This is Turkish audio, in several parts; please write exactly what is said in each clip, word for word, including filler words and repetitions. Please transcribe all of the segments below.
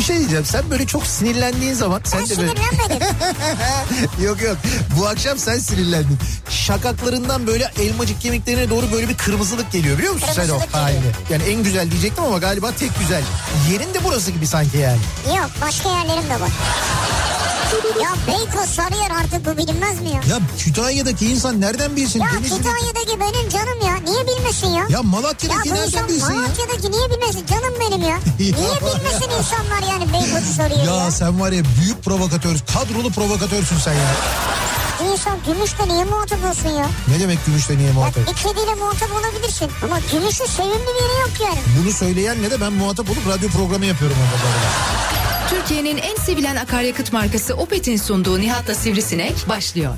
şey diyeceğim. Sen böyle çok sinirlendiğin zaman... Ben sen de böyle... sinirlenmedim. Yok yok. Bu akşam sen sinirlendin. Şakaklarından böyle elmacık kemiklerine doğru böyle bir kırmızılık geliyor biliyor musun sen o halini? Yani en güzel diyecektim ama galiba tek güzel. Yerin de burası gibi sanki yani. Yok, başka yerlerim de var. Ya Beykoz, Sarıyer, artık bu bilinmez mi ya? Ya Kütahya'daki insan nereden bilsin? Ya Denizli'deki... Kütahya'daki benim canım ya. Niye bilmesin ya? Ya Malatya'daki ya nereden bilsin ya? Malatya'daki niye bilmesin? Canım benim ya. Niye bilmesin insanlar yani Beykoz'u Sarıyer'i ya? Ya sen var ya büyük provokatör, kadrolu provokatörsün sen ya. İnsan gümüşle niye muhatap olsun ya? Ne demek gümüşle niye muhatap? Ya bir kediyle muhatap olabilirsin ama gümüşün sevimli bir yeri yok yani. Bunu söyleyen ne de ben muhatap olup radyo programı yapıyorum orada. Türkiye'nin en sevilen akaryakıt markası Opet'in sunduğu Nihat'la Sivrisinek başlıyor.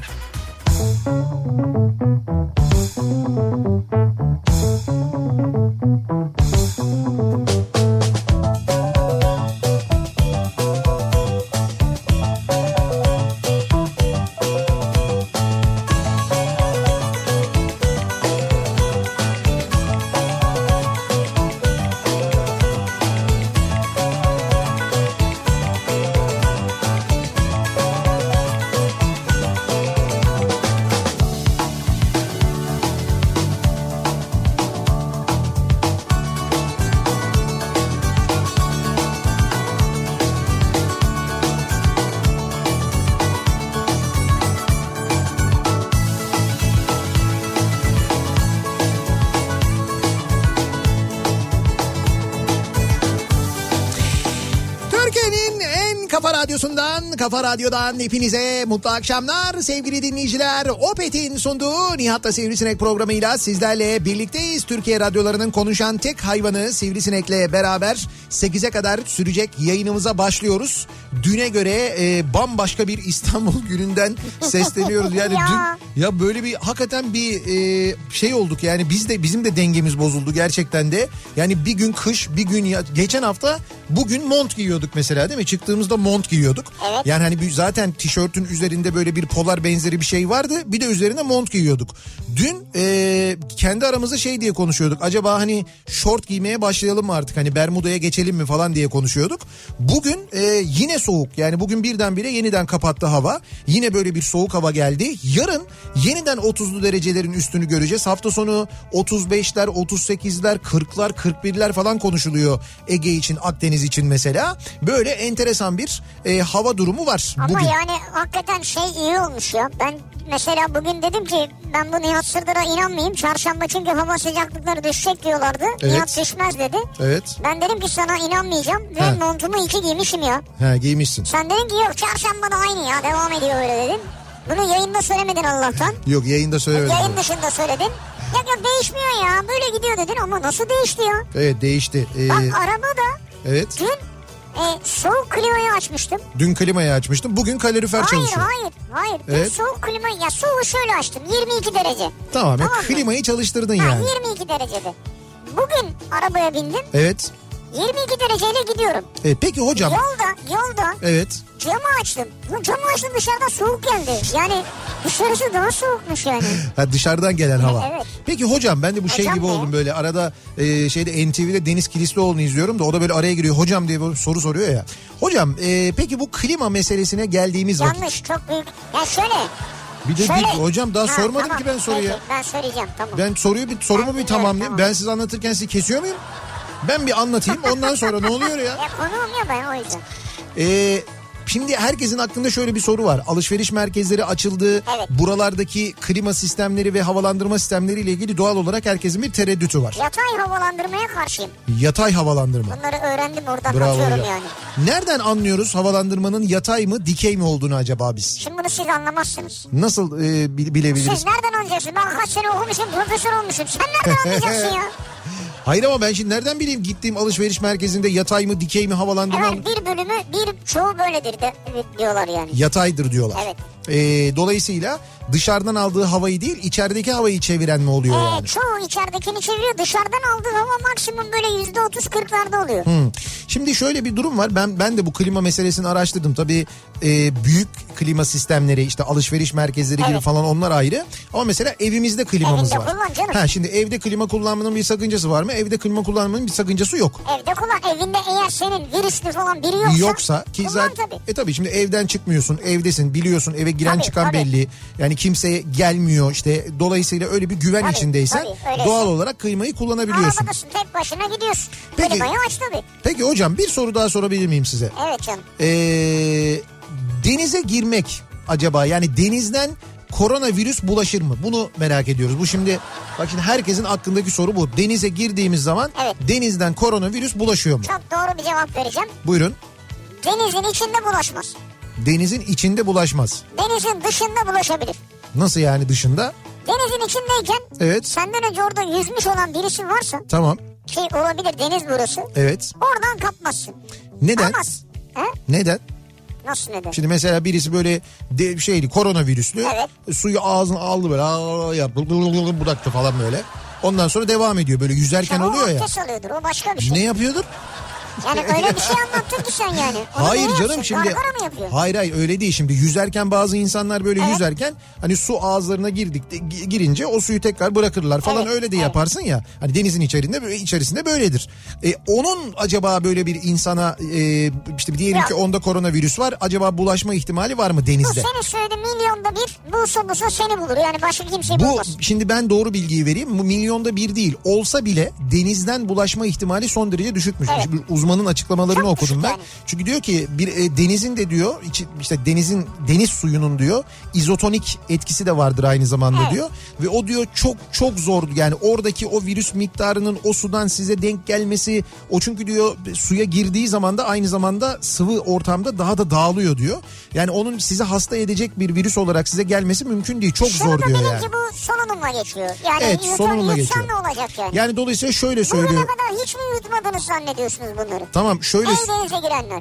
Kafa Radyo'dan hepinize mutlu akşamlar sevgili dinleyiciler. Opet'in sunduğu Nihat'la Sivrisinek programıyla sizlerle birlikteyiz. Türkiye radyolarının konuşan tek hayvanı Sivrisinek'le beraber sekize kadar sürecek yayınımıza başlıyoruz. Düne göre e, bambaşka bir İstanbul gününden sesleniyoruz. Yani ya. dün ya böyle bir hakikaten bir e, şey olduk yani biz de bizim de dengemiz bozuldu gerçekten de. Yani bir gün kış, bir gün ya, geçen hafta bugün mont giyiyorduk mesela değil mi? Çıktığımızda mont giyiyorduk. Evet. Yani hani zaten tişörtün üzerinde böyle bir polar benzeri bir şey vardı. Bir de üzerine mont giyiyorduk. Dün e, kendi aramızda şey diye konuşuyorduk. Acaba hani şort giymeye başlayalım mı artık? Hani Bermuda'ya geçelim mi falan diye konuşuyorduk. Bugün e, yine soğuk. Yani bugün birdenbire yeniden kapattı hava. Yine böyle bir soğuk hava geldi. Yarın yeniden otuzlu derecelerin üstünü göreceğiz. Hafta sonu otuz beşler, otuz sekizler, kırklar, kırk birler falan konuşuluyor. Ege için, Akdeniz için mesela. Böyle enteresan bir e, hava durumu var. Ama bugün. yani hakikaten şey iyi olmuş ya. Ben mesela bugün dedim ki ben bu Nihat Sırdar'a inanmayayım. Çarşamba çünkü hava sıcaklıkları düşecek diyorlardı. Evet. Nihat düşmez dedi. Evet. Ben dedim ki sana inanmayacağım ve He. montumu iki giymişim ya. He, giymişsin. Sen dedin ki yok çarşamba da aynı ya, devam ediyor öyle dedin. Bunu yayında söylemedin Allah'tan. Yok yayında söylemedim. Yayın dışında söyledin. Ya yok değişmiyor ya, böyle gidiyor dedin ama nasıl değişti ya? Evet değişti. Ee, Bak arabada evet. dün e, soğuk klimayı açmıştım. Dün klimayı açmıştım. Bugün kalorifer Hayır çalışıyor. hayır hayır. Dün Evet. soğuk klimayı, ya soğuğu şöyle açtım, yirmi iki derece. Tamam, Tamam ya, mı? klimayı çalıştırdın Ha, yani. yirmi iki derecede. Bugün arabaya bindim. Evet. yirmi iki dereceyle gidiyorum. E, peki hocam. Yolda yolda Evet. camı açtım. Bu camı açtım, dışarıda soğuk geldi. Yani dışarısı daha soğukmuş yani. Ha, dışarıdan gelen hava. Evet. Peki hocam ben de bu şey Hocam gibi ne? oldum böyle arada e, şeyde N T V'de Deniz Kilislioğlu'nu izliyorum da o da böyle araya giriyor hocam diye bir soru soruyor ya. Hocam e, peki bu klima meselesine geldiğimiz vakit. Yanlış, çok büyük. Ya şöyle. Bir de şöyle. bir, hocam daha Ha, sormadım tamam, ki ben soruyu. peki, ben söyleyeceğim tamam. Ben soruyu bir sorumu Ben bir tamamlayayım. tamam. Ben size anlatırken sizi kesiyor muyum? Ben bir anlatayım ondan sonra ne oluyor ya? Ya konuğum ya ben, o yüzden. Ee, şimdi herkesin aklında şöyle bir soru var. Alışveriş merkezleri açıldı. Evet. Buralardaki klima sistemleri ve havalandırma sistemleri ile ilgili doğal olarak herkesin bir tereddütü var. Yatay havalandırmaya karşıyım. Yatay havalandırma. Bunları öğrendim oradan, Bravo atıyorum hocam. yani. Nereden anlıyoruz havalandırmanın yatay mı dikey mi olduğunu acaba biz? Şimdi bunu siz anlamazsınız. Nasıl e, bil- bilebiliriz? Siz nereden anlayacaksınız? Ben kaç sene okumuşum, profesör olmuşum. Sen nereden anlayacaksın ya? Hayır ama ben şimdi nereden bileyim gittiğim alışveriş merkezinde yatay mı dikey mi havalandırma mı? Evet, bir bölümü, bir çoğu böyledir de diyorlar yani. Yataydır diyorlar. Evet. Ee, dolayısıyla dışarıdan aldığı havayı değil içerideki havayı çeviren mi oluyor Ee, yani? çoğu içeridekini çeviriyor. Dışarıdan aldığı hava maksimum böyle yüzde otuz kırklarda oluyor. Hmm. Şimdi şöyle bir durum var. Ben ben de bu klima meselesini araştırdım. Tabii e, büyük klima sistemleri, işte alışveriş merkezleri evet. gibi falan, onlar ayrı. Ama mesela evimizde klimamız Evinde var. kullan canım. Ha, şimdi evde klima kullanmanın bir sakıncası var mı? Evde klima kullanmanın bir sakıncası yok. Evde kullan. Evinde eğer senin virüslü falan biri yoksa, yoksa ki kullan zaten tabii. E tabii şimdi evden çıkmıyorsun, evdesin, biliyorsun, eve giren Tabii, çıkan tabii. belli. Yani kimseye gelmiyor işte, dolayısıyla öyle bir güven Tabii, içindeysen tabii, öyle. doğal olarak klimayı kullanabiliyorsun. Arabadasın, tek başına gidiyorsun. Peki. Klimayı aç tabii. Peki hocam, bir soru daha sorabilir miyim size? Evet canım. Ee, denize girmek acaba, yani denizden koronavirüs bulaşır mı? Bunu merak ediyoruz. Bu şimdi bak, şimdi herkesin aklındaki soru bu. Denize girdiğimiz zaman evet. denizden koronavirüs bulaşıyor mu? Çok doğru bir cevap vereceğim. Buyurun. Denizin içinde bulaşmaz. Denizin içinde bulaşmaz. Denizin dışında bulaşabilir. Nasıl yani dışında? Denizin içindeyken Evet. senden önce orada yüzmüş olan birisi varsa, Tamam. ki olabilir, deniz burası. Evet. Oradan kapmazsın. Neden? Kapmaz. He? Neden? Nasıl neden? Şimdi mesela birisi böyle de, şeydi, koronavirüslü. Evet. Suyu ağzına aldı böyle, aa, yaptı, bıraktı falan böyle. Ondan sonra devam ediyor böyle yüzerken, ya oluyor ya. O abdest alıyordur, o başka bir şey. Ne yapıyordur? Yani öyle bir şey anlattın ki sen yani. Onu Hayır niye canım, yapsın? şimdi Gargara mı yapıyor? hayır hayır öyle değil, şimdi yüzerken bazı insanlar böyle Evet. yüzerken hani su ağızlarına girdik de, girince o suyu tekrar bırakırlar falan, Evet, öyle de evet. yaparsın ya. Hani denizin içerisinde içerisinde böyledir. E, onun acaba böyle bir insana e, işte diyelim Yok. ki onda koronavirüs var, acaba bulaşma ihtimali var mı Bu denizde? senin söylediğin milyonda bir, bulsa bulsa seni bulur. Yani başka kimseyi Bu bulmaz. şimdi ben doğru bilgiyi vereyim. Bu milyonda bir değil. Olsa bile denizden bulaşma ihtimali son derece düşükmüş. Evet. Şimdi uzmanın açıklamalarını Çok okudum düşük ben. yani. Çünkü diyor ki bir e, denizin de diyor içi, işte denizin deniz suyunun diyor izotonik etkisi de vardır aynı zamanda Evet. diyor. Ve o diyor çok çok zor, yani oradaki o virüs miktarının o sudan size denk gelmesi, o çünkü diyor suya girdiği zaman da aynı zamanda sıvı ortamda daha da dağılıyor diyor. Yani onun sizi hasta edecek bir virüs olarak size gelmesi mümkün değil. Çok Şunu zor da diyor bilin yani. ki bu solunumla geçiyor. Yani Evet, yutan, solunumla yutsan geçiyor. ne olacak yani? Yani dolayısıyla şöyle Bugüne söylüyor. kadar hiç mi yutmadınız zannediyorsunuz bunları? Tamam şöyle Ey denize girenler.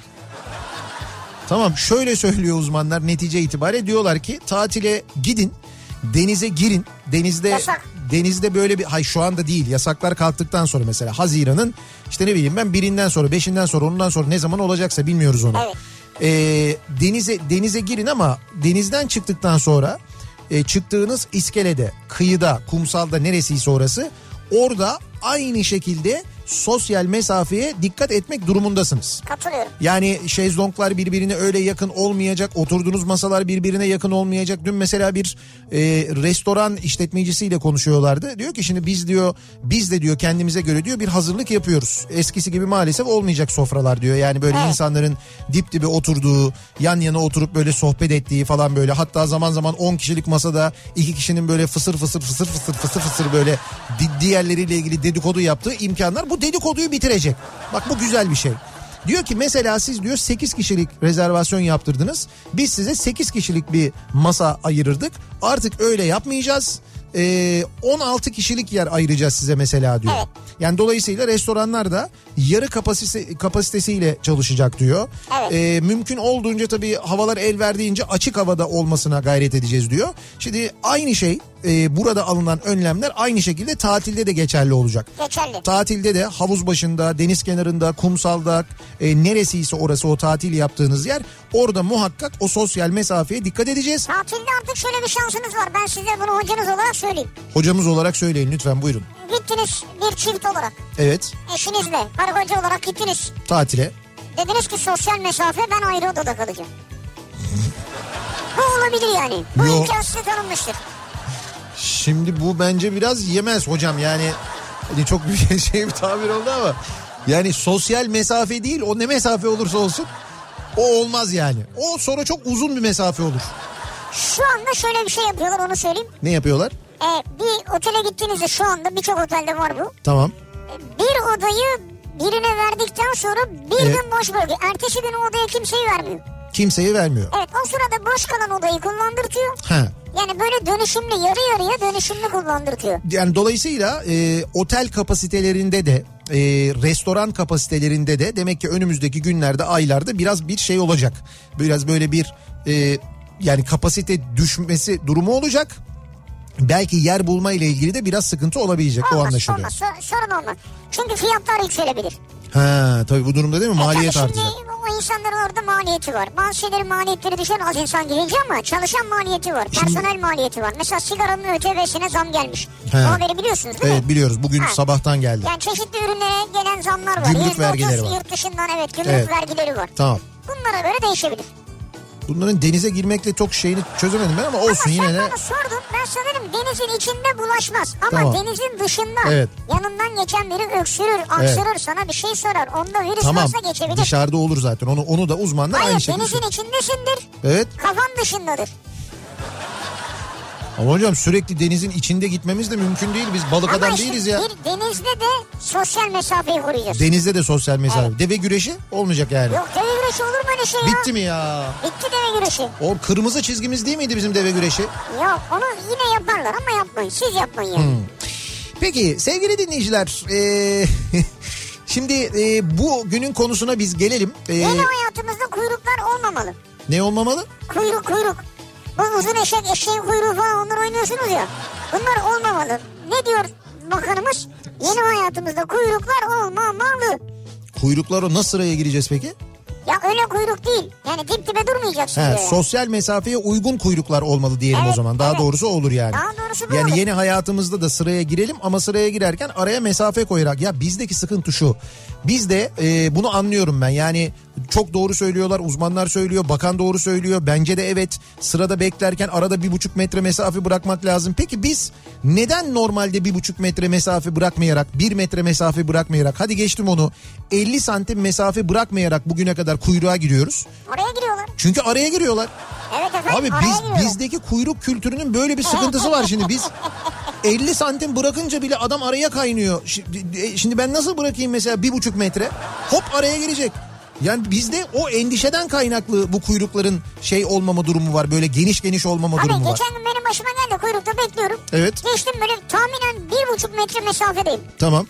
tamam şöyle söylüyor uzmanlar, netice itibariyle diyorlar ki tatile gidin, denize girin. Denizde Yasak. denizde böyle bir, hay şu anda değil, yasaklar kalktıktan sonra mesela Haziran'ın işte ne bileyim ben birinden sonra, beşinden sonra, ondan sonra ne zaman olacaksa bilmiyoruz onu. Evet. Ee, denize denize girin ama denizden çıktıktan sonra e, çıktığınız iskelede, kıyıda, kumsalda, neresiyse orası, orada aynı şekilde sosyal mesafeye dikkat etmek durumundasınız. Katılıyorum. Yani şezlonglar birbirine öyle yakın olmayacak, oturduğunuz masalar birbirine yakın olmayacak. Dün mesela bir e, restoran işletmecisiyle konuşuyorlardı. Diyor ki şimdi biz diyor, biz de diyor kendimize göre diyor bir hazırlık yapıyoruz. Eskisi gibi maalesef olmayacak sofralar diyor. Yani böyle Evet. insanların dip dibe oturduğu, yan yana oturup böyle sohbet ettiği falan böyle. Hatta zaman zaman on kişilik masada iki kişinin böyle fısır fısır fısır fısır fısır fısır böyle di- diğerleriyle ilgili dedikodu yaptığı imkanlar, bu dedikoduyu bitirecek. Bak bu güzel bir şey. Diyor ki mesela siz diyor sekiz kişilik rezervasyon yaptırdınız. Biz size sekiz kişilik bir masa ayırırdık. Artık öyle yapmayacağız. Ee, on altı kişilik yer ayıracağız size mesela diyor. Evet. Yani dolayısıyla restoranlar da yarı kapasite, kapasitesiyle çalışacak diyor. Evet. Ee, mümkün olduğunca tabii havalar el verdiğince açık havada olmasına gayret edeceğiz diyor. Şimdi aynı şey e, burada alınan önlemler aynı şekilde tatilde de geçerli olacak. Geçerli. Tatilde de havuz başında, deniz kenarında, kumsalda, e, neresiyse orası o tatil yaptığınız yer, orada muhakkak o sosyal mesafeye dikkat edeceğiz. Tatilde artık şöyle bir şansınız var. Ben size bunu hocanız olarak söyleyeyim. Hocamız olarak söyleyin lütfen, buyurun. Gittiniz bir çift olarak. Evet, Eşinizle, karı koca olarak gittiniz. tatile. Dediniz ki sosyal mesafe, ben ayrı odada kalacağım. Bu olabilir yani. Bu Yok. imkan size tanınmıştır. Şimdi bu bence biraz yemez hocam, yani hani çok bir şey bir tabir oldu ama yani sosyal mesafe değil, o ne mesafe olursa olsun o olmaz yani. O sonra çok uzun bir mesafe olur. Şu anda şöyle bir şey yapıyorlar, onu söyleyeyim. Ne yapıyorlar? Ee, bir otele gittiğinizde, şu anda birçok otelde var bu. Tamam. Bir odayı birine verdikten sonra bir Evet. gün boş bölge. Ertesi gün o odaya kimseyi vermiyor. Kimseye vermiyor. Evet, o sırada boş kalan odayı kullandırtıyor. Ha. Yani böyle dönüşümlü, yarı yarıya dönüşümlü kullandırtıyor. Yani dolayısıyla e, otel kapasitelerinde de e, restoran kapasitelerinde de demek ki önümüzdeki günlerde, aylarda biraz bir şey olacak. Biraz böyle bir e, yani kapasite düşmesi durumu olacak. Belki yer bulma ile ilgili de biraz sıkıntı olabilecek, o Olmaz, anlaşılıyor. olmaz, sor- sorun olmaz. Çünkü fiyatlar yükselebilir. Ha tabii bu durumda değil mi? Maliyet e, artacak. Şimdi o insanların orada maliyeti var. Bazı şeylerin maliyetleri düşer az insan girince ama çalışan maliyeti var. Şimdi... Personel maliyeti var. Mesela sigaranın Ö T V'sine zam gelmiş. He. O haberi biliyorsunuz değil evet, mi? biliyoruz. Bugün ha. sabahtan geldi. Yani çeşitli ürünlere gelen zamlar var. Gümrük vergileri var. Yurt dışından evet gümrük evet. vergileri var. Tamam. Bunlara göre değişebilir. Bunların denize girmekle çok şeyini çözemedim ben ama olsun ama yine de. Ama sen sordun ben sanırım denizin içinde bulaşmaz. Ama tamam. denizin dışında evet. yanından geçen biri öksürür, aksırır evet. sana bir şey sorar. Onda virüs tamam. varsa geçebilir. Dışarıda olur zaten onu onu da uzmanlar Hayır, aynı şekilde. Hayır denizin içindesindir. Evet. Kafan dışındadır. Ama hocam sürekli denizin içinde gitmemiz de mümkün değil. Biz balık ama adam işte değiliz ya. Bir denizde de sosyal mesafeyi koruyacağız. Denizde de sosyal mesafe. Evet. Deve güreşi olmayacak yani. Yok deve güreşi olur mu öyle şey ya? Bitti mi ya? Bitti deve güreşi. O kırmızı çizgimiz değil miydi bizim deve güreşi? Yok onu yine yaparlar ama yapmayın. Siz yapmayın yani. Hmm. Peki sevgili dinleyiciler. Ee, şimdi e, bu günün konusuna biz gelelim. Ee, Yeni hayatımızda kuyruklar olmamalı. Ne olmamalı? Kuyruk kuyruk. Bu uzun eşek, eşeğin kuyruğu falan onlar oynuyorsunuz ya. Bunlar olmamalı. Ne diyor bakanımız? Yeni hayatımızda kuyruklar olmamalı. Kuyruklar o nasıl sıraya gireceğiz peki? Ya öyle kuyruk değil. Yani dip dibe durmayacaksın. He, yani. Sosyal mesafeye uygun kuyruklar olmalı diyelim evet, o zaman. Daha evet. doğrusu olur yani. Daha doğrusu bu Yani olur. yeni hayatımızda da sıraya girelim ama sıraya girerken araya mesafe koyarak. Ya bizdeki sıkıntı şu. Bizde e, bunu anlıyorum ben. Yani çok doğru söylüyorlar. Uzmanlar söylüyor. Bakan doğru söylüyor. Bence de evet. Sırada beklerken arada bir buçuk metre mesafe bırakmak lazım. Peki biz neden normalde bir buçuk metre mesafe bırakmayarak, bir metre mesafe bırakmayarak, hadi geçtim onu, elli santim mesafe bırakmayarak bugüne kadar kuyruğa giriyoruz? Oraya giriyorlar. Çünkü araya giriyorlar. Evet efendim. Abi biz bizdeki kuyruk kültürünün böyle bir sıkıntısı var şimdi. Biz elli santim bırakınca bile adam araya kaynıyor. Şimdi ben nasıl bırakayım mesela bir buçuk metre? Hop araya girecek. Yani bizde o endişeden kaynaklı bu kuyrukların şey olmama durumu var. Böyle geniş geniş olmama abi, durumu var. Abi geçen gün benim başıma geldi, kuyrukta bekliyorum. Evet. Geçtim böyle tahminen bir buçuk metre mesafedeyim. Tamam.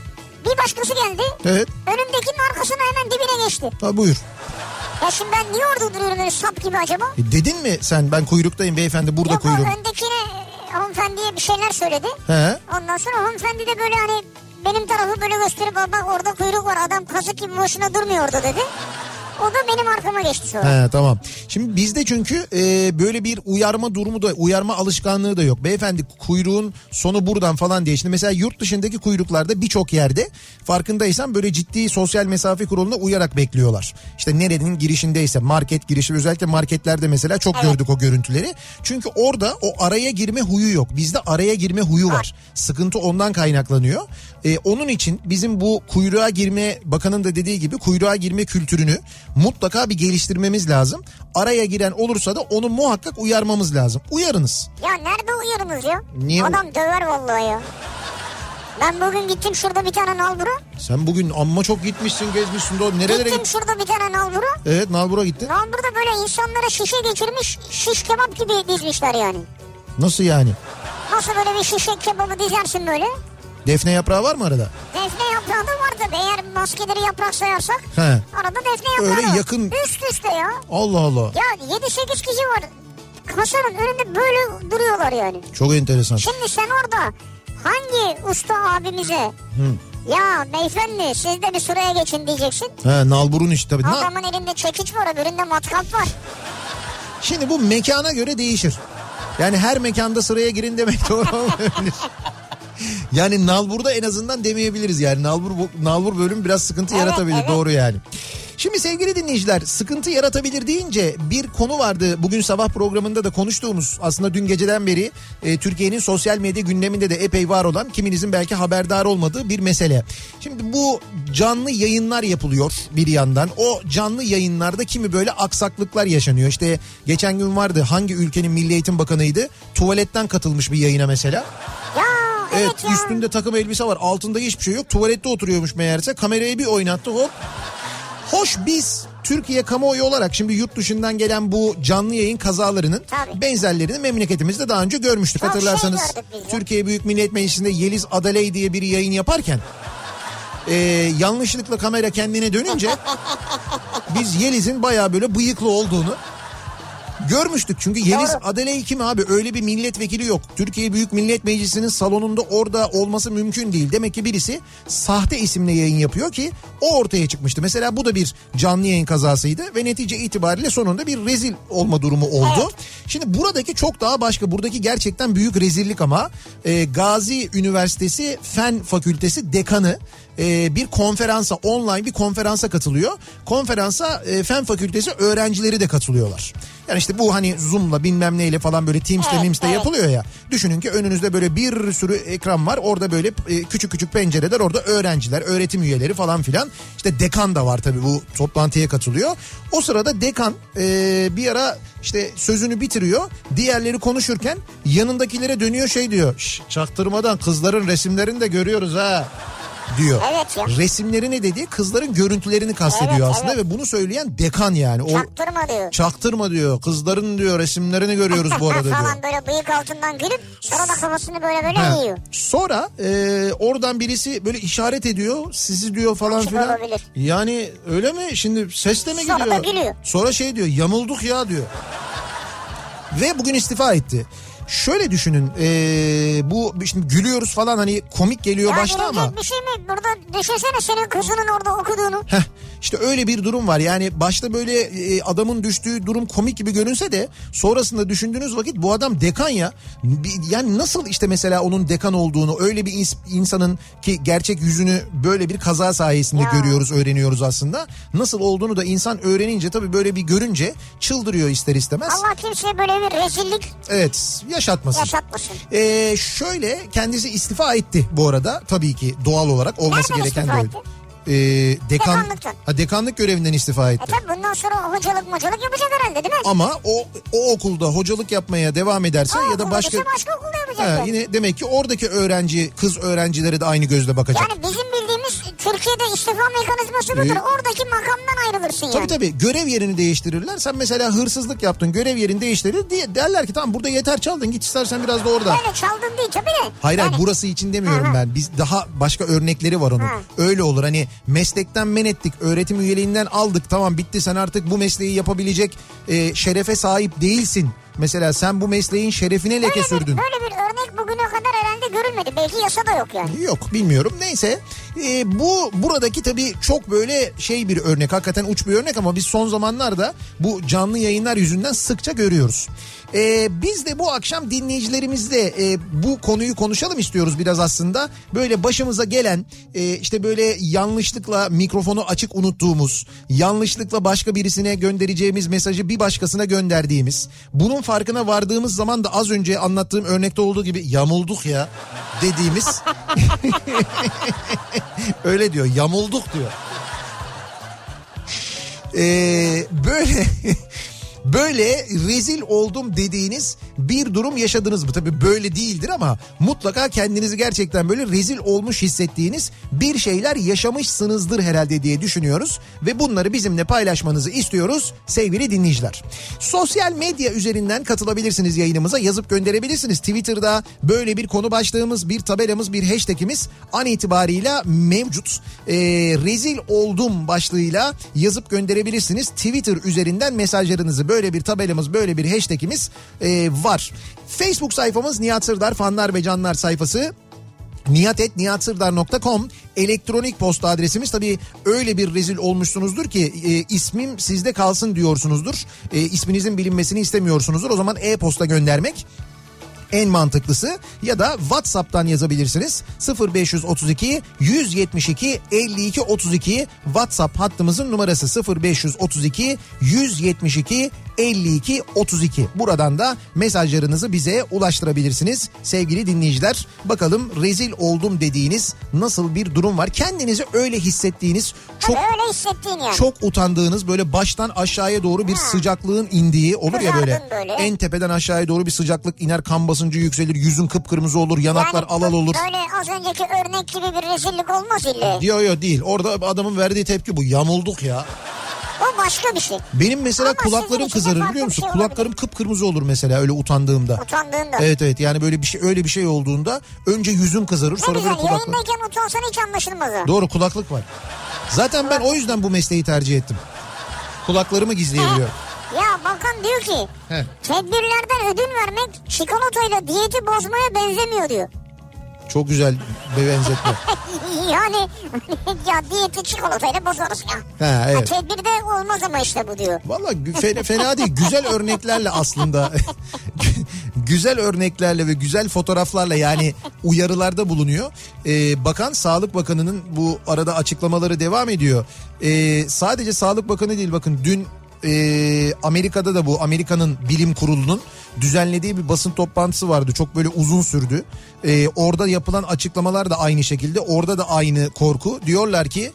Bir başkası geldi. Evet. Önümdekinin arkasına hemen dibine geçti. Ha buyur. Ya şimdi ben niye orada duruyorum böyle sap gibi acaba? E dedin mi sen ben kuyruktayım beyefendi burada Yok, kuyruğum? Yok öndekine hanımefendiye bir şeyler söyledi. He. Ondan sonra hanımefendi de böyle hani benim tarafı böyle gösterip bak orada kuyruk var adam kazık gibi boşuna durmuyor orada dedi. O da benim arkama geçti sonra. He tamam. Şimdi bizde çünkü e, böyle bir uyarma durumu da uyarma alışkanlığı da yok. Beyefendi kuyruğun sonu buradan falan diye. Şimdi mesela yurt dışındaki kuyruklarda birçok yerde farkındaysan böyle ciddi sosyal mesafe kuralına uyarak bekliyorlar. İşte nerenin girişindeyse market girişi, özellikle marketlerde mesela çok evet. gördük o görüntüleri. Çünkü orada o araya girme huyu yok. Bizde araya girme huyu var. Sıkıntı ondan kaynaklanıyor. E, onun için bizim bu kuyruğa girme, bakanın da dediği gibi kuyruğa girme kültürünü mutlaka bir geliştirmemiz lazım. Araya giren olursa da onu muhakkak uyarmamız lazım. Uyarınız. Ya nerede uyarınız ya? Niye? Adam döver vallahi ya. Ben bugün gittim şurada bir tane nalbura. Sen bugün amma çok gitmişsin, gezmişsin. Doğru. Nerelere gittim? Gittim şurada bir tane nalbura. Evet, nalbura gittin. Nalburda böyle insanlara şişe geçirmiş, şiş kebap gibi dizmişler yani. Nasıl yani? Nasıl böyle bir şişe kebabı dizersin böyle? Defne yaprağı var mı arada? Defne yaprağı da var tabii. Eğer maskeleri yaprak sayarsak. He. Arada defne yaprağı öyle var. yakın. Üst üste ya. Allah Allah. Ya yedi sekiz kişi var. Kasanın önünde böyle duruyorlar yani. Çok enteresan. Şimdi sen orada hangi usta abimize Hı. ya beyefendi siz de bir sıraya geçin diyeceksin. He, nalburun işte tabii. Adamın Na... elinde çekiç var, öbüründe matkap var. Şimdi bu mekana göre değişir. Yani her mekanda sıraya girin demek doğru olmayabilir. Yani nalburda en azından demeyebiliriz yani. Nalbur nalbur bölüm biraz sıkıntı evet, yaratabilir evet. Doğru yani. Şimdi sevgili dinleyiciler, sıkıntı yaratabilir deyince bir konu vardı. Bugün sabah programında da konuştuğumuz, aslında dün geceden beri e, Türkiye'nin sosyal medya gündeminde de epey var olan, kiminizin belki haberdar olmadığı bir mesele. Şimdi bu canlı yayınlar yapılıyor bir yandan. O canlı yayınlarda kimi böyle aksaklıklar yaşanıyor. İşte geçen gün vardı, hangi ülkenin Milli Eğitim Bakanı'ydı? Tuvaletten katılmış bir yayına mesela. Ya evet, evet ya. Üstünde takım elbise var, altında hiçbir şey yok. Tuvalette oturuyormuş meğerse, kamerayı bir oynattı, hop. Hoş biz Türkiye kamuoyu olarak şimdi yurt dışından gelen bu canlı yayın kazalarının Tabii. benzerlerini memleketimizde daha önce görmüştük. Çok Hatırlarsanız şey Türkiye Büyük Millet Meclisi'nde Yeliz Adaley diye biri yayın yaparken e, yanlışlıkla kamera kendine dönünce biz Yeliz'in bayağı böyle bıyıklı olduğunu, Görmüştük çünkü Yeliz Doğru. Adele kim abi, öyle bir milletvekili yok. Türkiye Büyük Millet Meclisi'nin salonunda orada olması mümkün değil. Demek ki birisi sahte isimle yayın yapıyor ki o ortaya çıkmıştı. Mesela bu da bir canlı yayın kazasıydı ve netice itibariyle sonunda bir rezil olma durumu oldu. Evet. Şimdi buradaki çok daha başka, buradaki gerçekten büyük rezillik ama e, Gazi Üniversitesi Fen Fakültesi dekanı e, bir konferansa, online bir konferansa katılıyor. Konferansa e, Fen Fakültesi öğrencileri de katılıyorlar. Yani işte bu hani Zoom'la bilmem neyle falan böyle Teams'te evet, Mims'te evet. yapılıyor ya. Düşünün ki önünüzde böyle bir sürü ekran var. Orada böyle küçük küçük pencereler, orada öğrenciler, öğretim üyeleri falan filan. İşte dekan da var tabii, bu toplantıya katılıyor. O sırada dekan e, bir ara işte sözünü bitiriyor. Diğerleri konuşurken yanındakilere dönüyor, şey diyor. Çaktırmadan kızların resimlerini de görüyoruz ha diyor. Evet ya. Resimlerini dediği kızların görüntülerini kastediyor evet, aslında evet. Ve bunu söyleyen dekan yani. O, çaktırma diyor. Çaktırma diyor. Kızların diyor resimlerini görüyoruz bu arada diyor. Falan böyle bıyık altından gülüp sonra da kafasını böyle böyle ha. yiyor. Sonra e, oradan birisi böyle işaret ediyor. Sizi diyor falan Açık filan. Olabilir. Yani öyle mi? Şimdi sesle mi sonra geliyor? Sonra da gülüyor. Sonra şey diyor, yamulduk ya diyor. Ve bugün istifa etti. Şöyle düşünün, ee, bu şimdi gülüyoruz falan, hani komik geliyor ya başta ama. bir şey mi? Burada düşünsene senin kızının orada okuduğunu. Heh, işte öyle bir durum var. Yani başta böyle e, adamın düştüğü durum komik gibi görünse de sonrasında düşündüğünüz vakit bu adam dekan ya. Yani nasıl işte mesela onun dekan olduğunu, öyle bir ins- insanın ki gerçek yüzünü böyle bir kaza sayesinde ya. görüyoruz, öğreniyoruz aslında. Nasıl olduğunu da insan öğrenince tabii böyle bir görünce çıldırıyor ister istemez. Allah kimseye böyle bir rezillik evet yaşatmasın. Yaşatmasın. Ee, şöyle kendisi istifa etti bu arada, tabii ki doğal olarak olması nereden gereken de istifa öyle. Ee, dekan, ha, dekanlık görevinden istifa etti. E tabi bundan sonra hocalık mocalık yapacak herhalde değil mi? Ama o o okulda hocalık yapmaya devam ederse o ya da başka başka okulda yapacak. Ha, yani. yine demek ki oradaki öğrenci, kız öğrencilere de aynı gözle bakacak. Yani bizim bildiğimiz Türkiye'de istifa mekanizması budur. Ee, Oradaki makamdan ayrılırsın yani. Tabii tabii, görev yerini değiştirirler. Sen mesela hırsızlık yaptın, görev yerini değiştirir diye derler ki tamam burada yeter çaldın, git istersen biraz da orada. Öyle çaldın değil tabii de. Hayır yani... hayır, burası için demiyorum Aha. ben. Biz daha başka örnekleri var onun. Ha. Öyle olur hani, meslekten men ettik, öğretim üyeliğinden aldık, tamam bitti, sen artık bu mesleği yapabilecek e, şerefe sahip değilsin. Mesela sen bu mesleğin şerefine leke böyle sürdün. Bir, böyle bir örnek bugüne kadar herhalde görülmedi. Belki yasada yok yani. Yok, bilmiyorum. Neyse e, bu buradaki tabii çok böyle şey bir örnek, hakikaten uç bir örnek ama biz son zamanlarda bu canlı yayınlar yüzünden sıkça görüyoruz. E, biz de bu akşam dinleyicilerimizle e, bu konuyu konuşalım istiyoruz biraz aslında. Böyle başımıza gelen e, işte böyle yanlışlıkla mikrofonu açık unuttuğumuz, yanlışlıkla başka birisine göndereceğimiz mesajı bir başkasına gönderdiğimiz, bunun farkına vardığımız zaman da az önce anlattığım örnekte olduğu gibi yamulduk ya dediğimiz öyle diyor, yamulduk diyor. Ee, böyle böyle rezil oldum dediğiniz bir durum yaşadınız mı? Tabii böyle değildir ama mutlaka kendinizi gerçekten böyle rezil olmuş hissettiğiniz bir şeyler yaşamışsınızdır herhalde diye düşünüyoruz. Ve bunları bizimle paylaşmanızı istiyoruz sevgili dinleyiciler. Sosyal medya üzerinden katılabilirsiniz yayınımıza, yazıp gönderebilirsiniz. Twitter'da böyle bir konu başlığımız, bir tabelamız, bir hashtagimiz an itibarıyla mevcut. Ee, rezil oldum başlığıyla yazıp gönderebilirsiniz. Twitter üzerinden mesajlarınızı, böyle bir tabelamız, böyle bir hashtagimiz e, var. Facebook sayfamız Nihat Sırdar fanlar ve canlar sayfası. nihat et nihat sırdar nokta com elektronik posta adresimiz. Tabii öyle bir rezil olmuşsunuzdur ki e, ismim sizde kalsın diyorsunuzdur. E, isminizin bilinmesini istemiyorsunuzdur. O zaman e-posta göndermek en mantıklısı, ya da WhatsApp'tan yazabilirsiniz. sıfır beş otuz iki yüz yetmiş iki elli iki otuz iki WhatsApp hattımızın numarası sıfır beş otuz iki yüz yetmiş iki elli iki otuz iki. Buradan da mesajlarınızı bize ulaştırabilirsiniz sevgili dinleyiciler. Bakalım rezil oldum dediğiniz nasıl bir durum var? Kendinizi öyle hissettiğiniz, çok öyle hissettiğin yani. Çok utandığınız, böyle baştan aşağıya doğru bir ha. sıcaklığın indiği olur Kızardın ya böyle, böyle. En tepeden aşağıya doğru bir sıcaklık iner, kan basıncı yükselir, yüzün kıpkırmızı olur, yanaklar yani, alal olur. Böyle az önceki örnek gibi bir rezillik olmaz illa. Yok yok değil. Orada adamın verdiği tepki bu. Yamulduk ya. O başka bir şey. Benim mesela ama kulaklarım kızarır biliyor musun? Şey kulaklarım kıpkırmızı olur mesela öyle utandığımda. Utandığında. Evet evet, yani böyle bir şey, öyle bir şey olduğunda önce yüzüm kızarır, ne sonra güzel, böyle kulaklarım. yayındayken utansan hiç anlaşılmaz o. Doğru, kulaklık var. Zaten ben o yüzden bu mesleği tercih ettim. Kulaklarımı gizleyebiliyorum. Ya bak bakan diyor ki Heh. tedbirlerden ödün vermek çikolatayla diyeti bozmaya benzemiyor diyor. Çok güzel bir benzetme. Yani ya diyeti çikolatayla bozarız ya. Ha, evet. Ya tedbirde olmaz ama işte bu diyor. Valla fena, fena değil. Güzel örneklerle aslında. Güzel örneklerle ve güzel fotoğraflarla yani uyarılarda bulunuyor. Ee, Bakan, Sağlık Bakanı'nın bu arada açıklamaları devam ediyor. Ee, sadece Sağlık Bakanı değil, bakın dün e, Amerika'da da bu Amerika'nın bilim kurulunun düzenlediği bir basın toplantısı vardı. Çok böyle uzun sürdü. Ee, orada yapılan açıklamalar da aynı şekilde. Orada da aynı korku. Diyorlar ki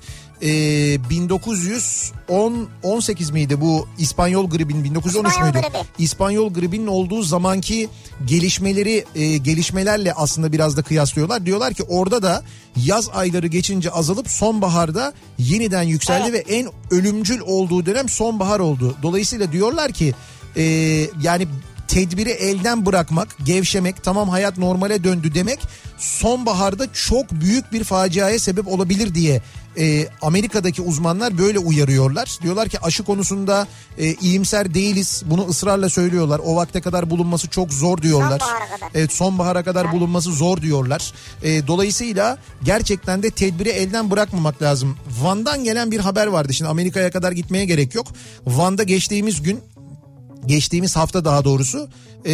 Ee, bin dokuz yüz on sekiz miydi bu İspanyol gribin, bin dokuz yüz on üç İspanyol müydü? gribi. İspanyol gribinin olduğu zamanki gelişmeleri e, gelişmelerle aslında biraz da kıyaslıyorlar. Diyorlar ki orada da yaz ayları geçince azalıp sonbaharda yeniden yükseldi Evet. ve en ölümcül olduğu dönem sonbahar oldu. Dolayısıyla diyorlar ki e, yani tedbiri elden bırakmak, gevşemek, tamam hayat normale döndü demek sonbaharda çok büyük bir faciaya sebep olabilir diye e, Amerika'daki uzmanlar böyle uyarıyorlar. Diyorlar ki aşı konusunda e, iyimser değiliz. Bunu ısrarla söylüyorlar. O vakte kadar bulunması çok zor diyorlar. Sonbahara kadar. Evet, sonbahara kadar Evet. bulunması zor diyorlar. E, dolayısıyla gerçekten de tedbiri elden bırakmamak lazım. Van'dan gelen bir haber vardı. Şimdi Amerika'ya kadar gitmeye gerek yok. Van'da geçtiğimiz gün Geçtiğimiz hafta daha doğrusu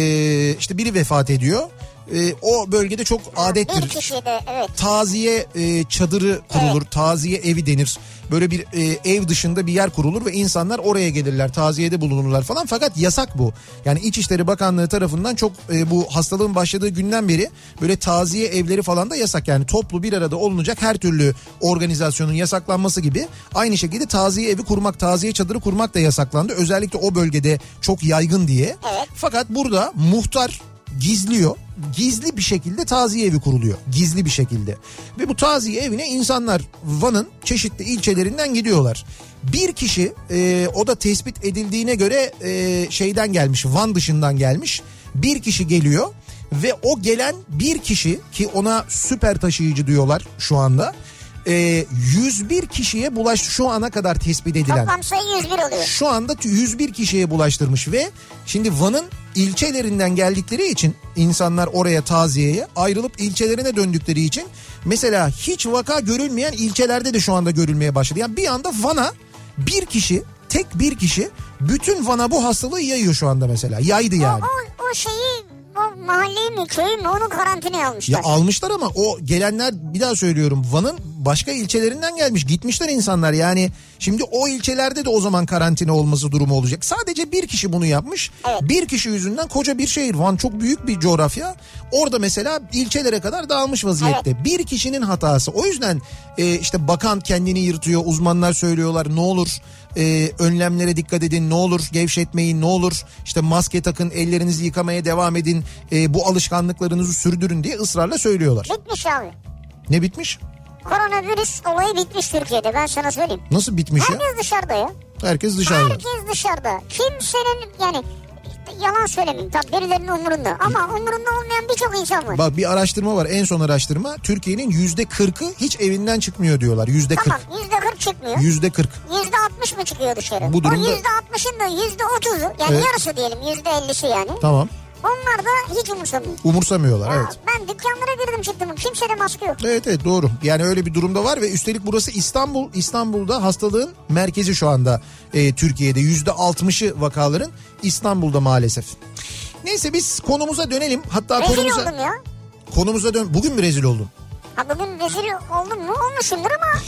e, işte biri vefat ediyor. E, o bölgede çok adettir. Bir kişi de evet. Taziye e, çadırı kurulur, evet. Taziye evi denir. Böyle bir e, ev dışında bir yer kurulur ve insanlar oraya gelirler, taziyede bulunurlar falan. Fakat yasak bu. Yani İçişleri Bakanlığı tarafından çok e, bu hastalığın başladığı günden beri böyle taziye evleri falan da yasak. Yani toplu bir arada olunacak her türlü organizasyonun yasaklanması gibi aynı şekilde taziye evi kurmak, taziye çadırı kurmak da yasaklandı. Özellikle o bölgede çok yaygın diye. Evet. Fakat burada muhtar gizliyor. Gizli bir şekilde taziye evi kuruluyor. Gizli bir şekilde. Ve bu taziye evine insanlar Van'ın çeşitli ilçelerinden gidiyorlar. Bir kişi e, o da tespit edildiğine göre e, şeyden gelmiş, Van dışından gelmiş. Bir kişi geliyor ve o gelen bir kişi, ki ona süper taşıyıcı diyorlar şu anda. E, yüz bir kişiye bulaştı şu ana kadar tespit edilen. Toplam sayı yüz bir oluyor. Şu anda yüz bir kişiye bulaştırmış ve şimdi Van'ın ilçelerinden geldikleri için insanlar oraya taziyeye, ayrılıp ilçelerine döndükleri için mesela hiç vaka görülmeyen ilçelerde de şu anda görülmeye başladı. Yani bir anda Van'a bir kişi, tek bir kişi bütün Van'a bu hastalığı yayıyor şu anda mesela. Yaydı yani. O, o, o şeyi, o mahalleyi mi köyü mü onu karantinaya almışlar. Ya almışlar ama o gelenler, bir daha söylüyorum, Van'ın başka ilçelerinden gelmiş, gitmişler insanlar. Yani şimdi o ilçelerde de o zaman karantina olması durumu olacak. Sadece bir kişi bunu yapmış. Evet. Bir kişi yüzünden koca bir şehir, Van çok büyük bir coğrafya. Orada mesela ilçelere kadar dağılmış vaziyette. Evet. Bir kişinin hatası. O yüzden e, işte bakan kendini yırtıyor, uzmanlar söylüyorlar ne olur e, önlemlere dikkat edin, ne olur gevşetmeyin, ne olur işte maske takın, ellerinizi yıkamaya devam edin, e, bu alışkanlıklarınızı sürdürün diye ısrarla söylüyorlar. Bitmiş abi. Ne bitmiş? Koronavirüs olayı bitmiş Türkiye'de, ben sana söyleyeyim. Nasıl bitmiş Herkes ya? Herkes dışarıda ya. Herkes dışarıda. Herkes dışarıda. Kimsenin yani yalan söylemeyeyim tabii, birilerinin umurunda ama umurunda olmayan birçok insan var. Bak bir araştırma var, en son araştırma, Türkiye'nin yüzde kırkı hiç evinden çıkmıyor diyorlar. Yüzde kırk. Tamam, yüzde kırk çıkmıyor. Yüzde kırk. Yüzde altmış mı çıkıyor dışarı? Bu durumda... O yüzde altmışın da yüzde otuzu yani evet. Yarısı diyelim, yüzde ellisi yani. Tamam. Onlar da hiç umursamıyor. Umursamıyorlar, ya, evet. Ben dükkanlara girdim çıktım, kimsede maske yok. Evet evet doğru. Yani öyle bir durumda var ve üstelik burası İstanbul. İstanbul'da hastalığın merkezi şu anda e, Türkiye'de. yüzde altmışı vakaların İstanbul'da maalesef. Neyse biz konumuza dönelim. Hatta rezil konumuza... oldum ya. Konumuza dön. Bugün mü rezil oldun? Ha bugün rezil oldum mu? Olmuşumdur ama...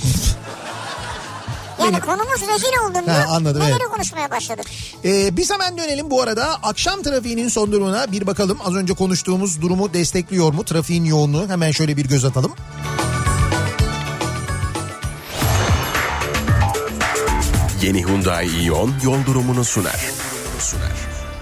Yani Benim... konumuz rezil oldum ha, ya. Anladım, neleri evet. konuşmaya başladık. Ee, biz hemen dönelim bu arada. Akşam trafiğinin son durumuna bir bakalım. Az önce konuştuğumuz durumu destekliyor mu? Trafiğin yoğunluğu hemen şöyle bir göz atalım. Yeni Hyundai Ion yol durumunu sunar. sunar.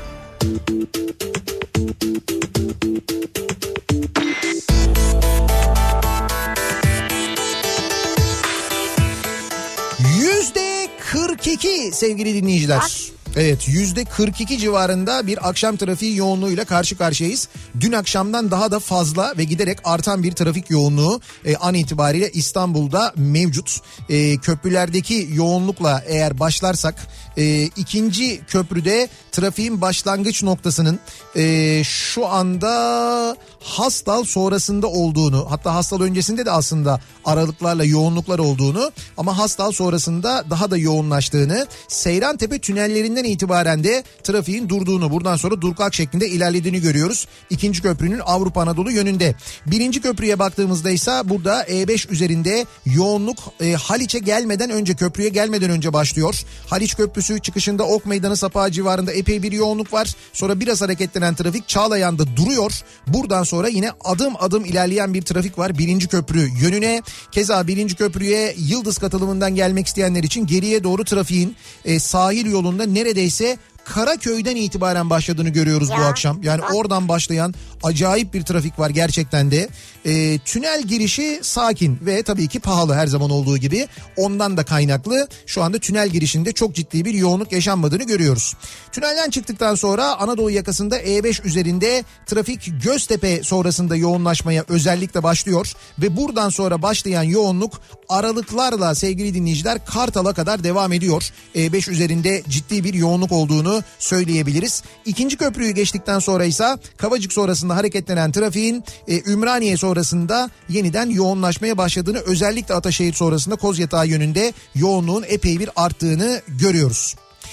yüzde kırk iki sevgili dinleyiciler. Bak. Evet, yüzde kırk iki civarında bir akşam trafiği yoğunluğuyla karşı karşıyayız. Dün akşamdan daha da fazla ve giderek artan bir trafik yoğunluğu e, an itibariyle İstanbul'da mevcut. E, köprülerdeki yoğunlukla eğer başlarsak e, ikinci köprüde trafik trafiğin başlangıç noktasının e, şu anda Hastal sonrasında olduğunu, hatta Hastal öncesinde de aslında aralıklarla yoğunluklar olduğunu ama Hastal sonrasında daha da yoğunlaştığını, Seyrantepe tünellerinden itibaren de trafiğin durduğunu, buradan sonra dur kalk şeklinde ilerlediğini görüyoruz. İkinci köprünün Avrupa Anadolu yönünde. Birinci köprüye baktığımızda ise burada E beş üzerinde yoğunluk e, Haliç'e gelmeden önce, köprüye gelmeden önce başlıyor. Haliç Köprüsü çıkışında Ok Meydanı Sapağı civarında epey bir yoğunluk var. Sonra biraz hareketlenen trafik Çağlayan'da duruyor. Buradan sonra yine adım adım ilerleyen bir trafik var birinci köprü yönüne. Keza birinci köprüye Yıldız katılımından gelmek isteyenler için geriye doğru trafiğin e, sahil yolunda neredeyse Karaköy'den itibaren başladığını görüyoruz ya, bu akşam. Yani bak, oradan başlayan acayip bir trafik var gerçekten de. E, tünel girişi sakin ve tabii ki pahalı her zaman olduğu gibi. Ondan da kaynaklı şu anda tünel girişinde çok ciddi bir yoğunluk yaşanmadığını görüyoruz. Tünelden çıktıktan sonra Anadolu yakasında E beş üzerinde trafik Göztepe sonrasında yoğunlaşmaya özellikle başlıyor. Ve buradan sonra başlayan yoğunluk aralıklarla sevgili dinleyiciler Kartal'a kadar devam ediyor. E beş üzerinde ciddi bir yoğunluk olduğunu söyleyebiliriz. İkinci köprüyü geçtikten sonra ise Kavacık sonrasında hareketlenen trafiğin e, Ümraniye sonrasında yeniden yoğunlaşmaya başladığını, özellikle Ataşehir sonrasında Kozyatağı yönünde yoğunluğun epey bir arttığını görüyoruz.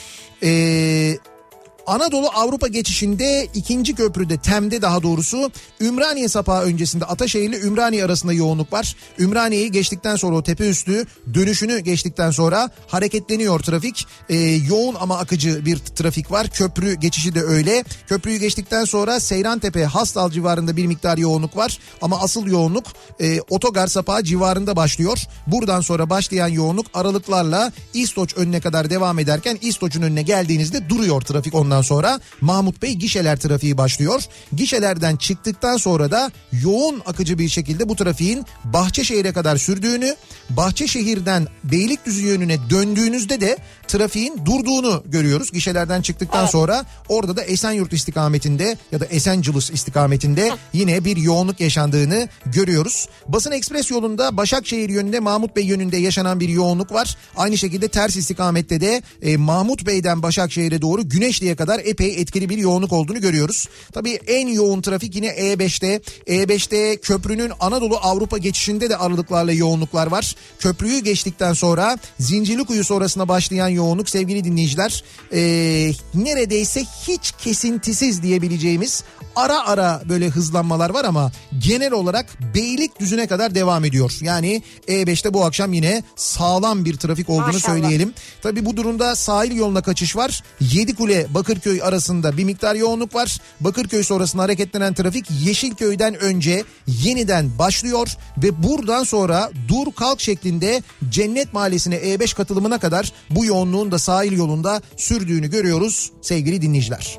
Eee... Anadolu Avrupa geçişinde ikinci köprüde, Tem'de daha doğrusu, Ümraniye Sapağı öncesinde Ataşehir ile Ümraniye arasında yoğunluk var. Ümraniye'yi geçtikten sonra o tepe üstü dönüşünü geçtikten sonra hareketleniyor trafik. Ee, yoğun ama akıcı bir trafik var. Köprü geçişi de öyle. Köprüyü geçtikten sonra Seyrantepe, Hastal civarında bir miktar yoğunluk var. Ama asıl yoğunluk e, Otogar Sapağı civarında başlıyor. Buradan sonra başlayan yoğunluk aralıklarla İstoç önüne kadar devam ederken İstoç'un önüne geldiğinizde duruyor trafik ondan sonra. Mahmut Bey gişeler trafiği başlıyor. Gişelerden çıktıktan sonra da yoğun akıcı bir şekilde bu trafiğin Bahçeşehir'e kadar sürdüğünü, Bahçeşehir'den Beylikdüzü yönüne döndüğünüzde de trafiğin durduğunu görüyoruz. Gişelerden çıktıktan evet. sonra orada da Esenyurt istikametinde ya da Esencilus istikametinde yine bir yoğunluk yaşandığını görüyoruz. Basın Ekspres yolunda Başakşehir yönünde, Mahmut Bey yönünde yaşanan bir yoğunluk var. Aynı şekilde ters istikamette de e, Mahmut Bey'den Başakşehir'e doğru Güneşli'ye kadar epey etkili bir yoğunluk olduğunu görüyoruz. Tabii en yoğun trafik yine E beşte. E beşte köprünün Anadolu Avrupa geçişinde de aralıklarla yoğunluklar var. Köprüyü geçtikten sonra Zincirlikuyu sonrasında başlayan yoğunluk sevgili dinleyiciler ee, neredeyse hiç kesintisiz diyebileceğimiz ara ara böyle hızlanmalar var ama genel olarak Beylikdüzü'ne kadar devam ediyor. Yani E beşte bu akşam yine sağlam bir trafik olduğunu Maşallah. söyleyelim. Tabii bu durumda sahil yoluna kaçış var. Yedikule Bakırköy arasında bir miktar yoğunluk var. Bakırköy sonrasında hareketlenen trafik Yeşilköy'den önce yeniden başlıyor ve buradan sonra dur kalk şeklinde Cennet Mahallesi'ne E beş katılımına kadar bu yoğunluğun da sahil yolunda sürdüğünü görüyoruz sevgili dinleyiciler.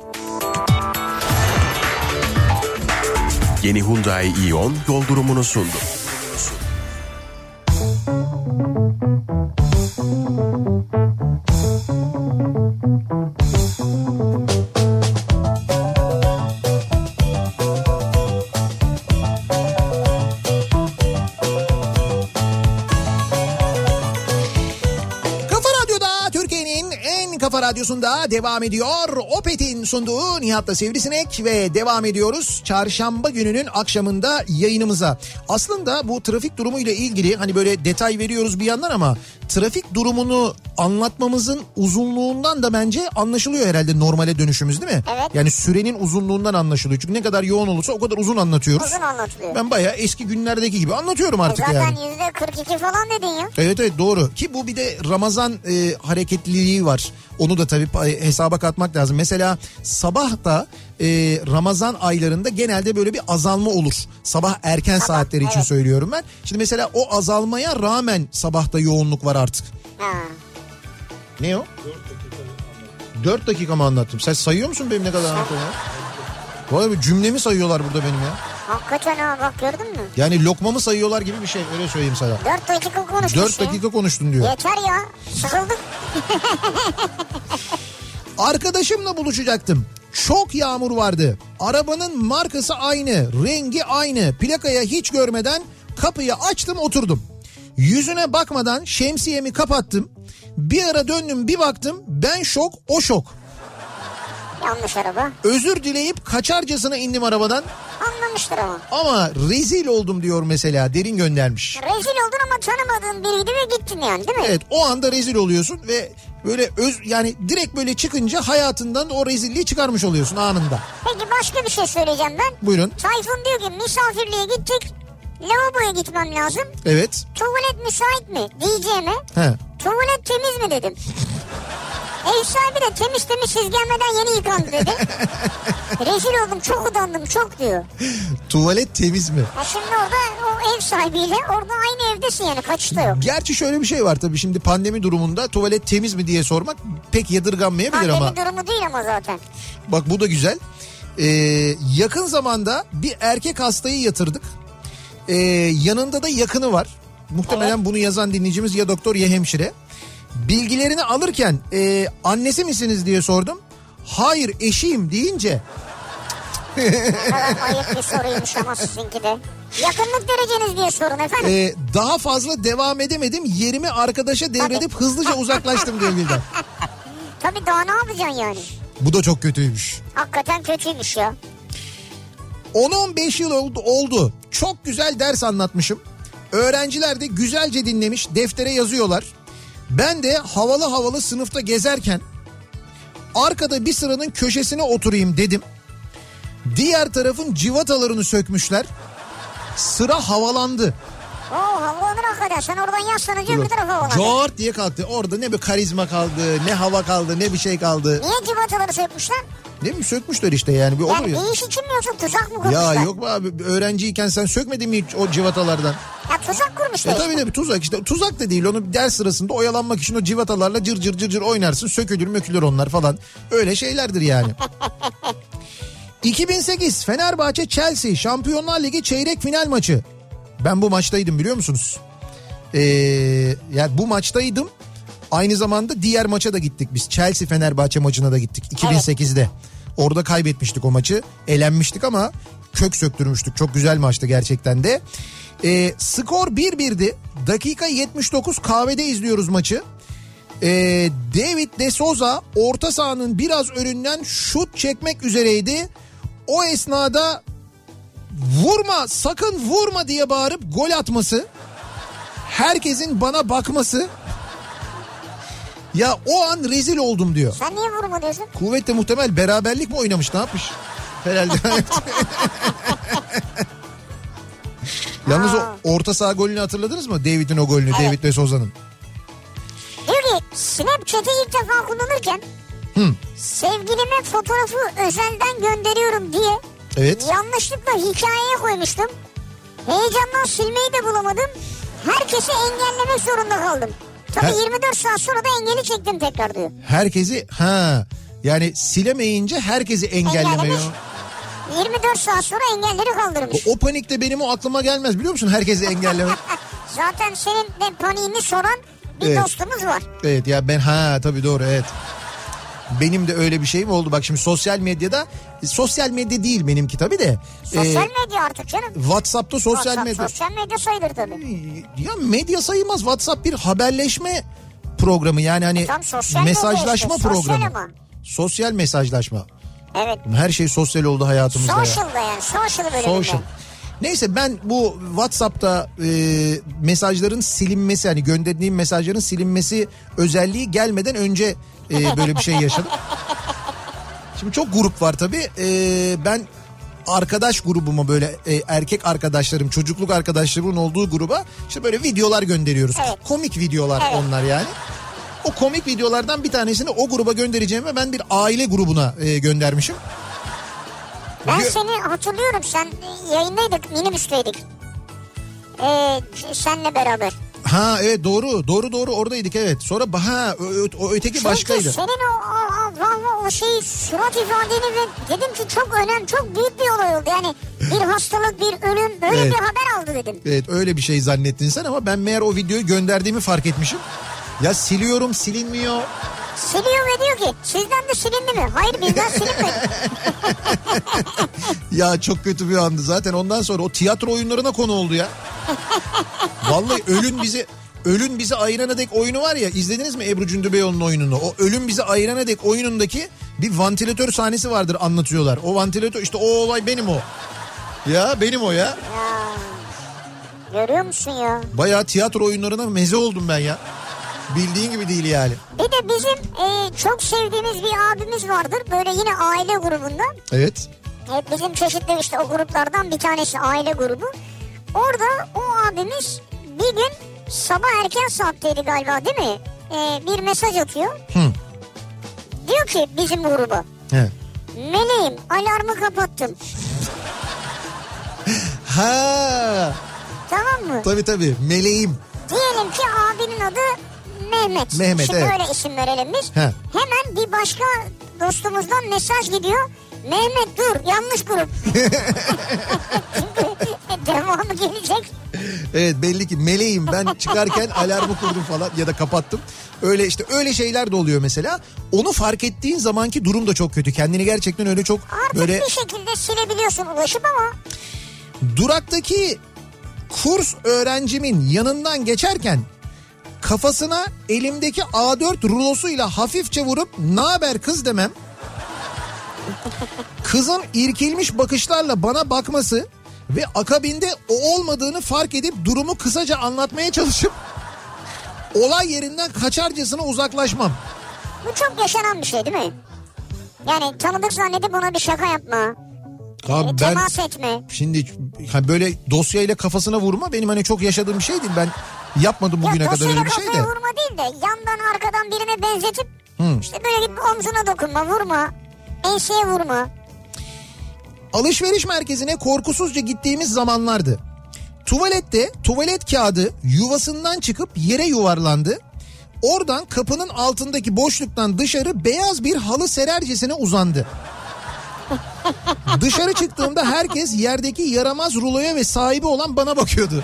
Yeni Hyundai İON yol durumunu sundu. Kafa Radyosu'nda devam ediyor. Opet'in sunduğu Nihat'la Sivrisinek ve devam ediyoruz. Çarşamba gününün akşamında yayınımıza. Aslında bu trafik durumu ile ilgili hani böyle detay veriyoruz bir yandan ama trafik durumunu anlatmamızın uzunluğundan da bence anlaşılıyor herhalde normale dönüşümüz, değil mi? Evet. Yani sürenin uzunluğundan anlaşılıyor. Çünkü ne kadar yoğun olursa o kadar uzun anlatıyoruz. Uzun anlatılıyor. Ben bayağı eski günlerdeki gibi anlatıyorum artık e zaten yani. Zaten yüzde kırk iki falan dedin ya. Evet evet doğru. Ki bu bir de Ramazan e, hareketliliği var. Onu da tabii hesaba katmak lazım. Mesela sabah da e, Ramazan aylarında genelde böyle bir azalma olur. Sabah erken sabah, saatleri evet. için söylüyorum ben. Şimdi mesela o azalmaya rağmen sabahta yoğunluk var artık. Ha. Ne o? Dört dakika mı anlattım? Sen sayıyor musun benim ne kadar anlattığımı? Vay be, cümlemi sayıyorlar burada benim ya. Hakikaten ha, bak gördün mü? Yani lokmamı sayıyorlar gibi bir şey, öyle söyleyeyim sana. Dört dakika konuştun. Dört dakika konuştun diyor. Yeter ya, sıkıldık. Arkadaşımla buluşacaktım. Çok yağmur vardı. Arabanın markası aynı, rengi aynı. Plakaya hiç görmeden kapıyı açtım, oturdum. Yüzüne bakmadan şemsiyemi kapattım. Bir ara döndüm, bir baktım, ben şok, o şok. Yanlış araba. Özür dileyip kaçarcasına indim arabadan. Anlamıştır ama. Ama rezil oldum diyor mesela, Derin göndermiş. Rezil oldun ama tanımadığın biriydi ve gittin yani, değil mi? Evet, o anda rezil oluyorsun ve böyle öz yani direkt böyle çıkınca hayatından o rezilliği çıkarmış oluyorsun anında. Peki başka bir şey söyleyeceğim ben. Buyurun. Tayfun diyor ki misafirliğe gittik. Lavaboya gitmem lazım. Evet. Tuvalet müsait mi diyeceğime. He. Tuvalet temiz mi dedim. Ev sahibi de temiz temiz siz gelmeden yeni yıkandı dedi. Rezil oldum, çok utandım çok diyor. Tuvalet temiz mi? Ha şimdi orada o ev sahibiyle orada aynı evdesin yani, kaçta yok. Gerçi şöyle bir şey var tabii, şimdi pandemi durumunda tuvalet temiz mi diye sormak pek yadırganmayabilir pandemi ama. Pandemi durumu değil ama zaten. Bak bu da güzel. Ee, yakın zamanda bir erkek hastayı yatırdık. Ee, yanında da yakını var. Muhtemelen evet. Bunu yazan dinleyicimiz ya doktor ya hemşire. Bilgilerini alırken e, annesi misiniz diye sordum. Hayır eşiyim deyince. Ne kadar ayıp bir soruymuş ama sizinki de. Yakınlık dereceniz diye sorun efendim. Ee, daha fazla devam edemedim. Yerimi arkadaşa devredip Tabii. hızlıca uzaklaştım diyor Vildan. Tabii daha ne yapacaksın yani? Bu da çok kötüymüş. Hakikaten kötüymüş ya. on on beş yıl oldu, oldu. Çok güzel ders anlatmışım. Öğrenciler de güzelce dinlemiş, deftere yazıyorlar. Ben de havalı havalı sınıfta gezerken arkada bir sıranın köşesine oturayım dedim. Diğer tarafın civatalarını sökmüşler. Sıra havalandı. Oo, havalanır hakikaten. Sen oradan yaslanınca bir tarafa havalanır. Coğart diye kalktı. Orada ne bir karizma kaldı, ne hava kaldı, ne bir şey kaldı. Niye civataları sökmüşler? Ne mi sökmüşler işte yani. Bir olur yani ya. bir iş için mi yoksa tuzak mı kurmuşlar? Ya yok be abi, öğrenciyken sen sökmedin mi hiç o civatalardan? Ya tuzak kurmuşlar e işte. Tabii de bir tuzak işte. Tuzak da değil, onu ders sırasında oyalanmak için o civatalarla cır cır cır cır oynarsın. Sökülür mökülür onlar falan. Öyle şeylerdir yani. iki bin sekiz Fenerbahçe Chelsea Şampiyonlar Ligi çeyrek final maçı. Ben bu maçtaydım biliyor musunuz? Ee, yani bu maçtaydım. Aynı zamanda diğer maça da gittik biz. Chelsea Fenerbahçe maçına da gittik iki bin sekizde. Evet. Orada kaybetmiştik o maçı. Elenmiştik ama kök söktürmüştük. Çok güzel maçtı gerçekten de. Ee, skor bir birdi. Dakika yetmiş dokuz kahvede izliyoruz maçı. Ee, David De Souza orta sahanın biraz önünden şut çekmek üzereydi. O esnada vurma, sakın vurma diye bağırıp gol atması. Herkesin bana bakması. Ya o an rezil oldum diyor. Sen niye vurma diyorsun? Kuvvetle muhtemel beraberlik mi oynamış, ne yapmış? Herhalde. Yalnız o orta saha golünü hatırladınız mı? David'in o golünü, evet. David De Souza'nın. Diyor ki Snapchat'i ilk defa kullanırken Hı. sevgilime fotoğrafı özelden gönderiyorum diye evet. yanlışlıkla hikayeye koymuştum. Heyecandan silmeyi de bulamadım. Herkesi engellemek zorunda kaldım. Tabii Her... yirmi dört saat sonra da engeli çektim tekrar diyor. Herkesi ha yani silemeyince herkesi engellemeyi. yirmi dört saat sonra engelleri kaldırmış. O, o panikte benim o aklıma gelmez biliyor musun? Herkesi engellemek. Zaten senin de paniğini soran bir evet. dostumuz var. Evet ya ben ha tabii doğru evet. Benim de öyle bir şeyim oldu. Bak şimdi sosyal medyada, sosyal medya değil benimki tabii de. Sosyal e, medya artık canım. WhatsApp'ta sosyal WhatsApp, medya. Sosyal medya sayılır tabii. Ya medya sayılmaz. WhatsApp bir haberleşme programı yani hani Tam mesajlaşma işte, programı. Sosyal, sosyal mesajlaşma. Evet. Her şey sosyal oldu hayatımızda. Social da yani social bölümünde. Social. Neyse ben bu WhatsApp'ta e, mesajların silinmesi, hani gönderdiğim mesajların silinmesi özelliği gelmeden önce e, böyle bir şey yaşadım. Şimdi çok grup var tabii. E, ben arkadaş grubuma böyle e, erkek arkadaşlarım, çocukluk arkadaşlarımın olduğu gruba işte böyle videolar gönderiyoruz. Evet. Komik videolar evet. onlar yani. O komik videolardan bir tanesini o gruba göndereceğime ben bir aile grubuna e, göndermişim. Ben seni hatırlıyorum, sen yayındaydık, minibüsteydik. Ee, senle beraber. Ha evet doğru doğru doğru oradaydık evet. Sonra ha o, o öteki Çünkü başkaydı. Çünkü senin o, o, o, o şey surat ifadeni ve dedim ki çok önemli, çok büyük bir olay oldu. Yani bir hastalık, bir ölüm, böyle evet. bir haber aldı dedim. Evet öyle bir şey zannettin sen ama ben meğer o videoyu gönderdiğimi fark etmişim. Ya siliyorum silinmiyor. Siliyor ve diyor ki sizden de silindi mi? Hayır bizden silinmedi. Ya çok kötü bir andı zaten ondan sonra o tiyatro oyunlarına konu oldu ya. Vallahi ölün bizi Ölün Bizi Ayırana Dek oyunu var ya, izlediniz mi Ebru Cündübeyoğlu'nun oyununu? O Ölün Bizi Ayırana Dek oyunundaki bir vantilatör sahnesi vardır, anlatıyorlar. O vantilatör işte, o olay benim o. Ya benim o ya. Ya. Görüyor musun ya? Bayağı tiyatro oyunlarına meze oldum ben ya. Bildiğin gibi değil yani. Bir de bizim e, çok sevdiğimiz bir abimiz vardır. Böyle yine aile grubunda. Evet. Evet, bizim çeşitli işte o gruplardan bir tanesi aile grubu. Orada o abimiz bir gün sabah erken saatteydi galiba, değil mi? Ee, bir mesaj atıyor. Hı. Diyor ki bizim gruba. He. Meleğim, alarmı kapattım. Ha. Tamam mı? Tabii tabii, meleğim. Diyelim ki abinin adı Mehmet. Mehmet, Şimdi evet. öyle isim verelim biz. He. Hemen bir başka dostumuzdan mesaj gidiyor. Mehmet dur, yanlış grup. Çünkü devamı gelecek. Evet, belli ki meleğim ben, çıkarken alarmı kurdum falan ya da kapattım. Öyle işte, öyle şeyler de oluyor mesela. Onu fark ettiğin zamanki durum da çok kötü. Kendini gerçekten öyle çok Artık böyle... bir şekilde silebiliyorsun ulaşıp ama... Duraktaki kurs öğrencimin yanından geçerken kafasına elimdeki A dört rulosuyla hafifçe vurup "Naber kız" demem, kızın irkilmiş bakışlarla bana bakması ve akabinde o olmadığını fark edip durumu kısaca anlatmaya çalışıp olay yerinden kaçarcasına uzaklaşmam. Bu çok yaşanan bir şey değil mi? Yani tanıdık zannedip ona bir şaka yapma. Abi ben, temas etme. Şimdi hani böyle dosyayla kafasına vurma benim hani çok yaşadığım bir şey değil. Ben yapmadım bugüne ya, kadar öyle bir şey de. dosyayla kafaya vurma değil de yandan arkadan birine benzetip hmm. işte böyle gidip omzuna dokunma, vurma. Enseye vurma. Alışveriş merkezine korkusuzca gittiğimiz zamanlardı. Tuvalette tuvalet kağıdı yuvasından çıkıp yere yuvarlandı. Oradan kapının altındaki boşluktan dışarı beyaz bir halı serercesine uzandı. Dışarı çıktığımda herkes yerdeki yaramaz ruloya ve sahibi olan bana bakıyordu.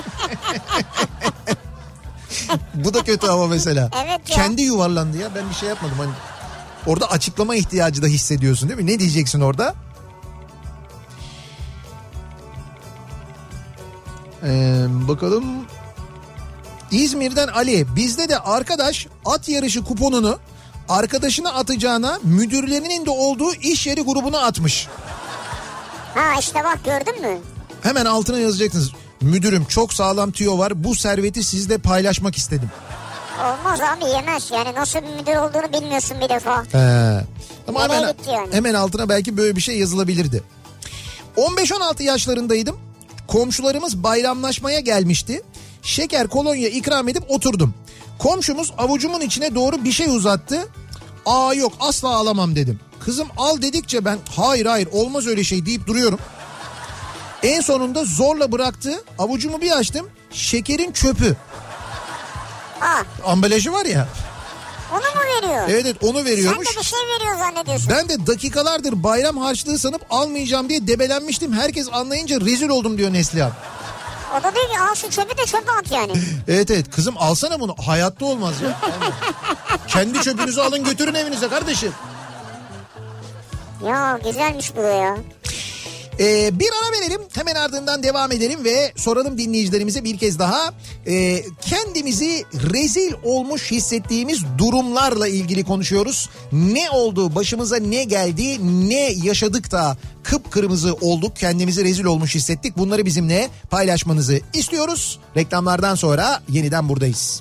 Bu da kötü ama mesela. Evet ya. Kendi yuvarlandı ya, ben bir şey yapmadım. Hani orada açıklama ihtiyacı da hissediyorsun değil mi? Ne diyeceksin orada? Ee, bakalım. İzmir'den Ali, bizde de arkadaş at yarışı kuponunu arkadaşına atacağına müdürlerinin de olduğu iş yeri grubuna atmış. Ha işte bak, gördün mü? Hemen altına yazacaksınız. Müdürüm çok sağlam tüyo var, bu serveti sizle paylaşmak istedim. Olmaz abi, yemez yani, nasıl bir müdür olduğunu bilmiyorsun bir defa. He. Ama Nereye hemen, gitti yani? hemen altına belki böyle bir şey yazılabilirdi. on beş on altı yaşlarındaydım. Komşularımız bayramlaşmaya gelmişti. Şeker, kolonya ikram edip oturdum. Komşumuz avucumun içine doğru bir şey uzattı. Aa yok, asla alamam dedim. Kızım al dedikçe ben hayır hayır olmaz öyle şey deyip duruyorum. En sonunda zorla bıraktı. Avucumu bir açtım. Şekerin çöpü. Aa. Ambalajı var ya. Onu mu veriyor? Evet evet, onu veriyormuş. Sen de bir şey veriyor zannediyorsun. Ben de dakikalardır bayram harçlığı sanıp almayacağım diye debelenmiştim. Herkes anlayınca rezil oldum diyor Neslihan. O da diyor ki al şu çöpü de çöpe at yani. Evet evet, kızım alsana bunu. Hayatta olmaz ya. Kendi çöpünüzü alın götürün evinize kardeşim. Ya güzelmiş bu ya. Ee, bir ara verelim, hemen ardından devam edelim ve soralım dinleyicilerimize bir kez daha. Ee, kendimizi rezil olmuş hissettiğimiz durumlarla ilgili konuşuyoruz. Ne oldu, başımıza ne geldi, ne yaşadık da kıpkırmızı olduk, kendimizi rezil olmuş hissettik. Bunları bizimle paylaşmanızı istiyoruz. Reklamlardan sonra yeniden buradayız.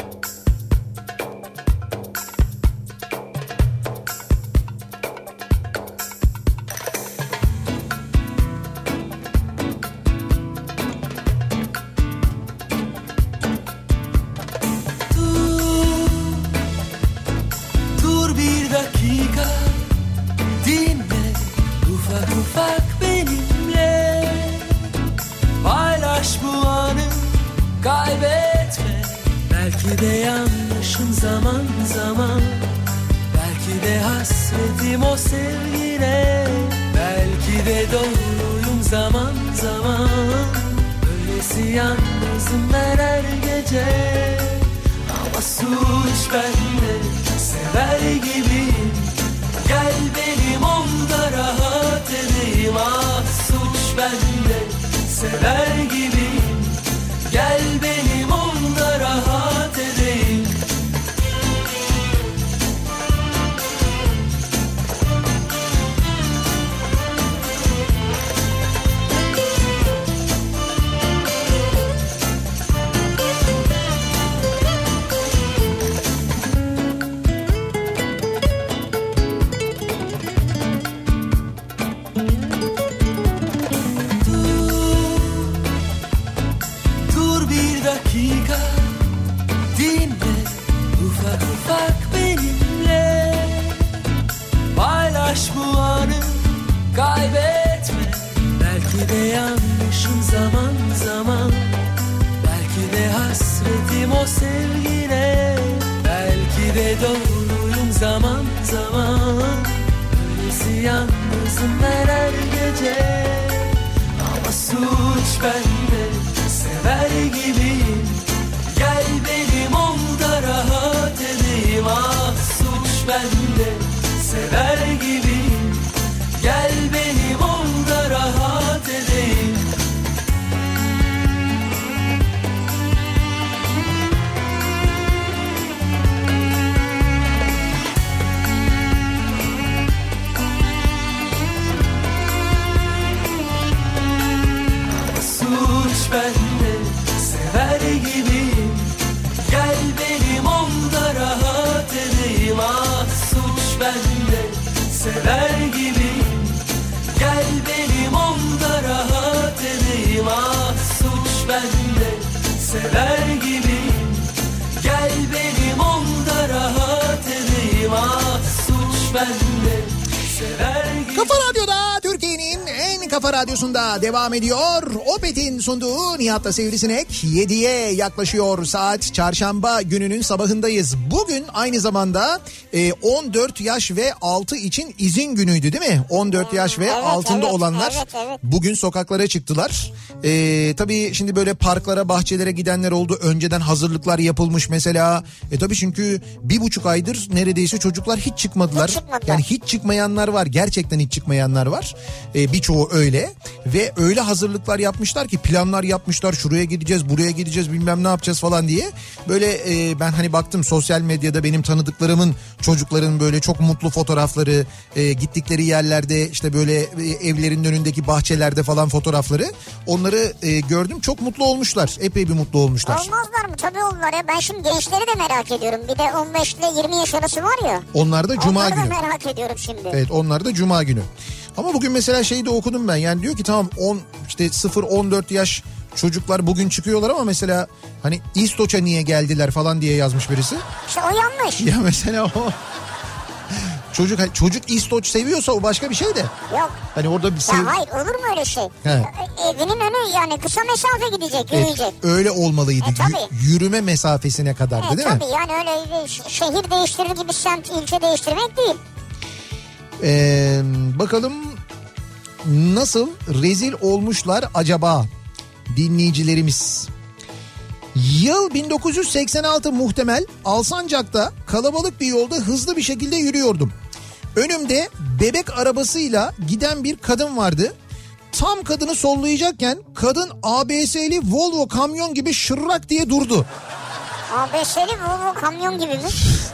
Belki de yanlışım zaman zaman, belki de hasretim o sevgine, belki de doğruyum zaman zaman. Böylesi yalnızım ben her gece, ama suç bende, sever gibiyim. Gel benim onda rahat edeyim, ah suç bende, sever gibiyim. Gel benim onda rahat o sevgine. Belki de doğruyum zaman zaman. Öylesi yalnızım ben her gece. Ama suç bende, sever gibiyim. Gel benim ol da rahat edeyim. Ah suç bende, sever gibiyim. Gel benim ol da rahat edeyim. Suç bende, sever gibiyim. Gel benim ol da rahat edeyim. Ah suç bende, sever gibiyim. Gel benim ol da rahat edeyim. Ah suç bende, sever gibiyim. Gel benim ol da rahat edeyim. Ah suç bende, sever gibiyim. Kafa Radyo'da, Türkiye'nin en kafa radyosunda devam ediyor. Opet'in sunduğu Nihat'la Sivrisinek. yediye yaklaşıyor saat. Çarşamba gününün sabahındayız. Bugün aynı zamanda e, on dört yaş ve altı için izin günüydü değil mi? on dört yaş ve evet, altında evet, olanlar evet, evet. bugün sokaklara çıktılar. E, tabii şimdi böyle parklara, bahçelere gidenler oldu. Önceden hazırlıklar yapılmış mesela. E tabii çünkü bir buçuk aydır neredeyse çocuklar hiç çıkmadılar. Hiç çıkmadılar. Yani hiç çıkmayanlar var. Gerçekten hiç çıkmayanlar var. E, birçoğu öyle. Ve öyle hazırlıklar yapmışlar ki, planlar yapmışlar. Şuraya gideceğiz, buraya gideceğiz, bilmem ne yapacağız falan diye. Böyle e, ben hani baktım sosyal medyada benim tanıdıklarımın, çocukların böyle çok mutlu fotoğrafları, e, gittikleri yerlerde işte böyle e, evlerin önündeki bahçelerde falan fotoğrafları. Onları e, gördüm, çok mutlu olmuşlar. Epey bir mutlu olmuşlar. Olmazlar mı? Tabii olurlar ya. Ben şimdi gençleri de merak ediyorum. Bir de on beş ile yirmi yaş arası var ya. Onlar da cuma Onları günü. da merak ediyorum şimdi. Evet, onlar da cuma günü. Ama bugün mesela şeyi de okudum ben. Yani diyor ki tamam on işte sıfır on dört yaş çocuklar bugün çıkıyorlar ama mesela hani İstoç'a niye geldiler falan diye yazmış birisi. İşte o yanlış. Ya mesela o çocuk çocuk İstoç seviyorsa o başka bir şey de. Yok. Hani orada bir sev... Ya hayır, olur mu öyle şey? He. Evinin önü yani kısa mesafe gidecek, yürüyecek. Evet, öyle olmalıydı. E, tabii. Y- yürüme mesafesine kadardı Evet, değil mi? tabii yani öyle şehir değiştirir gibi semt, ilçe değiştirmek değil. Ee, bakalım nasıl rezil olmuşlar acaba dinleyicilerimiz. Yıl bin dokuz yüz seksen altı muhtemel. Alsancak'ta kalabalık bir yolda hızlı bir şekilde yürüyordum. Önümde bebek arabasıyla giden bir kadın vardı. Tam kadını sollayacakken kadın A B S'li Volvo kamyon gibi şırrak diye durdu. A B S'li Volvo kamyon gibi mi?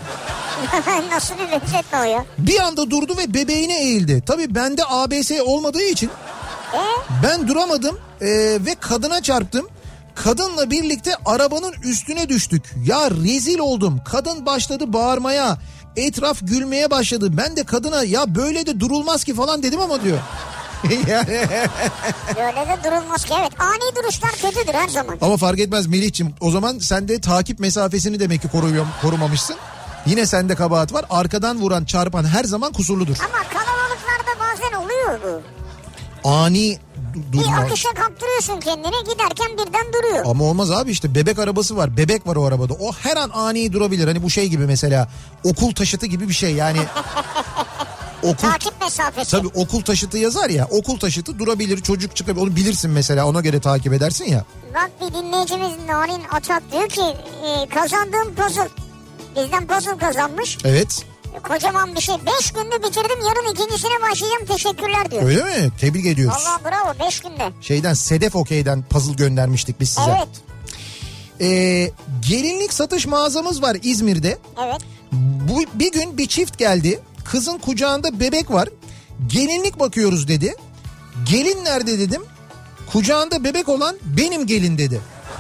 Nasıl bir benzetme o ya? Bir anda durdu ve bebeğine eğildi. Tabii bende A B S olmadığı için E? ben duramadım e, ve kadına çarptım. Kadınla birlikte arabanın üstüne düştük. Ya rezil oldum. Kadın başladı bağırmaya. Etraf gülmeye başladı. Ben de kadına ya böyle de durulmaz ki falan dedim ama diyor. Yani... Böyle de durulmaz ki, evet. Ani duruşlar kötüdür her zaman. Ama fark etmez Melih'ciğim. O zaman sen de takip mesafesini demek ki koruyor, korumamışsın. Yine sende kabahat var. Arkadan vuran, çarpan her zaman kusurludur. Ama kalabalıklarda bazen oluyor bu. Ani Bir durma. akışa kaptırıyorsun kendini, giderken birden duruyor. Ama olmaz abi, işte bebek arabası var. Bebek var o arabada. O her an ani durabilir. Hani bu şey gibi mesela okul taşıtı gibi bir şey yani. Okul, Takip mesafesi. tabii okul taşıtı yazar ya. Okul taşıtı durabilir, çocuk çıkabilir. Onu bilirsin mesela, ona göre takip edersin ya. Bak bir dinleyicimiz Narin Atak diyor ki e, kazandığım puzzle. Bizden puzzle kazanmış. Evet. Kocaman bir şey. Beş günde bitirdim, yarın ikincisine başlayacağım, teşekkürler diyor. Öyle mi? Tebrik ediyoruz. Allah bravo, beş günde. Şeyden, Sedef Okey'den puzzle göndermiştik biz size. Evet. Ee, gelinlik satış mağazamız var İzmir'de. Evet. Bu bir gün bir çift geldi. Kızın kucağında bebek var. Gelinlik bakıyoruz dedi. Gelin nerede dedim. Kucağında bebek olan benim gelin dedi.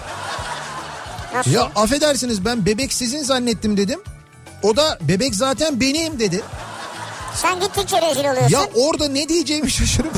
Nasıl? Ya affedersiniz, ben bebek sizin zannettim dedim. O da bebek zaten benim dedi. Sen gittikçe rezil oluyorsun. Ya orada ne diyeceğimi şaşırıp.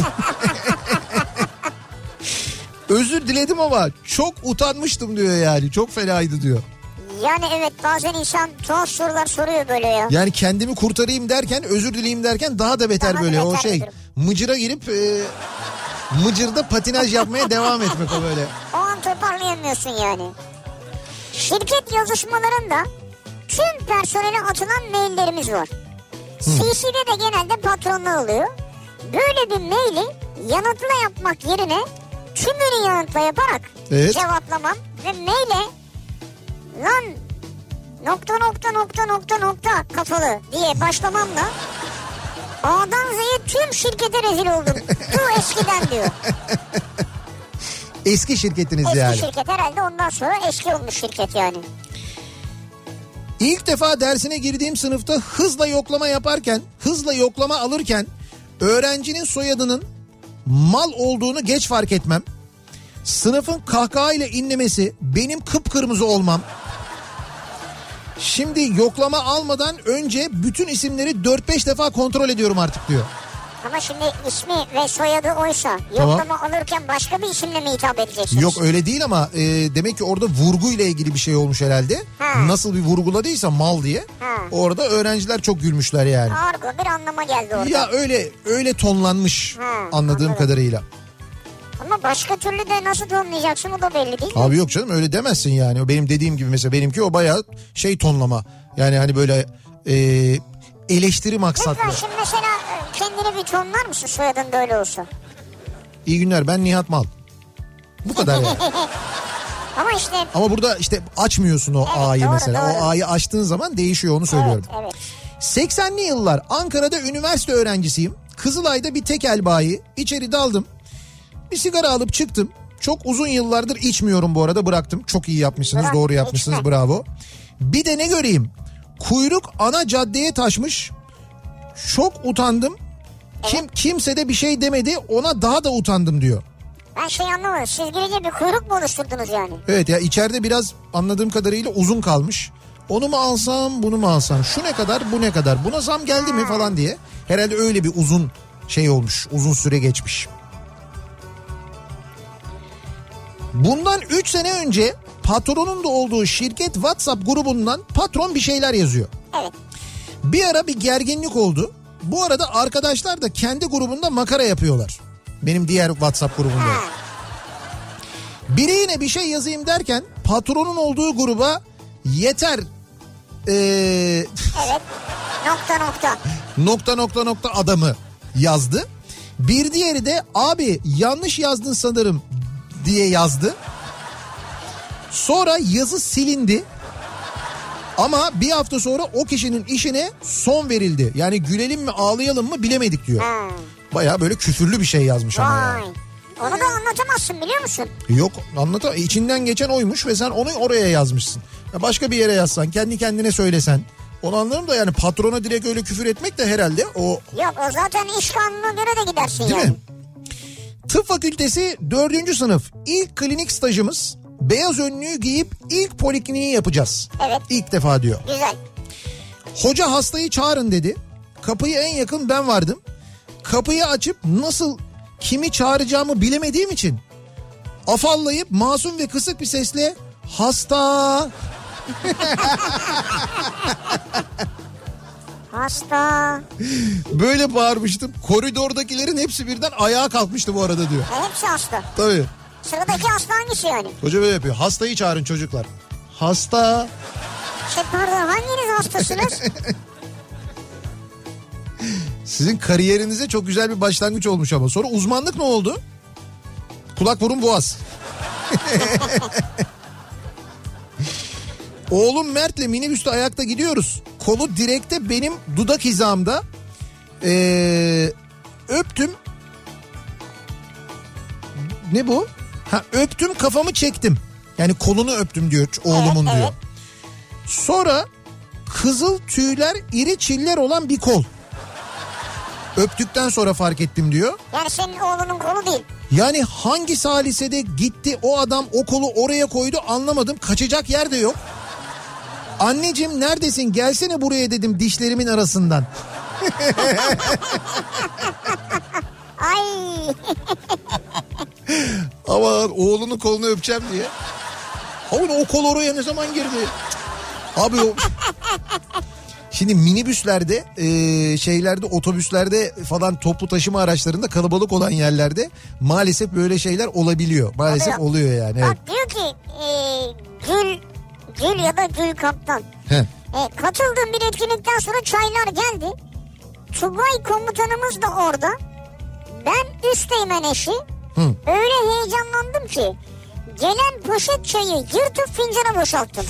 Özür diledim ama çok utanmıştım diyor yani. Çok fenaydı diyor. Yani evet, bazen insan tuhaf sorular soruyor böyle ya. Yani kendimi kurtarayım derken, özür dileyim derken daha da beter Daha da böyle. beter O şey, bir mıcıra girip e, mıcırda patinaj yapmaya devam etmek o böyle. O an toparlayamıyorsun yani. Şirket yazışmalarında tüm personele atılan maillerimiz var. C C'de de genelde patronlar oluyor. Böyle bir maili yanıtla yapmak yerine tümünü yanıtla yaparak evet. cevaplamam ve maile lan nokta nokta nokta nokta nokta kafalı diye başlamamla A'dan Z'ye tüm şirkete rezil oldum. Bu eskiden diyor. Eski şirketiniz eski yani. Eski şirket herhalde, ondan sonra eski olmuş şirket yani. İlk defa dersine girdiğim sınıfta hızla yoklama yaparken, hızla yoklama alırken öğrencinin soyadının mal olduğunu geç fark etmem. Sınıfın kahkahayla inlemesi, benim kıpkırmızı olmam. Şimdi yoklama almadan önce bütün isimleri dört beş defa kontrol ediyorum artık diyor. Ama şimdi ismi ve soyadı oysa yoklama tamam. alırken başka bir isimle mi hitap edeceksiniz? Yok öyle değil ama e, demek ki orada vurguyla ilgili bir şey olmuş herhalde. Ha. Nasıl bir vurguladıysa mal diye. Ha. Orada öğrenciler çok gülmüşler yani. Argo bir anlama geldi orada. Ya öyle öyle tonlanmış ha, anladığım anladım. kadarıyla. Ama başka türlü de nasıl tonlayacaksın o da belli değil mi? Abi yok canım öyle demezsin yani. O benim dediğim gibi mesela benimki o bayağı şey tonlama. Yani hani böyle e, eleştiri maksatlı. Lütfen şimdi mesela kendini bir tonlar mısın soyadın da öyle olsa? İyi günler, ben Nihat Mal. Bu kadar yani. Ama işte. Ama burada işte açmıyorsun o evet, A'yı doğru, mesela. Doğru. O A'yı açtığın zaman değişiyor, onu söylüyorum. Evet, evet. seksenli yıllar Ankara'da üniversite öğrencisiyim. Kızılay'da bir tekel bayi. İçeri daldım. Bir sigara alıp çıktım. Çok uzun yıllardır içmiyorum bu arada, bıraktım. Çok iyi yapmışsınız, Bırak, doğru yapmışsınız, içme. Bravo. Bir de ne göreyim? Kuyruk ana caddeye taşmış. Çok utandım. Evet. Kim kimse de bir şey demedi, ona daha da utandım diyor. Ben şey anlamadım. Siz girince bir kuyruk mu oluşturdunuz yani? Evet ya, içeride biraz anladığım kadarıyla uzun kalmış. Onu mu alsam, bunu mu alsam? Şu ne kadar, bu ne kadar? Buna zam geldi ha. mi falan diye. Herhalde öyle bir uzun şey olmuş. Uzun süre geçmiş. Bundan üç sene önce patronun da olduğu şirket WhatsApp grubundan patron bir şeyler yazıyor. Evet. Bir ara bir gerginlik oldu. Bu arada arkadaşlar da kendi grubunda makara yapıyorlar. Benim diğer WhatsApp grubumda. Ha. Biri yine bir şey yazayım derken patronun olduğu gruba yeter. Ee... Evet. Nokta nokta. nokta nokta nokta adamı yazdı. Bir diğeri de abi yanlış yazdın sanırım diye yazdı. Sonra yazı silindi. Ama bir hafta sonra o kişinin işine son verildi. Yani gülelim mi ağlayalım mı bilemedik diyor. Hmm. Baya böyle küfürlü bir şey yazmış ama Vay. Yani. Onu da anlatamazsın biliyor musun? Yok anlatamam. İçinden geçen oymuş ve sen onu oraya yazmışsın. Ya başka bir yere yazsan, kendi kendine söylesen. Onu anlarım da yani patrona direkt öyle küfür etmek de herhalde o... Yok o zaten iş kanununa göre de gidersin değil yani. Mi? Tıp fakültesi dördüncü sınıf. İlk klinik stajımız. Beyaz önlüğü giyip ilk polikliniği yapacağız. Evet. İlk defa diyor. Güzel. Hoca hastayı çağırın dedi. Kapıyı en yakın ben vardım. Kapıyı açıp nasıl kimi çağıracağımı bilemediğim için afallayıp masum ve kısık bir sesle hasta... Hasta. Böyle bağırmıştım. Koridordakilerin hepsi birden ayağa kalkmıştı bu arada diyor. E, hepsi hasta. Tabii. Sıradaki hasta hangisi yani? Hoca böyle yapıyor. Hastayı çağırın çocuklar. Hasta. Şey pardon, hanginiz hastasınız? Sizin kariyerinize çok güzel bir başlangıç olmuş ama. Sonra uzmanlık ne oldu? Kulak burun boğaz. Oğlum Mert'le minibüste ayakta gidiyoruz. Kolu direkte benim dudak hizamda. Ee, öptüm. Ne bu? Ha, öptüm kafamı çektim. Yani kolunu öptüm diyor oğlumun evet, diyor. Evet. Sonra kızıl tüyler, iri çiller olan bir kol. Öptükten sonra fark ettim diyor. Yani senin oğlunun kolu değil. Yani hangi salisede gitti o adam o kolu oraya koydu anlamadım. Kaçacak yer de yok. Anneciğim neredesin, gelsene buraya dedim dişlerimin arasından. Ay. Ama oğlunun kolunu öpeceğim diye. Abi o kol oraya ne zaman girdi? Abi o... Şimdi minibüslerde, e, şeylerde, otobüslerde falan, toplu taşıma araçlarında kalabalık olan yerlerde maalesef böyle şeyler olabiliyor. Maalesef oluyor, oluyor yani. Bak evet. diyor ki e, gül Gül ya da Gül Kaptan. He. E, katıldığım bir etkinlikten sonra çaylar geldi. Tugay komutanımız da orada. Ben üsteğmen eşi. Hı. Öyle heyecanlandım ki gelen poşet çayı yırtıp fincana boşalttım.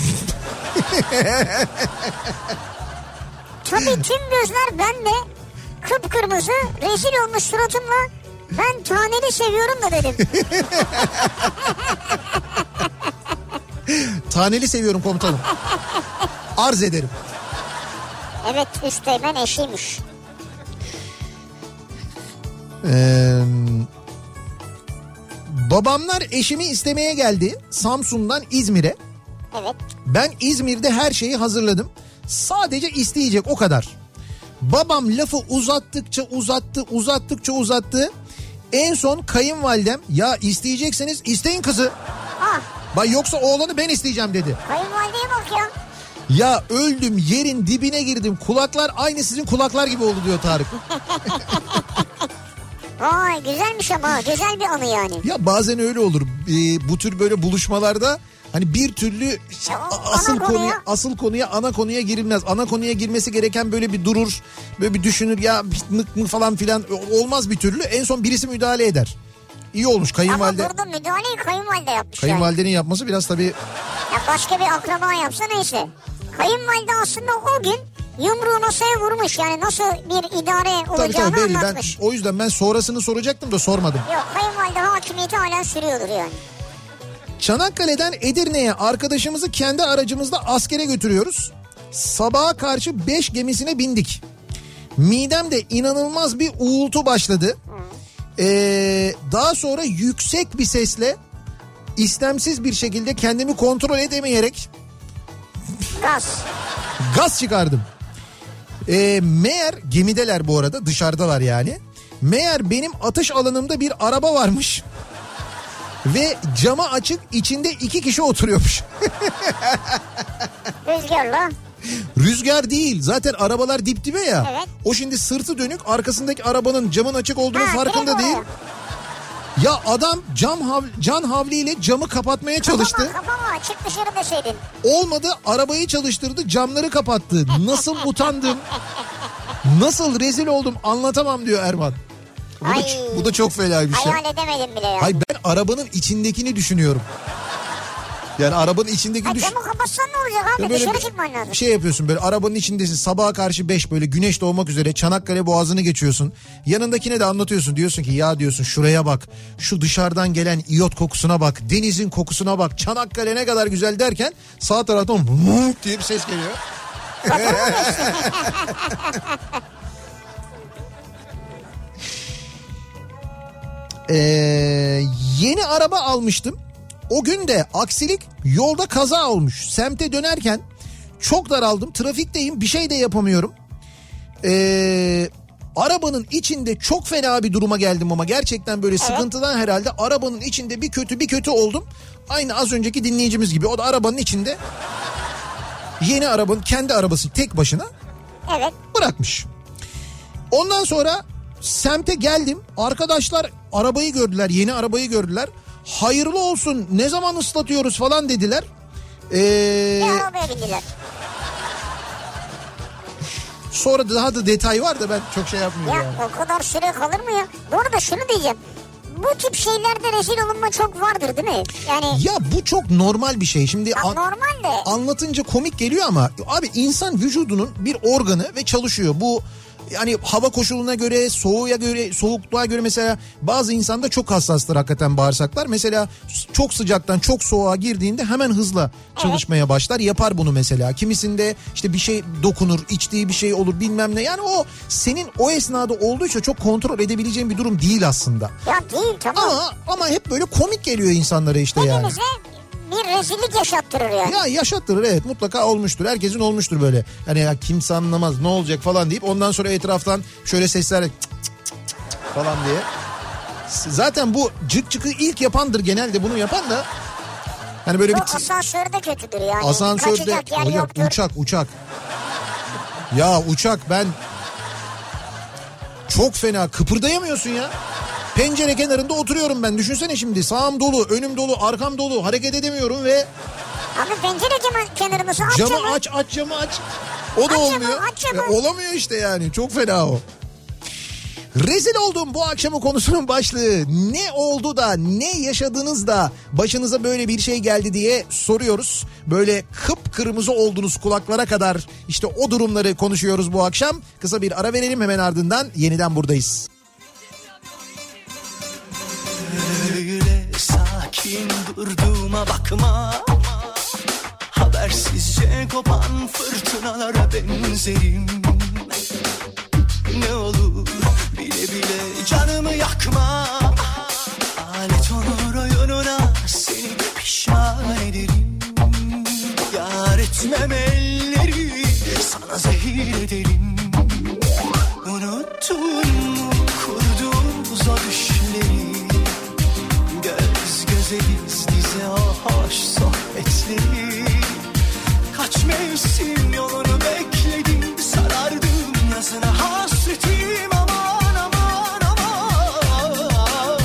Tabii tüm gözler bende. Kıpkırmızı rezil olmuş suratımla ben taneli seviyorum da dedim. Taneli seviyorum komutanım. Arz ederim. Evet, üsteğmen eşiymiş. Ee, babamlar eşimi istemeye geldi Samsun'dan İzmir'e. Evet. Ben İzmir'de her şeyi hazırladım. Sadece isteyecek, o kadar. Babam lafı uzattıkça uzattı, uzattıkça uzattı. En son kayınvalidem ya isteyecekseniz isteyin kızı. Ah. Bak yoksa oğlanı ben isteyeceğim dedi. Kayınvalideye bak ya. Ya öldüm, yerin dibine girdim. Kulaklar aynı sizin kulaklar gibi oldu diyor Tarık. Vay güzelmiş ama güzel bir anı yani. Ya bazen öyle olur. Ee, bu tür böyle buluşmalarda hani bir türlü asıl konuya. konuya asıl konuya ana konuya girilmez. Ana konuya girmesi gereken böyle bir durur. Böyle bir düşünür ya mık mı falan filan olmaz bir türlü. En son birisi müdahale eder. İyi olmuş kayınvalide. Ama burada müdahaleyi kayınvalide yapmış. Kayınvalidenin yani. yapması biraz tabii. Ya başka bir akraba yapsa neyse. Kayınvalide aslında o gün yumruğu masaya vurmuş, yani nasıl bir idare olacağını tabii, tabii, belli. anlatmış. Ben, o yüzden ben sonrasını soracaktım da sormadım. Yok, kayınvalide hakimiyeti hala sürüyordur yani. Çanakkale'den Edirne'ye arkadaşımızı kendi aracımızla askere götürüyoruz. Sabaha karşı beş gemisine bindik. Midemde inanılmaz bir uğultu başladı. Ee, daha sonra yüksek bir sesle istemsiz bir şekilde kendimi kontrol edemeyerek Gaz. Gaz çıkardım. Ee, meğer gemideler bu arada, dışarıdalar yani. Meğer benim atış alanımda bir araba varmış. Ve camı açık, içinde iki kişi oturuyormuş. Rüzgarla. Rüzgar değil, zaten arabalar dip dibe ya. Evet. O şimdi sırtı dönük, arkasındaki arabanın camın açık olduğunu ha, farkında değil. Ya adam cam hav, can havliyle camı kapatmaya çalıştı. Kapama kapama, çık dışarı deseydin. Olmadı, arabayı çalıştırdı, camları kapattı. Nasıl utandım, nasıl rezil oldum anlatamam diyor Erman. Bu, da, bu da çok fena bir şey. Hayal edemedim bile ya. Hayır, ben arabanın içindekini düşünüyorum. Yani arabanın içindeki düş... Camı kapatsan ne olacak abi, böyle dışarı çıkman lazım. Şey yapıyorsun, böyle arabanın içindesin, sabaha karşı beş, böyle güneş doğmak üzere Çanakkale Boğazı'nı geçiyorsun. Yanındakine de anlatıyorsun, diyorsun ki ya diyorsun şuraya bak, şu dışarıdan gelen iyot kokusuna bak, denizin kokusuna bak, Çanakkale ne kadar güzel derken sağ taraftan mıh diye bir ses geliyor. ee, yeni araba almıştım. O gün de aksilik, yolda kaza olmuş. Semte dönerken çok daraldım. Trafikteyim, bir şey de yapamıyorum. Ee, arabanın içinde çok fena bir duruma geldim ama gerçekten böyle sıkıntıdan herhalde arabanın içinde bir kötü bir kötü oldum. Aynı az önceki dinleyicimiz gibi, o da arabanın içinde yeni arabanın kendi arabası tek başına evet. bırakmış. Ondan sonra semte geldim. Arkadaşlar arabayı gördüler, yeni arabayı gördüler. Hayırlı olsun, ne zaman ıslatıyoruz falan dediler. Ee, bir arabaya bindiler. Sonra daha da detay var da ben çok şey yapmıyorum. Ya yani. O kadar süre kalır mı ya? Bu arada şunu diyeceğim. Bu tip şeylerde rezil olunma çok vardır değil mi? Yani ya bu çok normal bir şey. Şimdi an, normal de. Anlatınca komik geliyor ama abi insan vücudunun bir organı ve çalışıyor. Bu yani hava koşuluna göre, soğuğa göre, soğukluğa göre mesela bazı insanda çok hassastır hakikaten bağırsaklar. Mesela çok sıcaktan çok soğuğa girdiğinde hemen hızla çalışmaya evet. başlar. Yapar bunu mesela. Kimisinde işte bir şey dokunur, içtiği bir şey olur bilmem ne. Yani o senin o esnada olduğu için çok kontrol edebileceğin bir durum değil aslında. Ya değil tamam. Ama, ama hep böyle komik geliyor insanlara işte yani. Hepimize bir rezillik yaşattırır yani. Ya yaşattırır, evet, mutlaka olmuştur. Herkesin olmuştur böyle. Hani ya kimse anlamaz, ne olacak falan deyip ondan sonra etraftan şöyle sesler cık cık cık cık falan diye. Zaten bu cık cıkı ilk yapandır genelde, bunu yapan da. Hani böyle bu bir asansörde kötüdür yani. Asansörde hocam, uçak uçak. Ya uçak, ben çok fena kıpırdayamıyorsun ya. Pencere kenarında oturuyorum ben. Düşünsene şimdi, sağım dolu, önüm dolu, arkam dolu, hareket edemiyorum ve Abi pencere camı kenarımızı aç camı. camı. aç aç camı aç. O da aç olmuyor. Camı, aç camı. Ya, olamıyor işte yani, çok fena o. Rezil oldum bu akşamın konusunun başlığı. Ne oldu da, ne yaşadınız da başınıza böyle bir şey geldi diye soruyoruz. Böyle kıpkırmızı oldunuz kulaklara kadar, işte o durumları konuşuyoruz bu akşam. Kısa bir ara verelim, hemen ardından yeniden buradayız. Öyle sakin durduğuma bakma, habersizce kopan fırtınalara benzerim. Ne olur bile bile canımı yakma, alet olur oyununa seni pişman ederim. Yar etmem elleri, sana zehir ederim. Unuttun mu kurduğumuz o düşleri, göz göze diz dize o hoş sohbetleri. Kaç mevsim yolunu bekledim, sarardım yazına hasretim, aman aman aman.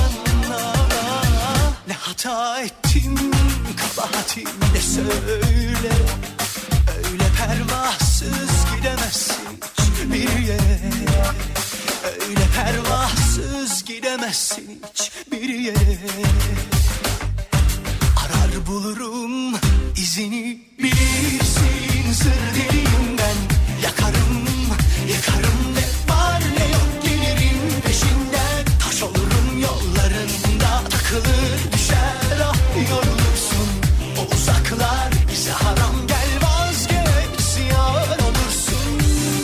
Ne hata ettim, kabahatim ne söyle, öyle pervasız gidemezsin hiçbir yere. Öyle pervasız gidemezsin hiçbir yere. Arar bulurum izini, bilirsin sır deliyim ben. Yakarım yakarım, ne var ne yok gelirim peşinden. Taş olurum yollarında, takılır düşer ah yorulursun. O uzaklar bize haram, gel vazgeç ziyan olursun.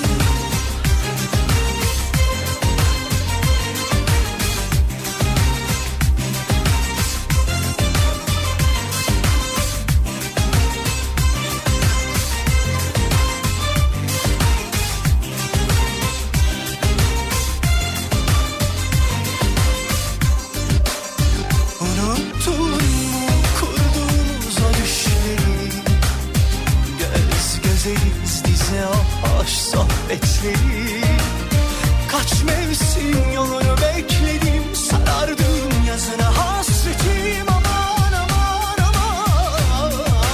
Sohbetleri, kaç mevsim yolunu bekledim, sarardım yazına hasretim, aman aman aman.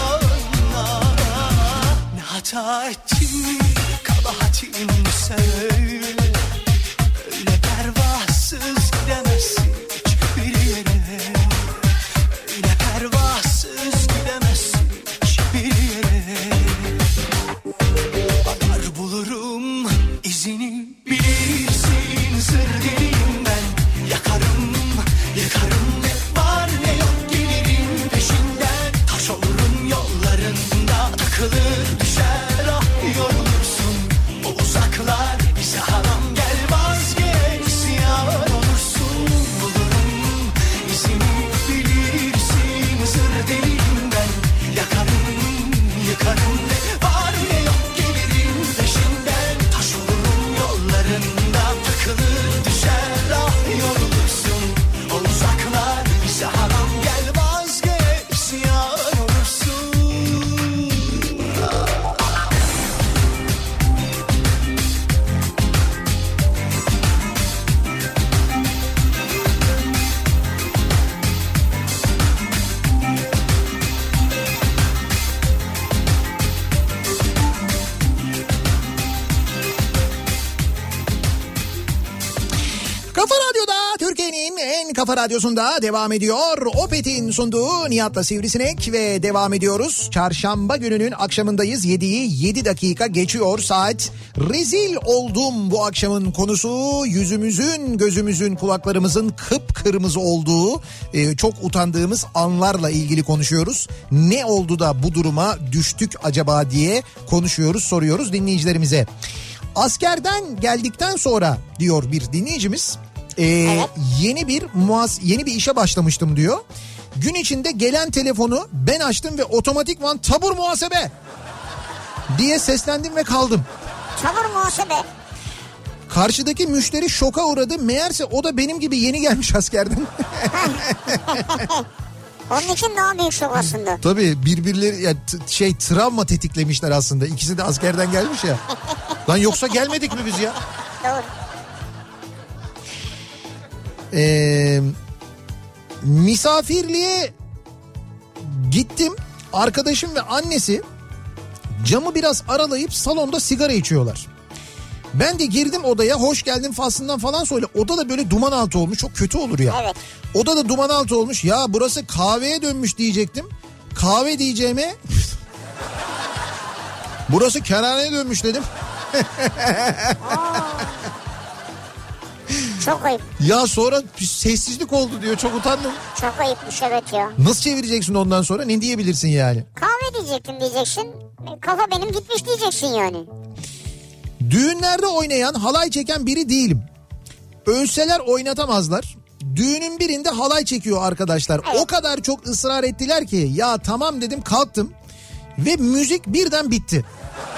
Ne hata ettim, kabahatim söyle, öyle pervasız gidemezsin hiçbir yere. Öyle pervasız gidemezsin hiçbir yere. Bulurum izini, bilirsin sır deliyim ben. Yakarım yakarım, ne var ne yok gelirim peşinden. Taş olurum yollarında, takılır düşer ah yorulursun. O uzaklar bize haram, gel vazgeç ziyan olursun. Bulurum izini, bilirsin sır deliyim ben. Yakarım yakarım, ne var ne yok peşinden. Taş olurum yollarında, takılır düşer ah yorulursun. O uzaklar bize haram, gel vazgeç ziyan olursun. Kafa Radyo'da, Türkiye'nin en kafa radyosunda devam ediyor. Opet'in sunduğu Nihat'la Sivrisinek ve devam ediyoruz. Çarşamba gününün akşamındayız. yediyi yedi dakika geçiyor saat. Rezil oldum bu akşamın konusu. Yüzümüzün, gözümüzün, kulaklarımızın kıpkırmızı olduğu, e, çok utandığımız anlarla ilgili konuşuyoruz. Ne oldu da bu duruma düştük acaba diye konuşuyoruz, soruyoruz dinleyicilerimize. Askerden geldikten sonra diyor bir dinleyicimiz, e, evet. yeni bir muhas yeni bir işe başlamıştım diyor. Gün içinde gelen telefonu ben açtım ve otomatikman tabur muhasebe diye seslendim ve kaldım. Tabur muhasebe. Karşıdaki müşteri şoka uğradı. Meğerse o da benim gibi yeni gelmiş askerden. Onun için daha büyük şok aslında. Tabii birbirleri ya, t- şey travma tetiklemişler aslında. İkisi de askerden gelmiş ya. Lan yoksa gelmedik mi biz ya? Doğru. Ee, misafirliğe gittim. Arkadaşım ve annesi camı biraz aralayıp salonda sigara içiyorlar. Ben de girdim odaya, hoş geldin faslından falan söyle. Oda da böyle duman altı olmuş, çok kötü olur ya. Evet. Oda da duman altı olmuş. Ya burası kahveye dönmüş diyecektim. Kahve diyeceğime burası kerhaneye dönmüş dedim. Çok ayıp. Ya sonra sessizlik oldu diyor, çok utandım. Çok ayıpmış evet ya. Nasıl çevireceksin ondan sonra, ne diyebilirsin yani? Kahve diyecektim diyeceksin. Kafa benim gitmiş diyeceksin yani. Düğünlerde oynayan, halay çeken biri değilim. Ölseler oynatamazlar. Düğünün birinde halay çekiyor arkadaşlar. Evet. O kadar çok ısrar ettiler ki ya tamam dedim, kalktım. Ve müzik birden bitti.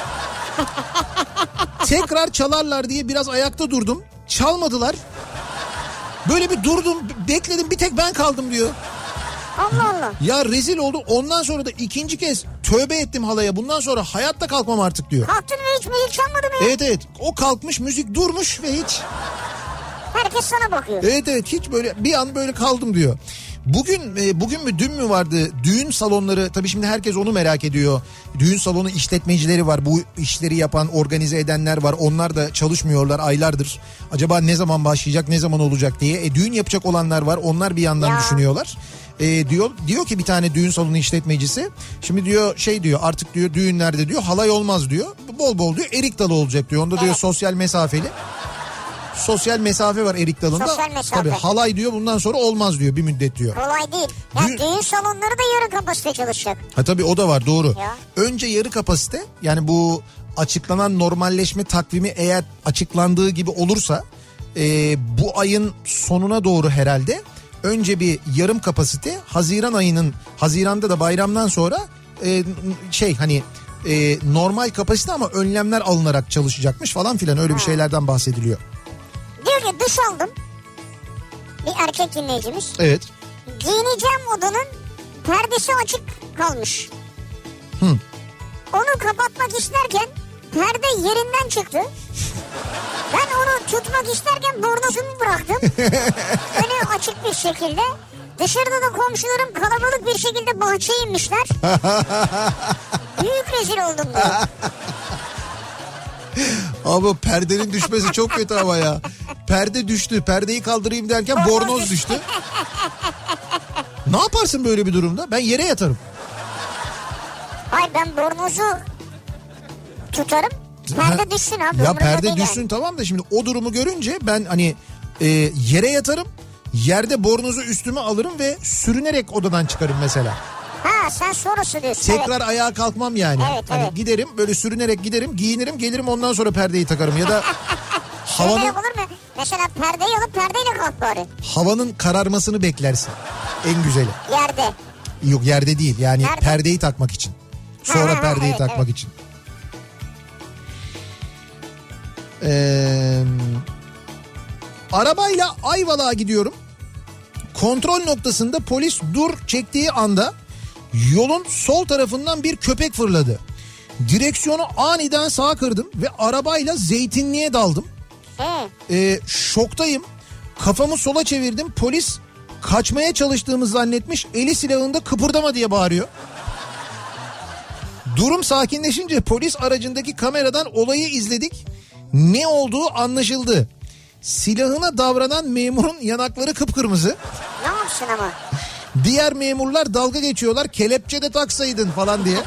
Tekrar çalarlar diye biraz ayakta durdum. Çalmadılar. Böyle bir durdum, bekledim, bir tek ben kaldım diyor. Allah Allah. Ya rezil oldu. Ondan sonra da ikinci kez tövbe ettim halaya. Bundan sonra hayatta kalkmam artık diyor. Kalktın ve hiç müzik çalmadı mı? Evet evet. O kalkmış, müzik durmuş ve hiç. Herkes sana bakıyor. Evet evet, hiç böyle bir an böyle kaldım diyor. Bugün bugün mü dün mü vardı düğün salonları, tabii şimdi herkes onu merak ediyor. Düğün salonu işletmecileri var, bu işleri yapan, organize edenler var. Onlar da çalışmıyorlar aylardır. Acaba ne zaman başlayacak, ne zaman olacak diye. E, düğün yapacak olanlar var, onlar bir yandan ya. düşünüyorlar. E, diyor diyor ki bir tane düğün salonu işletmecisi, şimdi diyor şey diyor, artık diyor düğünlerde diyor halay olmaz diyor. Bol bol diyor erik dalı olacak diyor. Onda evet. diyor sosyal mesafeli. Sosyal mesafe var erik dalında. Sosyal mesafe. Tabii halay diyor bundan sonra olmaz diyor bir müddet diyor. Kolay değil. Ya düğün, düğün salonları da yarı kapasite çalışacak. Ha tabii o da var, doğru. Ya. Önce yarı kapasite, yani bu açıklanan normalleşme takvimi eğer açıklandığı gibi olursa e, bu ayın sonuna doğru herhalde önce bir yarım kapasite, Haziran ayının Haziran'da da bayramdan sonra e, şey hani e, normal kapasite ama önlemler alınarak çalışacakmış falan filan, öyle ha. bir şeylerden bahsediliyor. Diyor ki duş aldım. Bir erkek dinleyicimiz. Evet. Giyineceğim odanın perdesi açık kalmış. Hı. Onu kapatmak isterken perde yerinden çıktı. Ben onu tutmak isterken bornozumu bıraktım. Önü açık bir şekilde. Dışarıda da komşularım kalabalık bir şekilde bahçeye inmişler. Büyük rezil oldum diyor. Abi perdenin düşmesi çok kötü ama ya. Perde düştü, perdeyi kaldırayım derken bornoz düştü. Ne yaparsın böyle bir durumda? Ben yere yatarım. Hayır, ben bornozu tutarım. Perde ha. düşsün abi. Ya perde düşsün yani. Tamam da şimdi o durumu görünce ben hani e, yere yatarım. Yerde bornozu üstüme alırım ve sürünerek odadan çıkarım mesela. Ha sen sonrası diyorsun. Tekrar evet. ayağa kalkmam yani. Evet, hani evet. Giderim böyle sürünerek giderim, giyinirim, gelirim, ondan sonra perdeyi takarım ya da havanın... Şöyle olur mu? Mesela perdeyi alıp perdeyle kalk bari. Havanın kararmasını beklersin. En güzeli. Yerde. Yok yerde değil yani Nerede? Perdeyi takmak için. Sonra ha, ha, perdeyi evet, takmak evet. için. Ee, arabayla Ayvalık'a gidiyorum. Kontrol noktasında polis dur çektiği anda yolun sol tarafından bir köpek fırladı. Direksiyonu aniden sağa kırdım ve arabayla zeytinliğe daldım. Ee, şoktayım. Kafamı sola çevirdim. Polis kaçmaya çalıştığımı zannetmiş. Eli silahında kıpırdama diye bağırıyor. Durum sakinleşince polis aracındaki kameradan olayı izledik. Ne olduğu anlaşıldı. Silahına davranan memurun yanakları kıpkırmızı. Ne yapsın ama? Diğer memurlar dalga geçiyorlar. Kelepçe de taksaydın falan diye.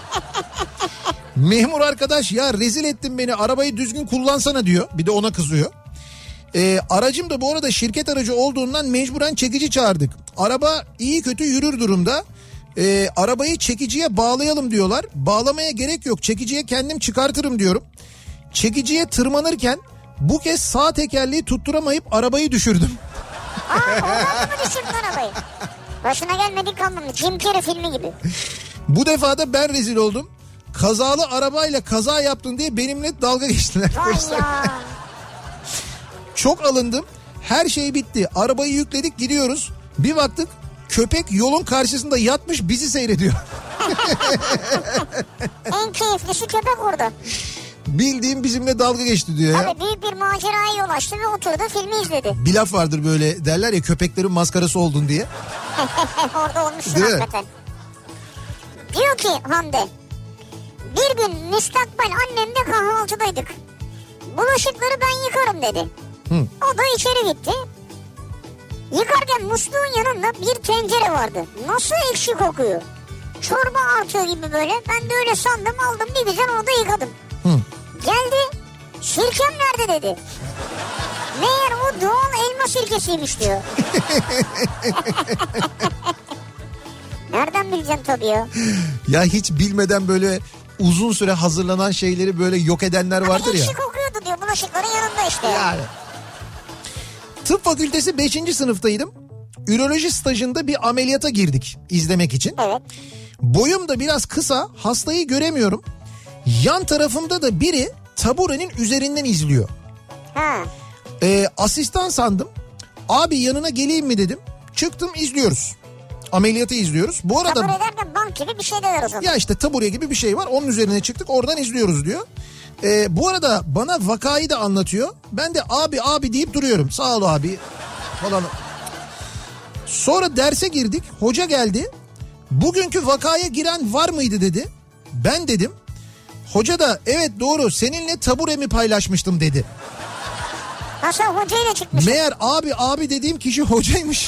Memur arkadaş ya rezil ettin beni, arabayı düzgün kullansana diyor. Bir de ona kızıyor. Ee, aracım da bu arada şirket aracı olduğundan mecburen çekici çağırdık. Araba iyi kötü yürür durumda. Ee, arabayı çekiciye bağlayalım diyorlar. Bağlamaya gerek yok, çekiciye kendim çıkartırım diyorum. Çekiciye tırmanırken bu kez sağ tekerleği tutturamayıp arabayı düşürdüm. Aa, oradan mı düşürdün arabayı? Başına gelmedik kalmadı. Jim Carrey filmi gibi. Bu defa da ben rezil oldum. Kazalı arabayla kaza yaptın diye benimle dalga geçtiler. Vay ya. Çok alındım. Her şey bitti. Arabayı yükledik, gidiyoruz. Bir baktık köpek yolun karşısında yatmış bizi seyrediyor. En keyiflisi köpek orada. Bildiğim bizimle dalga geçti diyor ya. Tabii büyük bir maceraya yol açtı ve oturdu filmi izledi. Bir laf vardır böyle, derler ya köpeklerin maskarası oldun diye. Orada olmuşsun hakikaten. Diyor ki Hande, bir gün müstakbel annemle kahvaltıdaydık. Bulaşıkları ben yıkarım dedi. Hı. O da içeri gitti. Yıkarken musluğun yanında bir tencere vardı. Nasıl ekşi kokuyor. Çorba artıyor gibi böyle. Ben de öyle sandım, aldım bir güzel orada yıkadım. Hı. Geldi, sirkem nerede dedi. Meğer o doğal elma sirkesiymiş diyor. Nereden bileceksin tabii ya. Ya hiç bilmeden böyle uzun süre hazırlanan şeyleri böyle yok edenler vardır hani ya. Ekşi kokuyordu diyor, bulaşıkların yanında işte. Yani. Tıp fakültesi beşinci sınıftaydım. Üroloji stajında bir ameliyata girdik izlemek için. Evet. Boyum da biraz kısa, hastayı göremiyorum. Yan tarafımda da biri taburenin üzerinden izliyor. Ha. Ee, asistan sandım. Abi yanına geleyim mi dedim. Çıktım, izliyoruz. Ameliyatı izliyoruz. Bu arada tabure derken bank gibi bir şey de o zaman. Ya işte tabure gibi bir şey var. Onun üzerine çıktık, oradan izliyoruz diyor. Ee, bu arada bana vakayı da anlatıyor. Ben de abi abi deyip duruyorum. Sağ ol abi falan. Sonra derse girdik. Hoca geldi. Bugünkü vakaya giren var mıydı dedi. Ben dedim. Hoca da evet doğru, seninle taburemi paylaşmıştım dedi. Nasıl hocayla çıkmış? Meğer abi abi dediğim kişi hocaymış.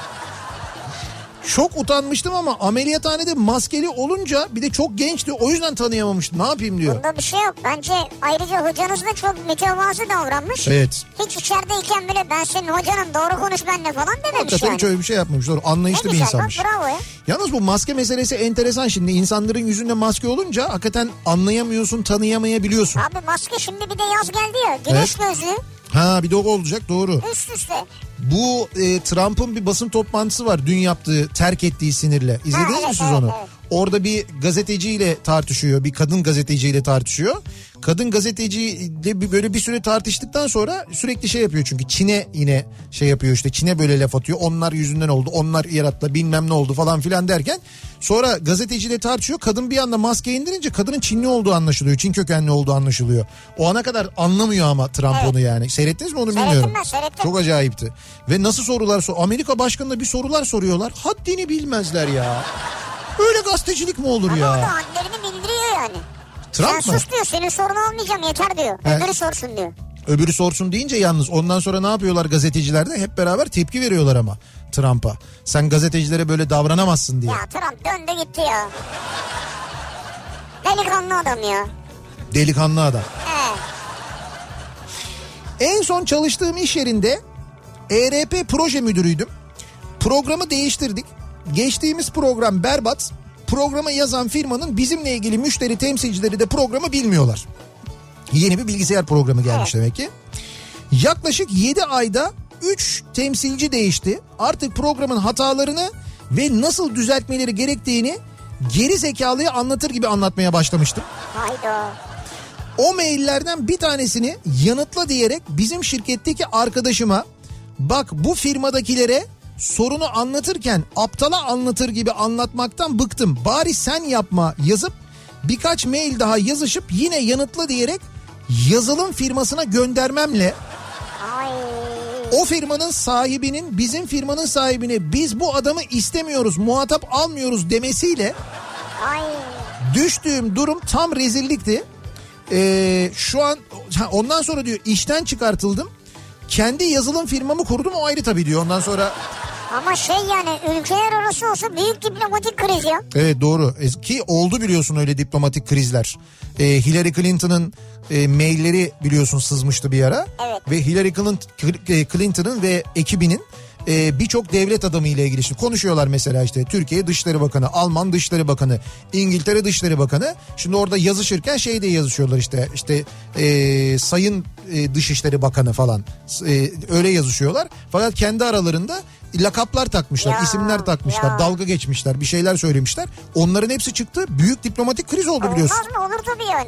Çok utanmıştım ama ameliyathanede maskeli olunca bir de çok gençti, o yüzden tanıyamamıştım. Ne yapayım diyor. Bunda bir şey yok. Bence ayrıca hocanız da çok mütevazı davranmış. Evet. Hiç içerideyken bile ben senin hocanım, doğru konuş benimle falan dememiş. Hakikaten yani. hiç öyle bir şey yapmamış. Doğru. Anlayışlı ne bir güzel, insanmış. bak, bravo ya. Yalnız bu maske meselesi enteresan şimdi. İnsanların yüzünde maske olunca hakikaten anlayamıyorsun, tanıyamayabiliyorsun. Abi maske şimdi bir de yaz geldi ya. Güneş evet. gözlüğü. Ha bir de o olacak, doğru. Üst üste. Bu e, Trump'ın bir basın toplantısı var dün yaptığı, terk ettiği sinirle. İzlediniz ha, evet, mi siz evet, onu? Evet. Orada bir gazeteciyle tartışıyor, bir kadın gazeteciyle tartışıyor. Kadın gazeteciyle böyle bir süre tartıştıktan sonra sürekli şey yapıyor, çünkü Çin'e yine şey yapıyor, işte Çin'e böyle laf atıyor. Onlar yüzünden oldu, onlar yarattı, bilmem ne oldu falan filan derken sonra gazeteciyle tartışıyor. Kadın bir anda maske indirince kadının Çinli olduğu anlaşılıyor, Çin kökenli olduğu anlaşılıyor. O ana kadar anlamıyor ama Trump evet. onu yani. Seyrettiniz mi onu bilmiyorum. Seyrettim ben, seyrettim. Çok acayipti. Ve nasıl sorular sor, Amerika başkanına bir sorular soruyorlar. Haddini bilmezler ya. Öyle gazetecilik mi olur ama ya? Ama o da hadlerini bildiriyor yani. Trump Sen mı? sus diyor, senin sorunu almayacağım yeter diyor. He. Öbürü sorsun diyor. Öbürü sorsun deyince yalnız ondan sonra ne yapıyorlar gazeteciler de? Hep beraber tepki veriyorlar ama Trump'a. Sen gazetecilere böyle davranamazsın diye. Ya Trump döndü gitti ya. Delikanlı adam ya. Delikanlı adam. He. En son çalıştığım iş yerinde E R P proje müdürüydüm. Programı değiştirdik. Geçtiğimiz program berbat. Programı yazan firmanın bizimle ilgili müşteri temsilcileri de programı bilmiyorlar. Yeni bir bilgisayar programı gelmiş demek ki. Yaklaşık yedi ayda üç temsilci değişti. Artık programın hatalarını ve nasıl düzeltmeleri gerektiğini geri zekalıya anlatır gibi anlatmaya başlamıştım. Hayda. O maillerden bir tanesini yanıtla diyerek bizim şirketteki arkadaşıma, bak bu firmadakilere sorunu anlatırken aptala anlatır gibi anlatmaktan bıktım, bari sen yapma yazıp birkaç mail daha yazışıp yine yanıtla diyerek yazılım firmasına göndermemle Ay. o firmanın sahibinin bizim firmanın sahibine biz bu adamı istemiyoruz, muhatap almıyoruz demesiyle Ay. düştüğüm durum tam rezillikti. Ee, şu an ondan sonra diyor işten çıkartıldım. Kendi yazılım firmamı kurdum, o ayrı tabii diyor ondan sonra. Ama şey yani ülkeler arası olsa büyük diplomatik kriz ya. Evet doğru, ki oldu biliyorsun öyle diplomatik krizler. Ee, Hillary Clinton'ın e, mailleri biliyorsun sızmıştı bir ara. Evet. Ve Hillary Clinton'ın ve ekibinin e, birçok devlet adamı ile ilgili işte konuşuyorlar, mesela işte Türkiye Dışişleri Bakanı, Alman Dışişleri Bakanı, İngiltere Dışişleri Bakanı. Şimdi orada yazışırken şey de yazışıyorlar işte işte e, Sayın e, Dışişleri Bakanı falan e, öyle yazışıyorlar. Fakat kendi aralarında lakaplar takmışlar, ya, isimler takmışlar, ya. dalga geçmişler, bir şeyler söylemişler. Onların hepsi çıktı. Büyük diplomatik kriz oldu biliyorsun. Olmaz mı? Olur tabii yani.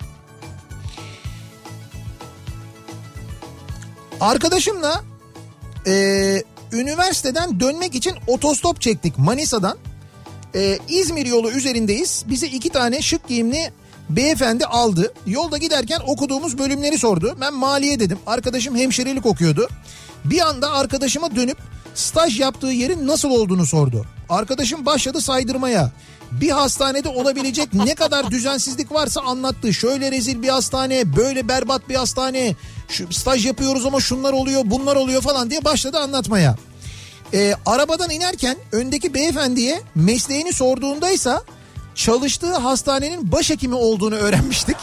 Arkadaşımla e, üniversiteden dönmek için otostop çektik Manisa'dan. E, İzmir yolu üzerindeyiz. Bizi iki tane şık giyimli beyefendi aldı. Yolda giderken okuduğumuz bölümleri sordu. Ben maliye dedim. Arkadaşım hemşirelik okuyordu. Bir anda arkadaşıma dönüp Staj yaptığı yerin nasıl olduğunu sordu. Arkadaşım başladı saydırmaya. Bir hastanede olabilecek ne kadar düzensizlik varsa anlattı. Şöyle rezil bir hastane, böyle berbat bir hastane. Şu, staj yapıyoruz ama şunlar oluyor, bunlar oluyor falan diye başladı anlatmaya. Ee, arabadan inerken öndeki beyefendiye mesleğini sorduğundaysa çalıştığı hastanenin başhekimi olduğunu öğrenmiştik.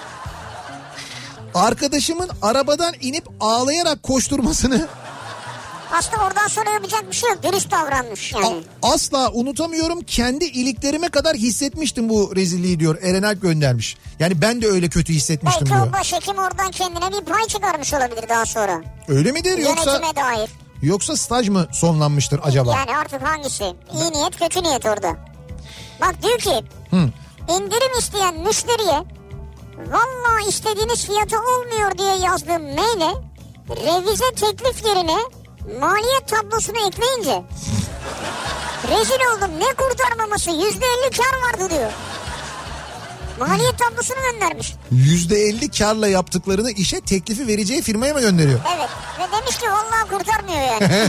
Arkadaşımın arabadan inip ağlayarak koşturmasını... Aslında oradan sonra yapacak bir şey yok. Dürüst davranmış yani. A- asla unutamıyorum. Kendi iliklerime kadar hissetmiştim bu rezilliği diyor. Eren Alp göndermiş. Yani ben de öyle kötü hissetmiştim Belki diyor. Belki o başhekim oradan kendine bir pay çıkarmış olabilir daha sonra. Öyle midir yoksa? Yönetime dair. Yoksa staj mı sonlanmıştır acaba? Yani artık hangisi? İyi niyet kötü niyet orada. Bak diyor ki Hı. indirim isteyen müşteriye vallahi istediğiniz fiyatı olmuyor diye yazdığım maile revize teklif yerine maliyet tablosunu ekleyince rezil oldum, ne kurtarmaması, yüzde elli kar vardı diyor. Maliyet tablosunu göndermiş. yüzde elli karla yaptıklarını işe teklifi vereceği firmaya mı gönderiyor? Evet ve demiş ki vallahi kurtarmıyor yani.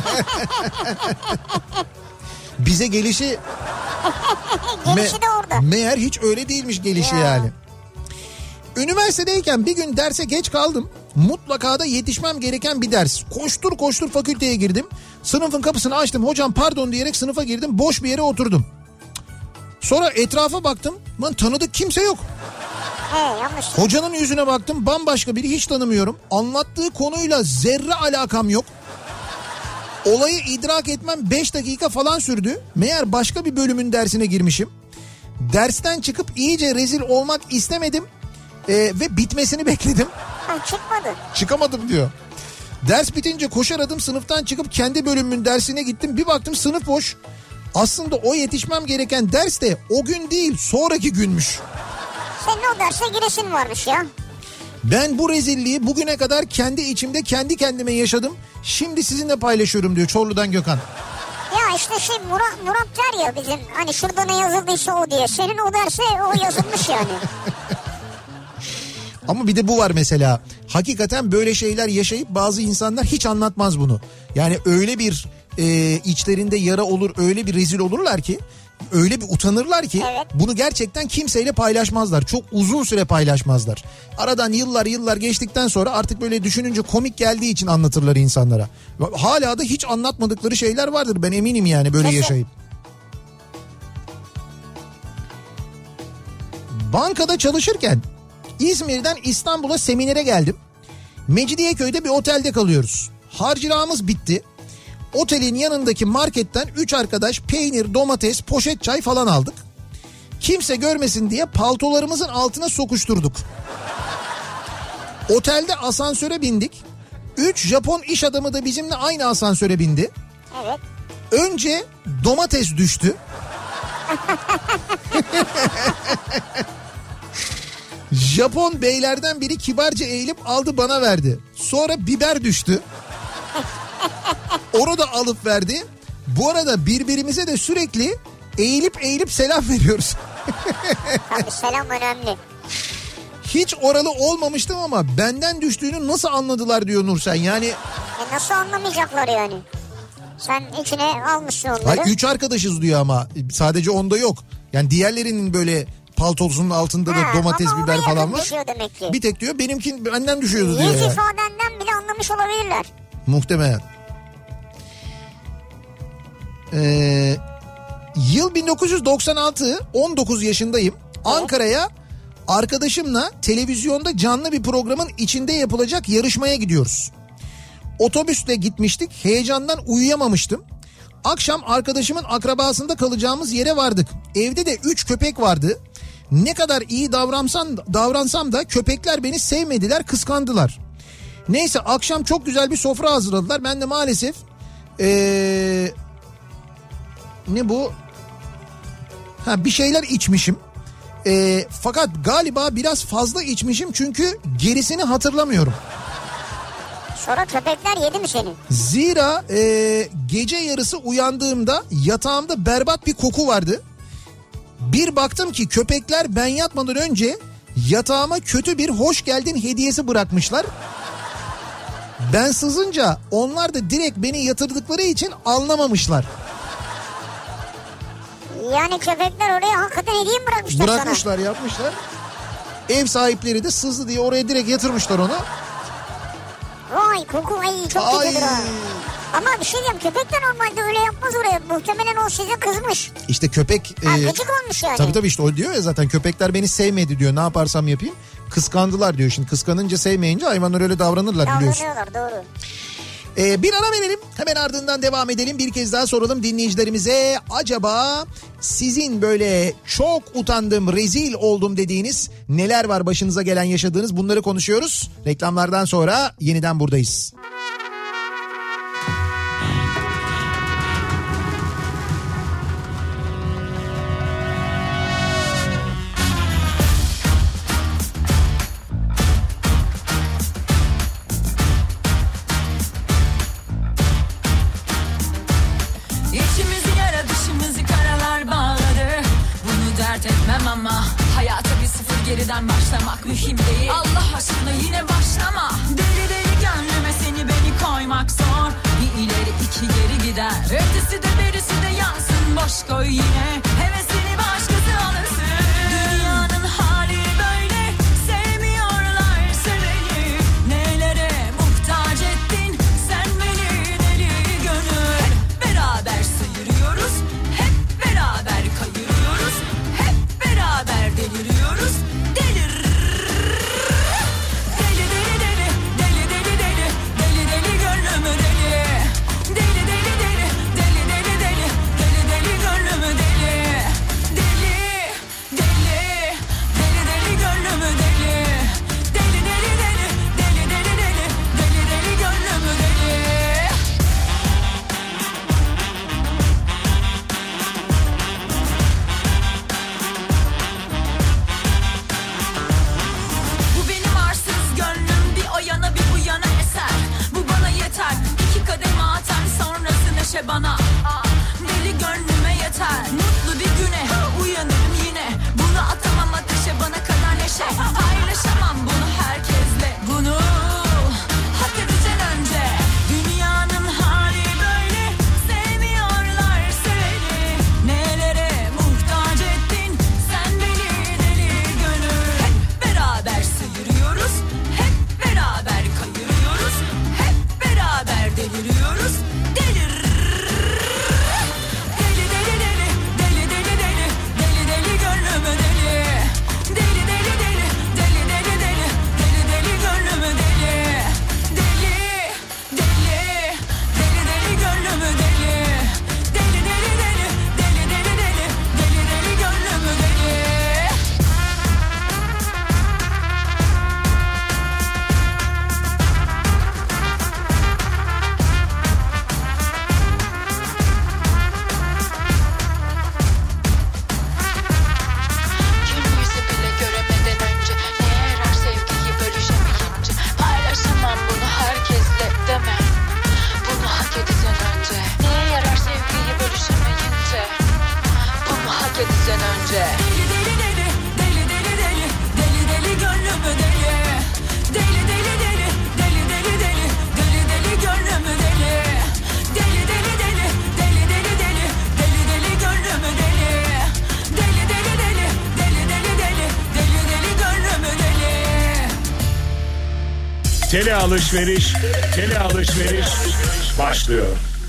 Bize gelişi gelişi de orada. Meğer hiç öyle değilmiş gelişi ya. Yani. Üniversitedeyken bir gün derse geç kaldım. Mutlaka da yetişmem gereken bir ders. Koştur koştur fakülteye girdim. Sınıfın kapısını açtım. Hocam pardon diyerek sınıfa girdim. Boş bir yere oturdum. Sonra etrafa baktım. Lan tanıdık kimse yok. He, yanlış. Hocanın yüzüne baktım. Bambaşka biri, hiç tanımıyorum. Anlattığı konuyla zerre alakam yok. Olayı idrak etmem beş dakika falan sürdü. Meğer başka bir bölümün dersine girmişim. Dersten çıkıp iyice rezil olmak istemedim. Ee, ve bitmesini bekledim. Ha, çıkmadı. Çıkamadım diyor. Ders bitince koşar adım sınıftan çıkıp kendi bölümümün dersine gittim. Bir baktım sınıf boş. Aslında o yetişmem gereken ders de o gün değil, sonraki günmüş. Senin o derse giresin varmış ya. Ben bu rezilliği bugüne kadar kendi içimde kendi kendime yaşadım. Şimdi sizinle paylaşıyorum diyor Çorlu'dan Gökhan. Ya işte şey Murat, Murat der ya bizim hani şurada ne yazıldıysa o diye. Senin o derse o yazılmış yani. Ama bir de bu var mesela. Hakikaten böyle şeyler yaşayıp bazı insanlar hiç anlatmaz bunu. Yani öyle bir e, içlerinde yara olur, öyle bir rezil olurlar ki, öyle bir utanırlar ki evet. Bunu gerçekten kimseyle paylaşmazlar. Çok uzun süre paylaşmazlar. Aradan yıllar yıllar geçtikten sonra artık böyle düşününce komik geldiği için anlatırlar insanlara. Hala da hiç anlatmadıkları şeyler vardır, ben eminim yani böyle Kesin. yaşayıp. Bankada çalışırken İzmir'den İstanbul'a seminere geldim. Mecidiyeköy'de bir otelde kalıyoruz. Harcırağımız bitti. Otelin yanındaki marketten üç arkadaş peynir, domates, poşet çay falan aldık. Kimse görmesin diye paltolarımızın altına sokuşturduk. Otelde asansöre bindik. Üç Japon iş adamı da bizimle aynı asansöre bindi. Evet. Önce domates düştü. Japon beylerden biri kibarca eğilip aldı bana verdi. Sonra biber düştü. Onu da alıp verdi. Bu arada birbirimize de sürekli eğilip eğilip selam veriyoruz. Tabii selam önemli. Hiç oralı olmamıştım ama benden düştüğünü nasıl anladılar diyor Nursen. Yani e nasıl anlamayacaklar yani? Sen içine almışsın onları. Hayır, üç arkadaşız diyor ama sadece onda yok. Yani diğerlerinin böyle paltosunun altında da ha, domates, biber falan var. Demek ki. Bir tek diyor benimkin benden düşüyordu Yüz diyor. Yüz yani. ifadenden bile anlamış olabilirler. Muhtemelen. Ee, yıl bin dokuz yüz doksan altı, on dokuz yaşındayım. Ankara'ya arkadaşımla televizyonda canlı bir programın içinde yapılacak yarışmaya gidiyoruz. Otobüsle gitmiştik. Heyecandan uyuyamamıştım. Akşam arkadaşımın akrabasında kalacağımız yere vardık. Evde de üç köpek vardı. Ne kadar iyi davransam, davransam da köpekler beni sevmediler, kıskandılar. Neyse akşam çok güzel bir sofra hazırladılar. Ben de maalesef ee, ne bu? Ha, bir şeyler içmişim. E, fakat galiba biraz fazla içmişim çünkü gerisini hatırlamıyorum. Sonra köpekler yedi mi seni? Zira e, gece yarısı uyandığımda yatağımda berbat bir koku vardı. Bir baktım ki köpekler ben yatmadan önce yatağıma kötü bir hoş geldin hediyesi bırakmışlar. Ben sızınca onlar da direkt beni yatırdıkları için anlamamışlar. Yani köpekler oraya hakikaten hediye mi bırakmışlar sana? Bırakmışlar, yapmışlar. Ev sahipleri de sızdı diye oraya direkt yatırmışlar onu. Vay koku ay çok Ay. kötüdür ha. Ama bir şey diyeyim, köpek de normalde öyle yapmaz oraya. Muhtemelen o size kızmış. İşte köpek... Ha, e, gıcık olmuş yani. Tabii tabii işte o diyor ya zaten, köpekler beni sevmedi diyor, ne yaparsam yapayım. Kıskandılar diyor. Şimdi kıskanınca, sevmeyince hayvanlar öyle davranırlar biliyorsun. Davranıyorlar, doğru. Ee, bir ara verelim, hemen ardından devam edelim. Bir kez daha soralım dinleyicilerimize, acaba sizin böyle çok utandım, rezil oldum dediğiniz neler var, başınıza gelen, yaşadığınız, bunları konuşuyoruz. Reklamlardan sonra yeniden buradayız. Ama hayata bir sıfır geriden başlamak mühim değil. Allah aşkına yine başlama. Deli deli gönlüme seni beni koymak zor. Bir ileri iki geri gider. Ötesi de berisi de yansın. Boş koy yine hevesini başkası alırsın. Dünyanın hali böyle. Sevmiyorlar seveni. Nelere muhtaç ettin sen beni deli gönül. Hep beraber sıyırıyoruz. Hep beraber kayırıyoruz. Beraber deliriyoruz. Delir. Deli deli deli. Deli deli deli. Deli deli gönlümü deli. Deli deli deli. Deli deli deli. Deli deli gönlümü deli. Deli. Deli. Deli deli gönlümü deli. Deli deli deli. Deli deli deli. Deli deli gönlümü deli. İki kademe atar sonrası neşe bana. Deli gönlüme yeter. Mutlu bir güne uyanırım yine. Bunu atamam ateşe, bana kadar neşe. Paylaşamam bunu herkesle. Bunu hak edeceksin önce. Dünyanın hali böyle. Sevmiyorlar seni. Nelere muhtaç ettin sen beni deli gönül. Hep beraber sıyırıyoruz. Hep beraber kayırıyoruz. Hep beraber deliriyoruz. Delir. Deli deli deli. Deli deli deli. Deli deli gönlümü deli. Deli deli deli. Deli deli deli. Deli deli gönlümü deli. Deli. Deli. Deli deli gönlümü deli. Deli deli deli. Deli deli deli. Deli deli gönlümü deli. Gün yüzü bile göremeden önce neye yarar sevgiyi bölüşemeyince. Paylaşamam bunu herkesle deme. Bunu hak edeceksin önce. Neye yarar sevgiyi bölüşemeyince. Bunu hak edeceksin önce. Deli deli deli. Deli deli deli. Deli deli gönlümü deli. Deli deli deli. Deli deli deli. Deli deli gönlümü deli. Deli deli deli. Deli deli deli. Deli deli gönlümü deli. Deli deli deli. Deli deli deli. Deli deli gönlümü deli. Tele alışveriş, tele alışveriş başlıyor.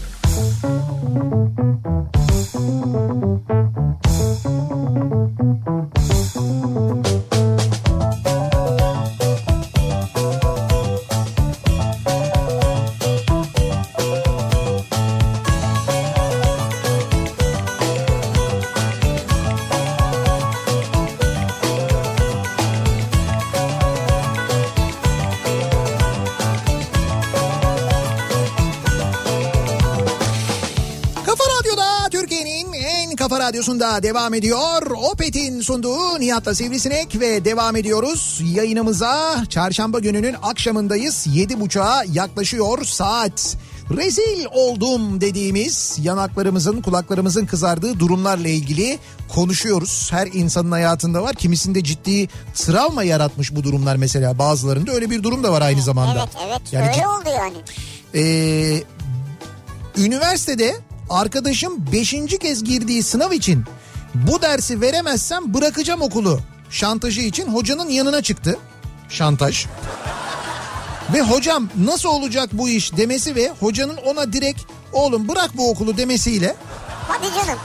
Kafa Radyosu'nda devam ediyor. Opet'in sunduğu Nihat'la Sivrisinek ve devam ediyoruz yayınımıza. Çarşamba gününün akşamındayız. Yedi buçuğa yaklaşıyor saat. Rezil oldum dediğimiz, yanaklarımızın, kulaklarımızın kızardığı durumlarla ilgili konuşuyoruz. Her insanın hayatında var. Kimisinde ciddi travma yaratmış bu durumlar mesela. Bazılarında öyle bir durum da var aynı zamanda. Evet evet yani, öyle oldu yani. Ee, üniversitede arkadaşım beşinci kez girdiği sınav için bu dersi veremezsem bırakacağım okulu şantajı için hocanın yanına çıktı. Şantaj. Ve hocam nasıl olacak bu iş demesi ve hocanın ona direkt oğlum bırak bu okulu demesiyle. Hadi canım.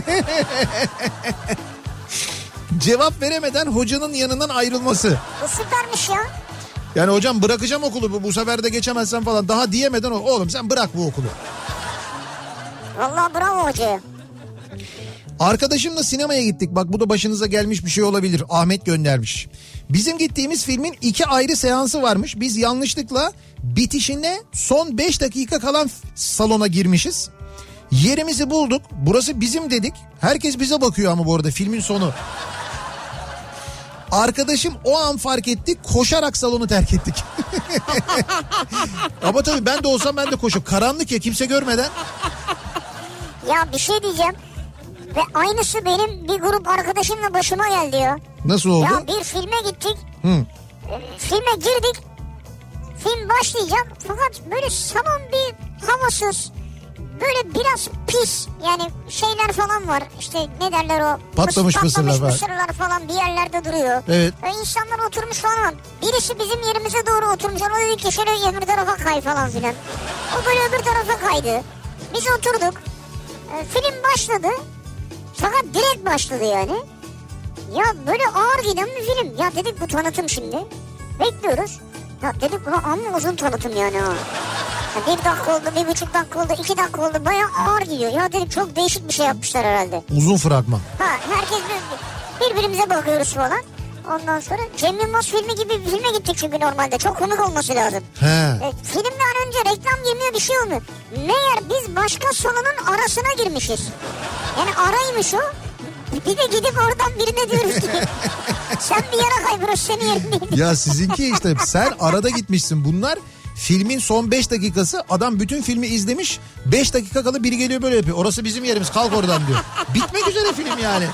Cevap veremeden hocanın yanından ayrılması. Bu süpermiş ya. Yani hocam bırakacağım okulu bu, bu sefer de geçemezsen falan daha diyemeden oğlum sen bırak bu okulu. Vallahi bravo hocaya. Arkadaşımla sinemaya gittik. Bak bu da başınıza gelmiş bir şey olabilir. Ahmet göndermiş. Bizim gittiğimiz filmin iki ayrı seansı varmış. Biz yanlışlıkla bitişine son beş dakika kalan salona girmişiz. Yerimizi bulduk. Burası bizim dedik. Herkes bize bakıyor ama bu arada filmin sonu. Arkadaşım o an fark etti. Koşarak salonu terk ettik. Ama tabii ben de olsam ben de koşuyorum. Karanlık ya kimse görmeden. Ya bir şey diyeceğim. Ve aynısı benim bir grup arkadaşımla başıma geldi ya. Nasıl oldu? Ya bir filme gittik. Hı. E, filme girdik. Film başlayacak. Fakat böyle saman bir havasız. Böyle biraz pis. Yani şeyler falan var. İşte ne derler o? Patlamış mısırlar var. Patlamış mısırlar falan bir yerlerde duruyor. Evet. Ve insanlar oturmuş falan. Birisi bizim yerimize doğru oturmuş. Ona dedik ki şöyle öbür tarafa kay falan filan. O böyle öbür tarafa kaydı. Biz oturduk. E, film başladı. Fakat direkt başladı yani. Ya böyle ağır giden bir film. Ya dedik bu tanıtım şimdi. Bekliyoruz. Ya dedik ulan amma uzun tanıtım yani ha. Ya bir dakika oldu, bir buçuk dakika oldu, iki dakika oldu. Bayağı ağır gidiyor. Ya dedik çok değişik bir şey yapmışlar herhalde. Uzun fragman. Ha herkes bir, birbirimize bakıyoruz falan. Ondan sonra Cem Yılmaz filmi gibi bir filme gittik çünkü normalde. Çok komik olması lazım. He. E, filmden önce reklam girmiyor bir şey olmuyor. Meğer biz başka salonun arasına girmişiz. Yani araymış o. Bir de gidip oradan birine diyoruz ki sen bir yere kay burası senin yerin değil. Ya sizinki işte sen arada gitmişsin. Bunlar filmin son beş dakikası, adam bütün filmi izlemiş. beş dakika kala biri geliyor böyle yapıyor. Orası bizim yerimiz kalk oradan diyor. Bitmek üzere film yani.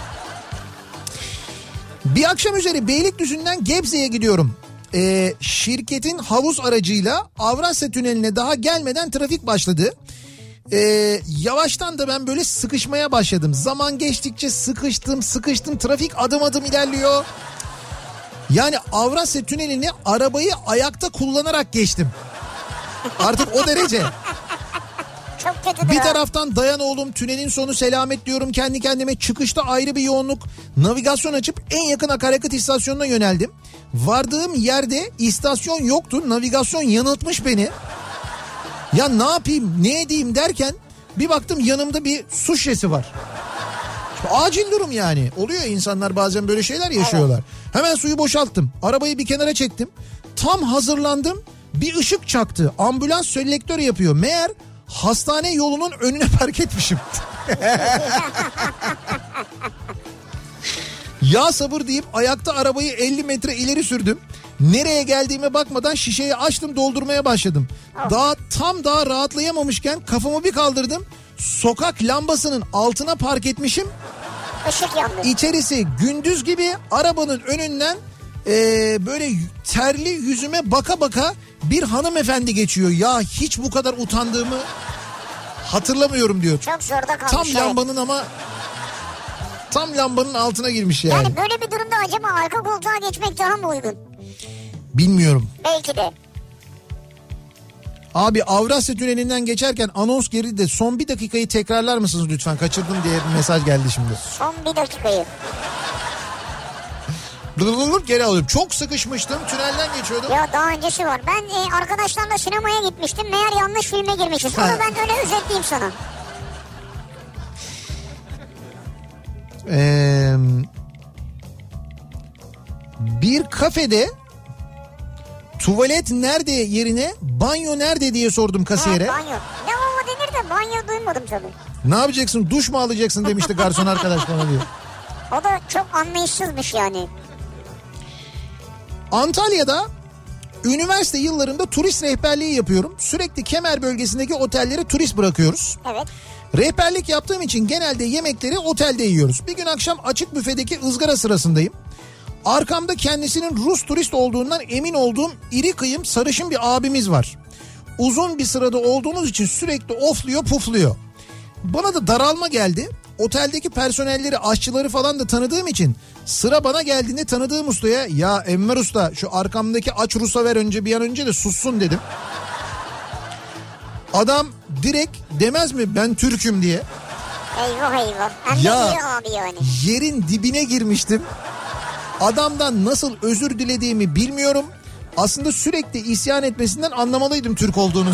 Bir akşam üzeri Beylikdüzü'nden Gebze'ye gidiyorum. Ee, şirketin havuz aracıyla Avrasya Tüneli'ne daha gelmeden trafik başladı. Ee, yavaştan da ben böyle sıkışmaya başladım. Zaman geçtikçe sıkıştım sıkıştım. Trafik adım adım ilerliyor. Yani Avrasya Tüneli'ni arabayı ayakta kullanarak geçtim. Artık o derece. Çok kötü. Bir taraftan dayan oğlum tünelin sonu selamet diyorum kendi kendime. Çıkışta ayrı bir yoğunluk. Navigasyon açıp en yakın akaryakıt istasyonuna yöneldim. Vardığım yerde istasyon yoktu. Navigasyon yanıltmış beni. Ya ne yapayım ne edeyim derken bir baktım yanımda bir su şişesi var. İşte acil durum yani. Oluyor insanlar bazen böyle şeyler yaşıyorlar. Evet. Hemen suyu boşalttım. Arabayı bir kenara çektim. Tam hazırlandım. Bir ışık çaktı. Ambulans selektör yapıyor. Meğer hastane yolunun önüne park etmişim. Ya sabır deyip ayakta arabayı elli metre ileri sürdüm. Nereye geldiğime bakmadan şişeyi açtım doldurmaya başladım. Daha tam daha rahatlayamamışken kafamı bir kaldırdım. Sokak lambasının altına park etmişim. Işık yandı. İçerisi gündüz gibi arabanın önünden e, böyle terli yüzüme baka baka bir hanımefendi geçiyor. Ya hiç bu kadar utandığımı hatırlamıyorum diyor. Çok zorda kalmış. Tam lambanın ama tam lambanın altına girmiş yani. Yani böyle bir durumda acaba arka koltuğa geçmek daha mı uygun? Bilmiyorum. Belki de. Abi Avrasya Tüneli'nden geçerken anons geride de son bir dakikayı tekrarlar mısınız lütfen? Kaçırdım diye bir mesaj geldi şimdi. Son bir dakikayı. Geri alıyorum. Çok sıkışmıştım. Tünelden geçiyordum. Ya daha öncesi var. Ben e, arkadaşlarla sinemaya gitmiştim. Meğer yanlış filme girmişiz. Onu ben öyle özetleyeyim sana. Ee, bir kafede tuvalet nerede yerine banyo nerede diye sordum kasiyere. Ha, banyo. Lavabo denir de banyo duymadım tabii. Ne yapacaksın duş mu alacaksın demişti garson arkadaş bana diyor. O da çok anlayışsızmış yani. Antalya'da Üniversite yıllarında turist rehberliği yapıyorum. Sürekli Kemer bölgesindeki otellere turist bırakıyoruz. Evet. Rehberlik yaptığım için genelde yemekleri otelde yiyoruz. Bir gün akşam açık büfedeki ızgara sırasındayım. Arkamda kendisinin Rus turist olduğundan emin olduğum iri kıyım sarışın bir abimiz var. Uzun bir sırada olduğumuz için sürekli ofluyor pufluyor. Bana da daralma geldi. Oteldeki personelleri, aşçıları falan da tanıdığım için sıra bana geldiğinde tanıdığım ustaya ya Enver Usta şu arkamdaki aç Rus'a ver önce bir an önce de sussun dedim. Adam direkt demez mi ben Türk'üm diye. Eyvah eyvah. Hem de ya, iyi abi yani. Yerin dibine girmiştim. Adamdan nasıl özür dilediğimi bilmiyorum. Aslında sürekli isyan etmesinden anlamalıydım Türk olduğunu.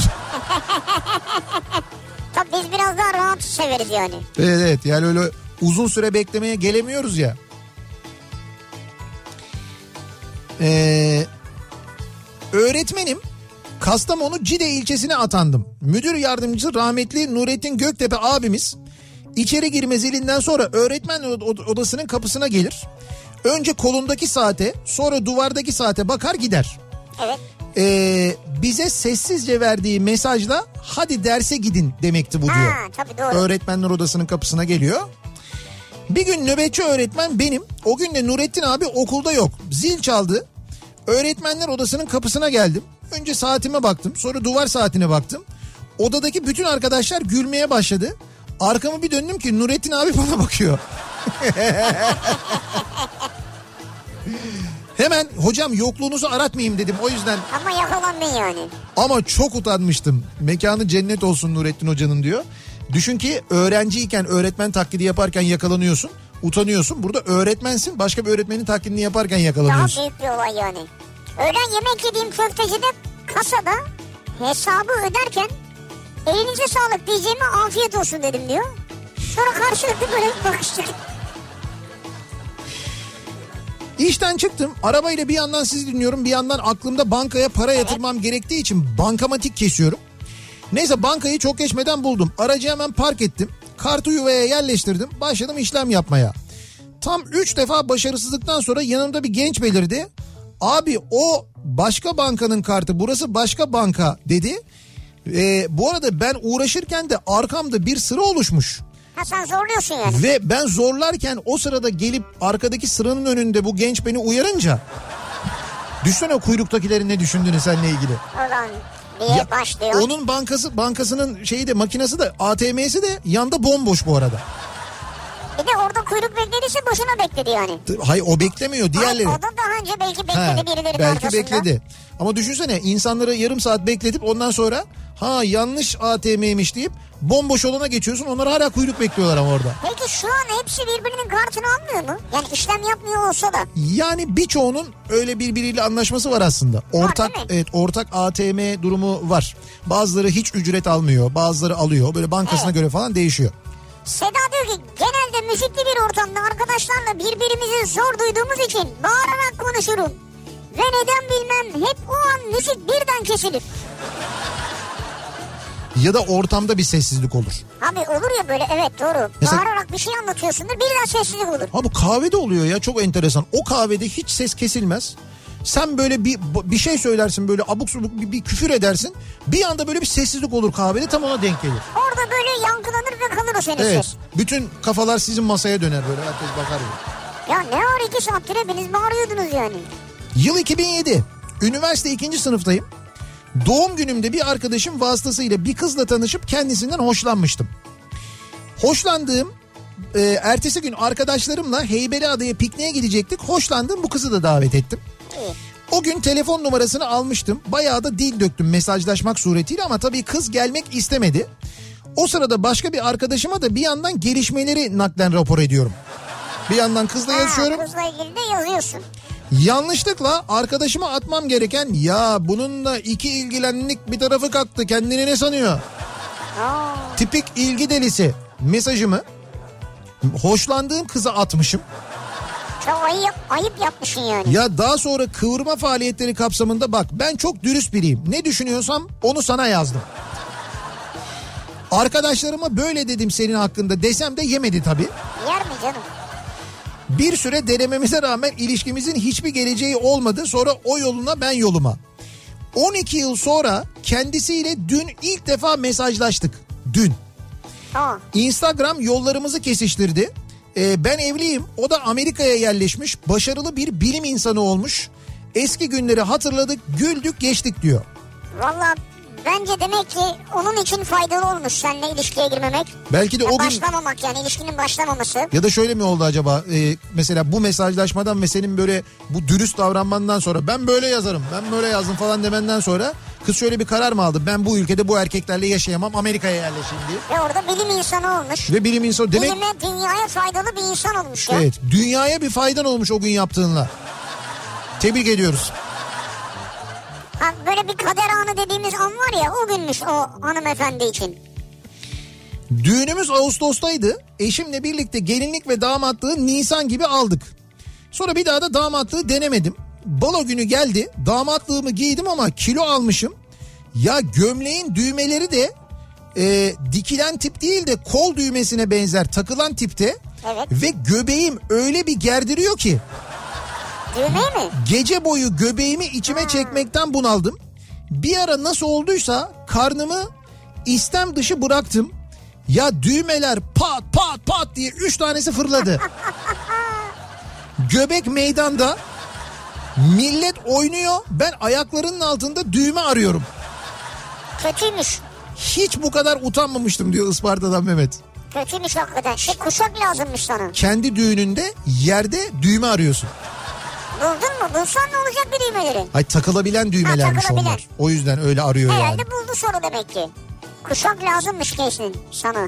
Tabii biz biraz daha rahat severiz yani. Evet evet yani öyle uzun süre beklemeye gelemiyoruz ya. Ee, öğretmenim. Kastamonu Cide ilçesine atandım. Müdür yardımcısı rahmetli Nurettin Göktepe abimiz içeri girme zilinden sonra öğretmen odasının kapısına gelir. Önce kolundaki saate, sonra duvardaki saate bakar gider. Evet. Ee, bize sessizce verdiği mesajla hadi derse gidin demekti bu diyor. Ha, tabii doğru. Öğretmenler odasının kapısına geliyor. Bir gün nöbetçi öğretmen benim. O gün de Nurettin abi okulda yok. Zil çaldı. Öğretmenler odasının kapısına geldim. Önce saatime baktım, sonra duvar saatine baktım. Odadaki bütün arkadaşlar gülmeye başladı. Arkamı bir döndüm ki Nurettin abi bana bakıyor. Hemen hocam yokluğunuzu aratmayayım dedim o yüzden. Ama yakalandın yani. Ama çok utanmıştım. Mekanı cennet olsun Nurettin Hoca'nın diyor. Düşün ki öğrenciyken öğretmen taklidi yaparken yakalanıyorsun. Utanıyorsun. Burada öğretmensin. Başka bir öğretmenin taklidini yaparken yakalanıyorsun. Daha büyük bir olay yani. Öğlen yemek yediğim köftecide kasada hesabı öderken elinize sağlık diyeceğime afiyet olsun dedim diyor. Sonra karşılıklı böyle bakıştık. İşten çıktım. Arabayla bir yandan sizi dinliyorum. Bir yandan aklımda bankaya para yatırmam evet. gerektiği için bankamatik kesiyorum. Neyse bankayı çok geçmeden buldum. Aracı hemen park ettim. Kartı yuvaya yerleştirdim. Başladım işlem yapmaya. Tam üç defa başarısızlıktan sonra yanımda bir genç belirdi. Abi o başka bankanın kartı, burası başka banka dedi. Ee, bu arada ben uğraşırken de arkamda bir sıra oluşmuş. Ha sen zorluyorsun yani. Ve ben zorlarken o sırada gelip arkadaki sıranın önünde bu genç beni uyarınca... Düşünsene o kuyruktakilerin ne düşündüğünü seninle ilgili. Ulan diye başlıyor. Onun bankası bankasının şeyi de makinesi de A T M'si de yanda bomboş bu arada. Bir de orada kuyruk beklediyse boşuna bekledi yani. Hayır o beklemiyor diğerleri. Hayır, o da daha önce belki bekledi ha, birilerinin belki arkasında. Belki bekledi. Ama düşünsene insanları yarım saat bekletip ondan sonra ha yanlış A T M'ymiş deyip bomboş olana geçiyorsun. Onlar hala kuyruk bekliyorlar ama orada. Peki şu an hepsi birbirinin kartını almıyor mu? Yani işlem yapmıyor olsa da. Yani birçoğunun öyle birbiriyle anlaşması var aslında. Ortak var, evet ortak A T M durumu var. Bazıları hiç ücret almıyor, bazıları alıyor. Böyle bankasına evet. göre falan değişiyor. Seda diyor ki genelde müzikli bir ortamda arkadaşlarla birbirimizi zor duyduğumuz için bağırarak konuşurum. Ve neden bilmem hep o an müzik birden kesilir. Ya da ortamda bir sessizlik olur. Abi olur ya böyle evet doğru. Mesela, bağırarak bir şey anlatıyorsundur birden sessizlik olur. Ha bu kahvede oluyor ya çok enteresan. O kahvede hiç ses kesilmez. Sen böyle bir bir şey söylersin böyle abuk subuk bir, bir küfür edersin. Bir anda böyle bir sessizlik olur kahvede tam ona denk gelir. Orada böyle yankılanır ve kalır o senin evet, ses. Bütün kafalar sizin masaya döner böyle herkes bakar böyle. Ya ne var iki saattir hepiniz bağırıyordunuz yani. Yıl iki bin yedi. Üniversite ikinci sınıftayım. Doğum günümde bir arkadaşım vasıtasıyla bir kızla tanışıp kendisinden hoşlanmıştım. Hoşlandığım e, ertesi gün arkadaşlarımla Heybeliada'ya pikniğe gidecektik. Hoşlandığım bu kızı da davet ettim. O gün telefon numarasını almıştım. Bayağı da dil döktüm mesajlaşmak suretiyle ama tabii kız gelmek istemedi. O sırada başka bir arkadaşıma da bir yandan gelişmeleri naklen rapor ediyorum. Bir yandan kızla yazışıyorum. Ha, kızla ilgili de yazıyorsun. Yanlışlıkla arkadaşıma atmam gereken ya bununla iki ilgilenlik bir tarafı kalktı kendini ne sanıyor? Aa. Tipik ilgi delisi mesajımı hoşlandığım kıza atmışım. Çok ayıp, ayıp yapmışsın yani. Ya daha sonra kıvırma faaliyetleri kapsamında bak ben çok dürüst biriyim. Ne düşünüyorsam onu sana yazdım. Arkadaşlarıma böyle dedim senin hakkında desem de yemedi tabii. Yer mi canım? Bir süre denememize rağmen ilişkimizin hiçbir geleceği olmadı. Sonra o yoluna ben yoluma. on iki yıl sonra kendisiyle dün ilk defa mesajlaştık. Dün. Aa. Instagram yollarımızı kesiştirdi. Ee, ben evliyim. O da Amerika'ya yerleşmiş. Başarılı bir bilim insanı olmuş. Eski günleri hatırladık, güldük, geçtik diyor. Vallahi bence demek ki onun için faydalı olmuş seninle ilişkiye girmemek. Belki de ya o gün... Başlamamak yani ilişkinin başlamaması. Ya da şöyle mi oldu acaba? Ee, mesela bu mesajlaşmadan ve senin böyle bu dürüst davranmandan sonra ben böyle yazarım, ben böyle yazdım falan demenden sonra kız şöyle bir karar mı aldı? Ben bu ülkede bu erkeklerle yaşayamam, Amerika'ya yerleşeyim diye. Ve orada bilim insanı olmuş. Ve bilim insanı demek... Bilime, dünyaya faydalı bir insan olmuş ya. Evet, dünyaya bir faydan olmuş o gün yaptığınla. Tebrik ediyoruz. Ha, böyle bir kader anı dediğimiz an var ya, o günmüş o hanımefendi için. Düğünümüz Ağustos'taydı. Eşimle birlikte gelinlik ve damatlığı Nisan gibi aldık. Sonra bir daha da damatlığı denemedim. Balo günü geldi. Damatlığımı giydim ama kilo almışım. Ya gömleğin düğmeleri de e, dikilen tip değil de kol düğmesine benzer takılan tipte. Evet. Ve göbeğim öyle bir gerdiriyor ki. Düğmeyi mi? Gece boyu göbeğimi içime hmm. çekmekten bunaldım. Bir ara nasıl olduysa karnımı istem dışı bıraktım. Ya düğmeler pat pat pat diye üç tanesi fırladı. Göbek meydanda. Millet oynuyor. Ben ayaklarının altında düğme arıyorum. Kötüymüş. Hiç bu kadar utanmamıştım diyor Isparta'dan Mehmet. Kötüymüş hakikaten. Şey, kuşak lazımmış sana. Kendi düğününde yerde düğme arıyorsun. Buldun mu? Bulsan ne olacak bir düğmeleri? Hayır, takılabilen düğmelermiş ha, takılabilen. Onlar. O yüzden öyle arıyor Herhalde yani. Herhalde buldu sonra demek ki. Kuşak lazımmış kesin sana.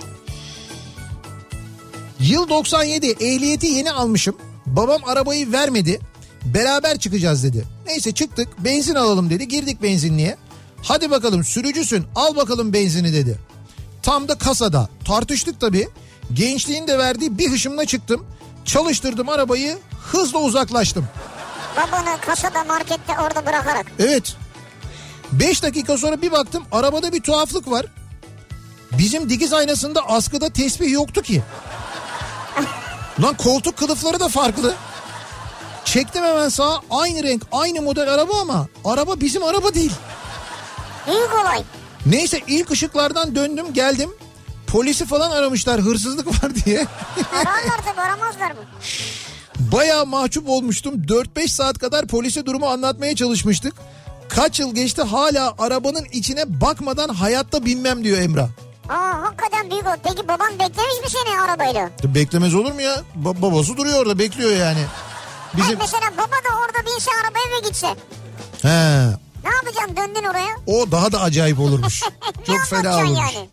Yıl doksan yedi, ehliyeti yeni almışım. Babam arabayı vermedi. Beraber çıkacağız dedi. Neyse çıktık, benzin alalım dedi. Girdik benzinliğe. Hadi bakalım sürücüsün, al bakalım benzini dedi. Tam da kasada. Tartıştık tabii. Gençliğin de verdiği bir hışımla çıktım. Çalıştırdım arabayı, hızla uzaklaştım. Babanı kasada, markette orada bırakarak. Evet. Beş dakika sonra bir baktım arabada bir tuhaflık var. Bizim dikiz aynasında askıda tesbih yoktu ki. Lan koltuk kılıfları da farklı. Çektim hemen sağa, aynı renk aynı model araba ama araba bizim araba değil. Büyük olay. Neyse ilk ışıklardan döndüm geldim. Polisi falan aramışlar hırsızlık var diye. Ararlar tabii, aramazlar mı? Bayağı mahcup olmuştum. dört beş saat kadar polise durumu anlatmaya çalışmıştık. Kaç yıl geçti hala arabanın içine bakmadan hayatta binmem diyor Emrah. Aa, hakikaten büyük olay. Peki baban beklemiş mi seni arabayla? Beklemez olur mu ya? Ba- babası duruyor orada bekliyor yani. Bizim... Hayır, mesela baba da orada binse arabaya ve gitse. He. Ne yapacaksın, döndün oraya? O daha da acayip olurmuş. Çok fena olurmuş. Yani?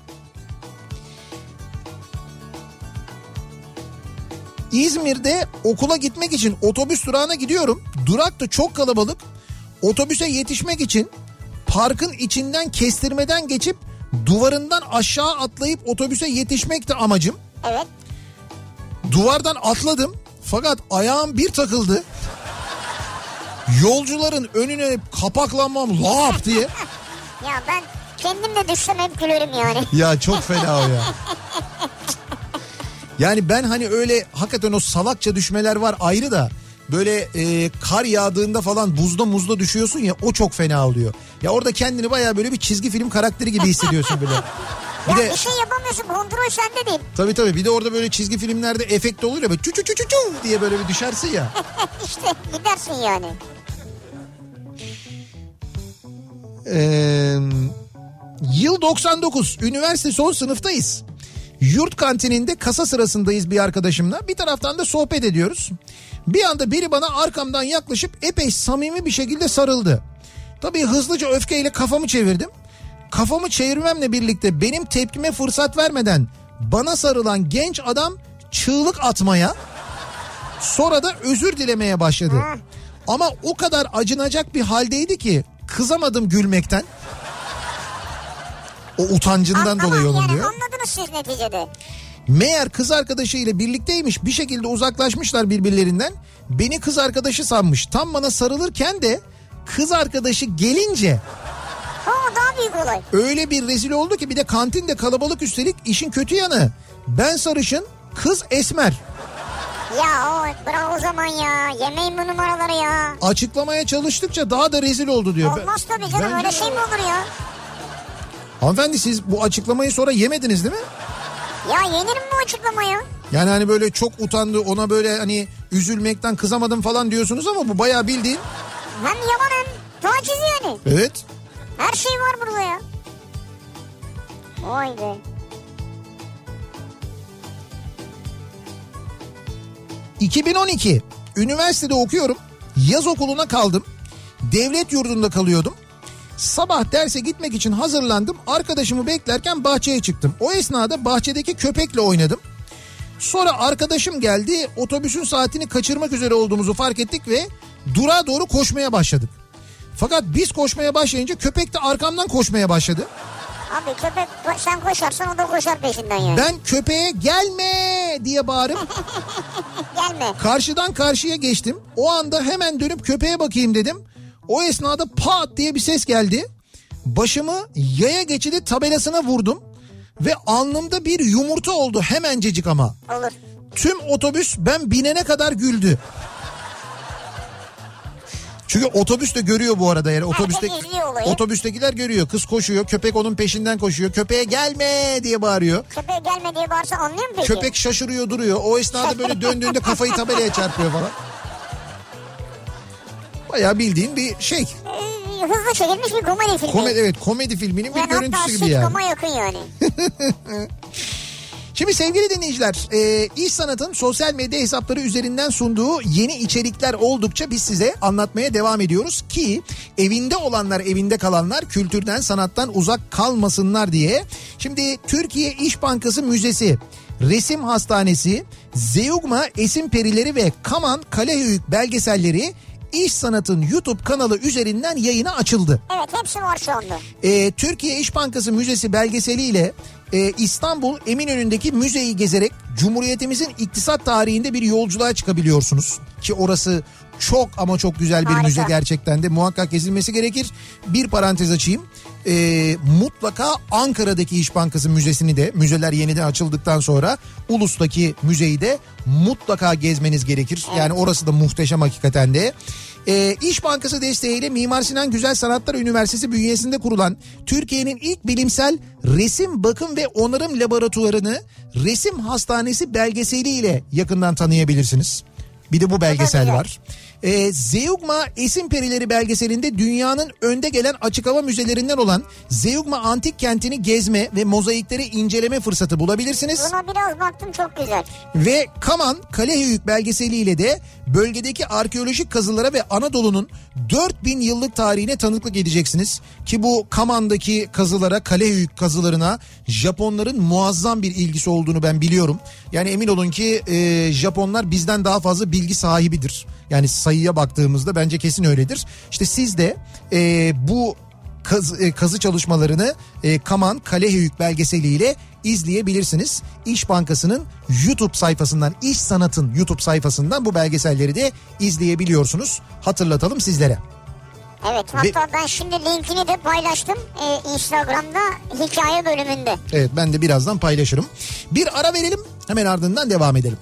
İzmir'de okula gitmek için otobüs durağına gidiyorum. Durak da çok kalabalık. Otobüse yetişmek için parkın içinden kestirmeden geçip duvarından aşağı atlayıp otobüse yetişmek de amacım. Evet. Duvardan atladım fakat ayağım bir takıldı. Yolcuların önüne kapaklanmam lap diye. Ya ben kendim de düşsem hep gülerim yani. Ya çok fena o ya. Yani ben hani öyle hakikaten o salakça düşmeler var ayrı da böyle e, kar yağdığında falan buzda muzda düşüyorsun ya, o çok fena oluyor. Ya orada kendini baya böyle bir çizgi film karakteri gibi hissediyorsun böyle. Bir ya de, bir şey yapamıyorsun, kontrol sende değil. Tabii tabii, bir de orada böyle çizgi filmlerde efekt olur ya böyle çu çu çu çu çu diye böyle bir düşersin ya. İşte gidersin yani. Ee, yıl doksan dokuz, üniversite son sınıftayız. Yurt kantininde kasa sırasındayız bir arkadaşımla. Bir taraftan da sohbet ediyoruz. Bir anda biri bana arkamdan yaklaşıp epey samimi bir şekilde sarıldı. Tabii hızlıca öfkeyle kafamı çevirdim. Kafamı çevirmemle birlikte benim tepkime fırsat vermeden bana sarılan genç adam çığlık atmaya, sonra da özür dilemeye başladı. Ama o kadar acınacak bir haldeydi ki kızamadım gülmekten. O utancından Anladım, dolayı onun yani diyor. Anladınız siz neticede. Meğer kız arkadaşıyla birlikteymiş, bir şekilde uzaklaşmışlar birbirlerinden. Beni kız arkadaşı sanmış. Tam bana sarılırken de kız arkadaşı gelince... O daha büyük olay. Öyle bir rezil oldu ki, bir de kantinde kalabalık üstelik, işin kötü yanı. Ben sarışın, kız esmer. Ya o bırak o zaman ya. Yemeyin bu numaraları ya. Açıklamaya çalıştıkça daha da rezil oldu diyor. Olmaz tabii canım Bence... öyle şey mi olur ya? Hanımefendi siz bu açıklamayı sonra yemediniz değil mi? Ya yenir mi bu açıklamayı? Yani hani böyle çok utandı, ona böyle hani üzülmekten kızamadım falan diyorsunuz ama bu bayağı bildiğin. Hem yalan hem taciz yani. Evet. Her şey var burada ya. Vay be. iki bin on iki üniversitede okuyorum. Yaz okuluna kaldım. Devlet yurdunda kalıyordum. Sabah derse gitmek için hazırlandım. Arkadaşımı beklerken bahçeye çıktım. O esnada bahçedeki köpekle oynadım. Sonra arkadaşım geldi. Otobüsün saatini kaçırmak üzere olduğumuzu fark ettik ve durağa doğru koşmaya başladık. Fakat biz koşmaya başlayınca köpek de arkamdan koşmaya başladı. Abi köpek sen koşarsan o da koşar peşinden yani. Ben köpeğe gelme diye bağırıp gelme. Karşıdan karşıya geçtim. O anda hemen dönüp köpeğe bakayım dedim. O esnada pat diye bir ses geldi. Başımı yaya geçidi tabelasına vurdum. Ve alnımda bir yumurta oldu hemencecik ama. Olur. Tüm otobüs ben binene kadar güldü. Çünkü otobüs de görüyor bu arada yani. Otobüste, otobüstekiler görüyor. Kız koşuyor, köpek onun peşinden koşuyor. Köpeğe gelme diye bağırıyor. Köpeğe gelme diye bağırsa anlıyor mu peki? Köpek şaşırıyor duruyor. O esnada böyle döndüğünde kafayı tabelaya çarpıyor falan. Bayağı bildiğin bir şey. Ee, hızlı çekilmiş bir komedi filmi. Komedi, evet komedi filminin yani bir görüntüsü gibi yani. Hatta sitcom'a yakın yani. Şimdi sevgili dinleyiciler, e, İş Sanat'ın sosyal medya hesapları üzerinden sunduğu yeni içerikler oldukça biz size anlatmaya devam ediyoruz ki evinde olanlar, evinde kalanlar kültürden, sanattan uzak kalmasınlar diye. Şimdi Türkiye İş Bankası Müzesi, Resim Hastanesi, Zeugma Esin Perileri ve Kaman Kalehöyük belgeselleri İş Sanat'ın YouTube kanalı üzerinden yayına açıldı. Evet, hepsi var şu anda. Ee, Türkiye İş Bankası Müzesi belgeseliyle e, İstanbul Eminönü'ndeki müzeyi gezerek Cumhuriyetimizin iktisat tarihinde bir yolculuğa çıkabiliyorsunuz. Ki orası çok ama çok güzel bir Harika. müze gerçekten de muhakkak gezilmesi gerekir. Bir parantez açayım. Ee, mutlaka Ankara'daki İş Bankası Müzesi'ni de, müzeler yeniden açıldıktan sonra Ulus'taki müzeyi de mutlaka gezmeniz gerekir. Yani orası da muhteşem hakikaten de. Ee, İş Bankası desteğiyle Mimar Sinan Güzel Sanatlar Üniversitesi bünyesinde kurulan Türkiye'nin ilk bilimsel resim, bakım ve onarım laboratuvarını Resim Hastanesi belgeseliyle yakından tanıyabilirsiniz. Bir de bu belgesel var. Ee, Zeugma Esin Perileri belgeselinde dünyanın önde gelen açık hava müzelerinden olan Zeugma Antik Kenti'ni gezme ve mozaikleri inceleme fırsatı bulabilirsiniz. Buna biraz baktım, çok güzel. Ve Kaman Kalehöyük belgeseliyle de bölgedeki arkeolojik kazılara ve Anadolu'nun dört bin yıllık tarihine tanıklık edeceksiniz. Ki bu Kaman'daki kazılara, Kalehöyük kazılarına Japonların muazzam bir ilgisi olduğunu ben biliyorum. Yani emin olun ki e, Japonlar bizden daha fazla bilgi sahibidir. Yani sayıya baktığımızda bence kesin öyledir. İşte siz de e, bu kaz, e, kazı çalışmalarını e, Kaman Kalehöyük belgeseliyle izleyebilirsiniz. İş Bankası'nın YouTube sayfasından, İş Sanat'ın YouTube sayfasından bu belgeselleri de izleyebiliyorsunuz. Hatırlatalım sizlere. Evet, hatta Ve, ben şimdi linkini de paylaştım ee, Instagram'da hikaye bölümünde. Evet, ben de birazdan paylaşırım. Bir ara verelim, hemen ardından devam edelim.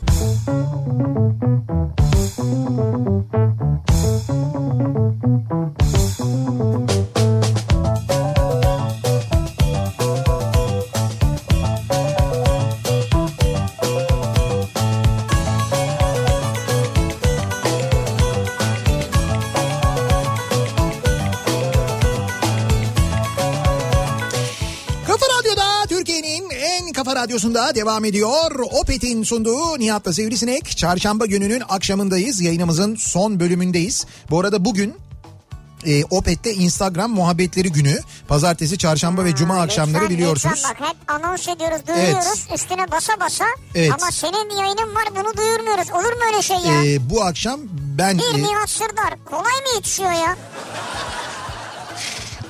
Kafa Radyosu'nda devam ediyor. Opet'in sunduğu Nihat'la Sivrisinek. Çarşamba gününün akşamındayız. Yayınımızın son bölümündeyiz. Bu arada bugün e, Opet'te Instagram muhabbetleri günü. Pazartesi, çarşamba ha, ve cuma akşamları lütfen, biliyorsunuz. Lütfen bak, hep anons ediyoruz, duyuruyoruz. Evet. Üstüne basa basa. Evet. Ama senin yayının var, bunu duyurmuyoruz. Olur mu öyle şey ya? E, bu akşam ben... Bir e, Nihat Sırdar. Kolay mı yetişiyor ya?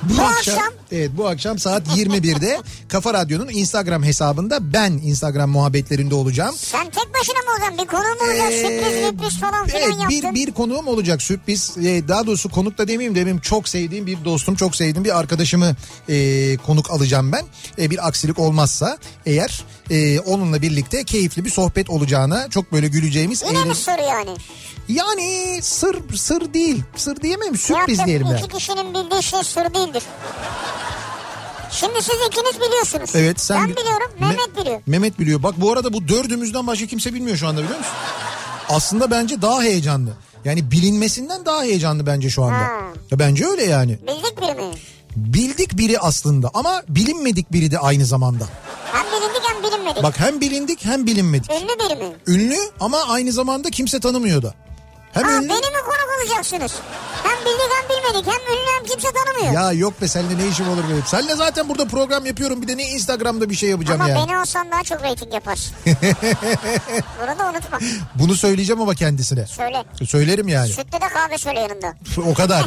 Bu, Bu akşam, akşam- evet bu akşam saat yirmi birde Kafa Radyo'nun Instagram hesabında ben Instagram muhabbetlerinde olacağım. Sen tek başına mı olacaksın? Bir konuğum olacak, Ee, sürpriz sürpriz falan filan evet, yaptın. bir, bir konuğum olacak sürpriz. Ee, daha doğrusu konuk da demeyeyim de benim çok sevdiğim bir dostum, çok sevdiğim bir arkadaşımı e, konuk alacağım ben. E, bir aksilik olmazsa eğer e, onunla birlikte keyifli bir sohbet olacağına, çok böyle güleceğimiz. Yine eğlen- mi soru yani? Yani sır sır değil. Sır diyemem, sürpriz Yok, diyelim yok, yani. İki kişinin bildiği şey sır değildir. Şimdi siz ikiniz biliyorsunuz. Evet sen Ben biliyorum, Me- Mehmet biliyor. Mehmet biliyor. Bak bu arada bu dördümüzden başka kimse bilmiyor şu anda, biliyor musun? Aslında bence daha heyecanlı. Yani bilinmesinden daha heyecanlı bence şu anda. Ha. Ya bence öyle yani. Bildik biri mi? Bildik biri aslında ama bilinmedik biri de aynı zamanda. Hem bilindik hem bilinmedik. Bak hem bilindik hem bilinmedik. Ünlü biri mi? Ünlü ama aynı zamanda kimse tanımıyor da. Hem Ha, ünlü... beni mi konuk alacaksınız? Hem bildik hem bilmedik. Hem ünlü hem kimse tanımıyor. Ya yok be, seninle ne işim olur benim. Seninle zaten burada program yapıyorum, bir de ne Instagram'da bir şey yapacağım Ama yani. beni olsan daha çok reyting yaparsın. Bunu da unutma. Bunu söyleyeceğim ama kendisine. Söyle. Söylerim yani. Sütlü de kahve söyle yanında. O kadar.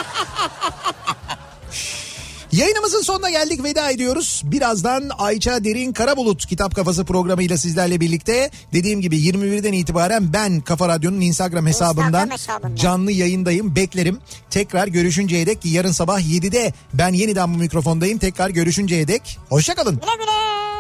Yayınımızın sonuna geldik, veda ediyoruz. Birazdan Ayça Derin Karabulut Kitap Kafası programıyla sizlerle birlikte. Dediğim gibi yirmi birden itibaren ben Kafa Radyo'nun Instagram hesabından hesabından. canlı yayındayım. Beklerim. Tekrar görüşünceye dek, yarın sabah yedide ben yeniden bu mikrofondayım. Tekrar görüşünceye dek hoşça kalın. Güle güle.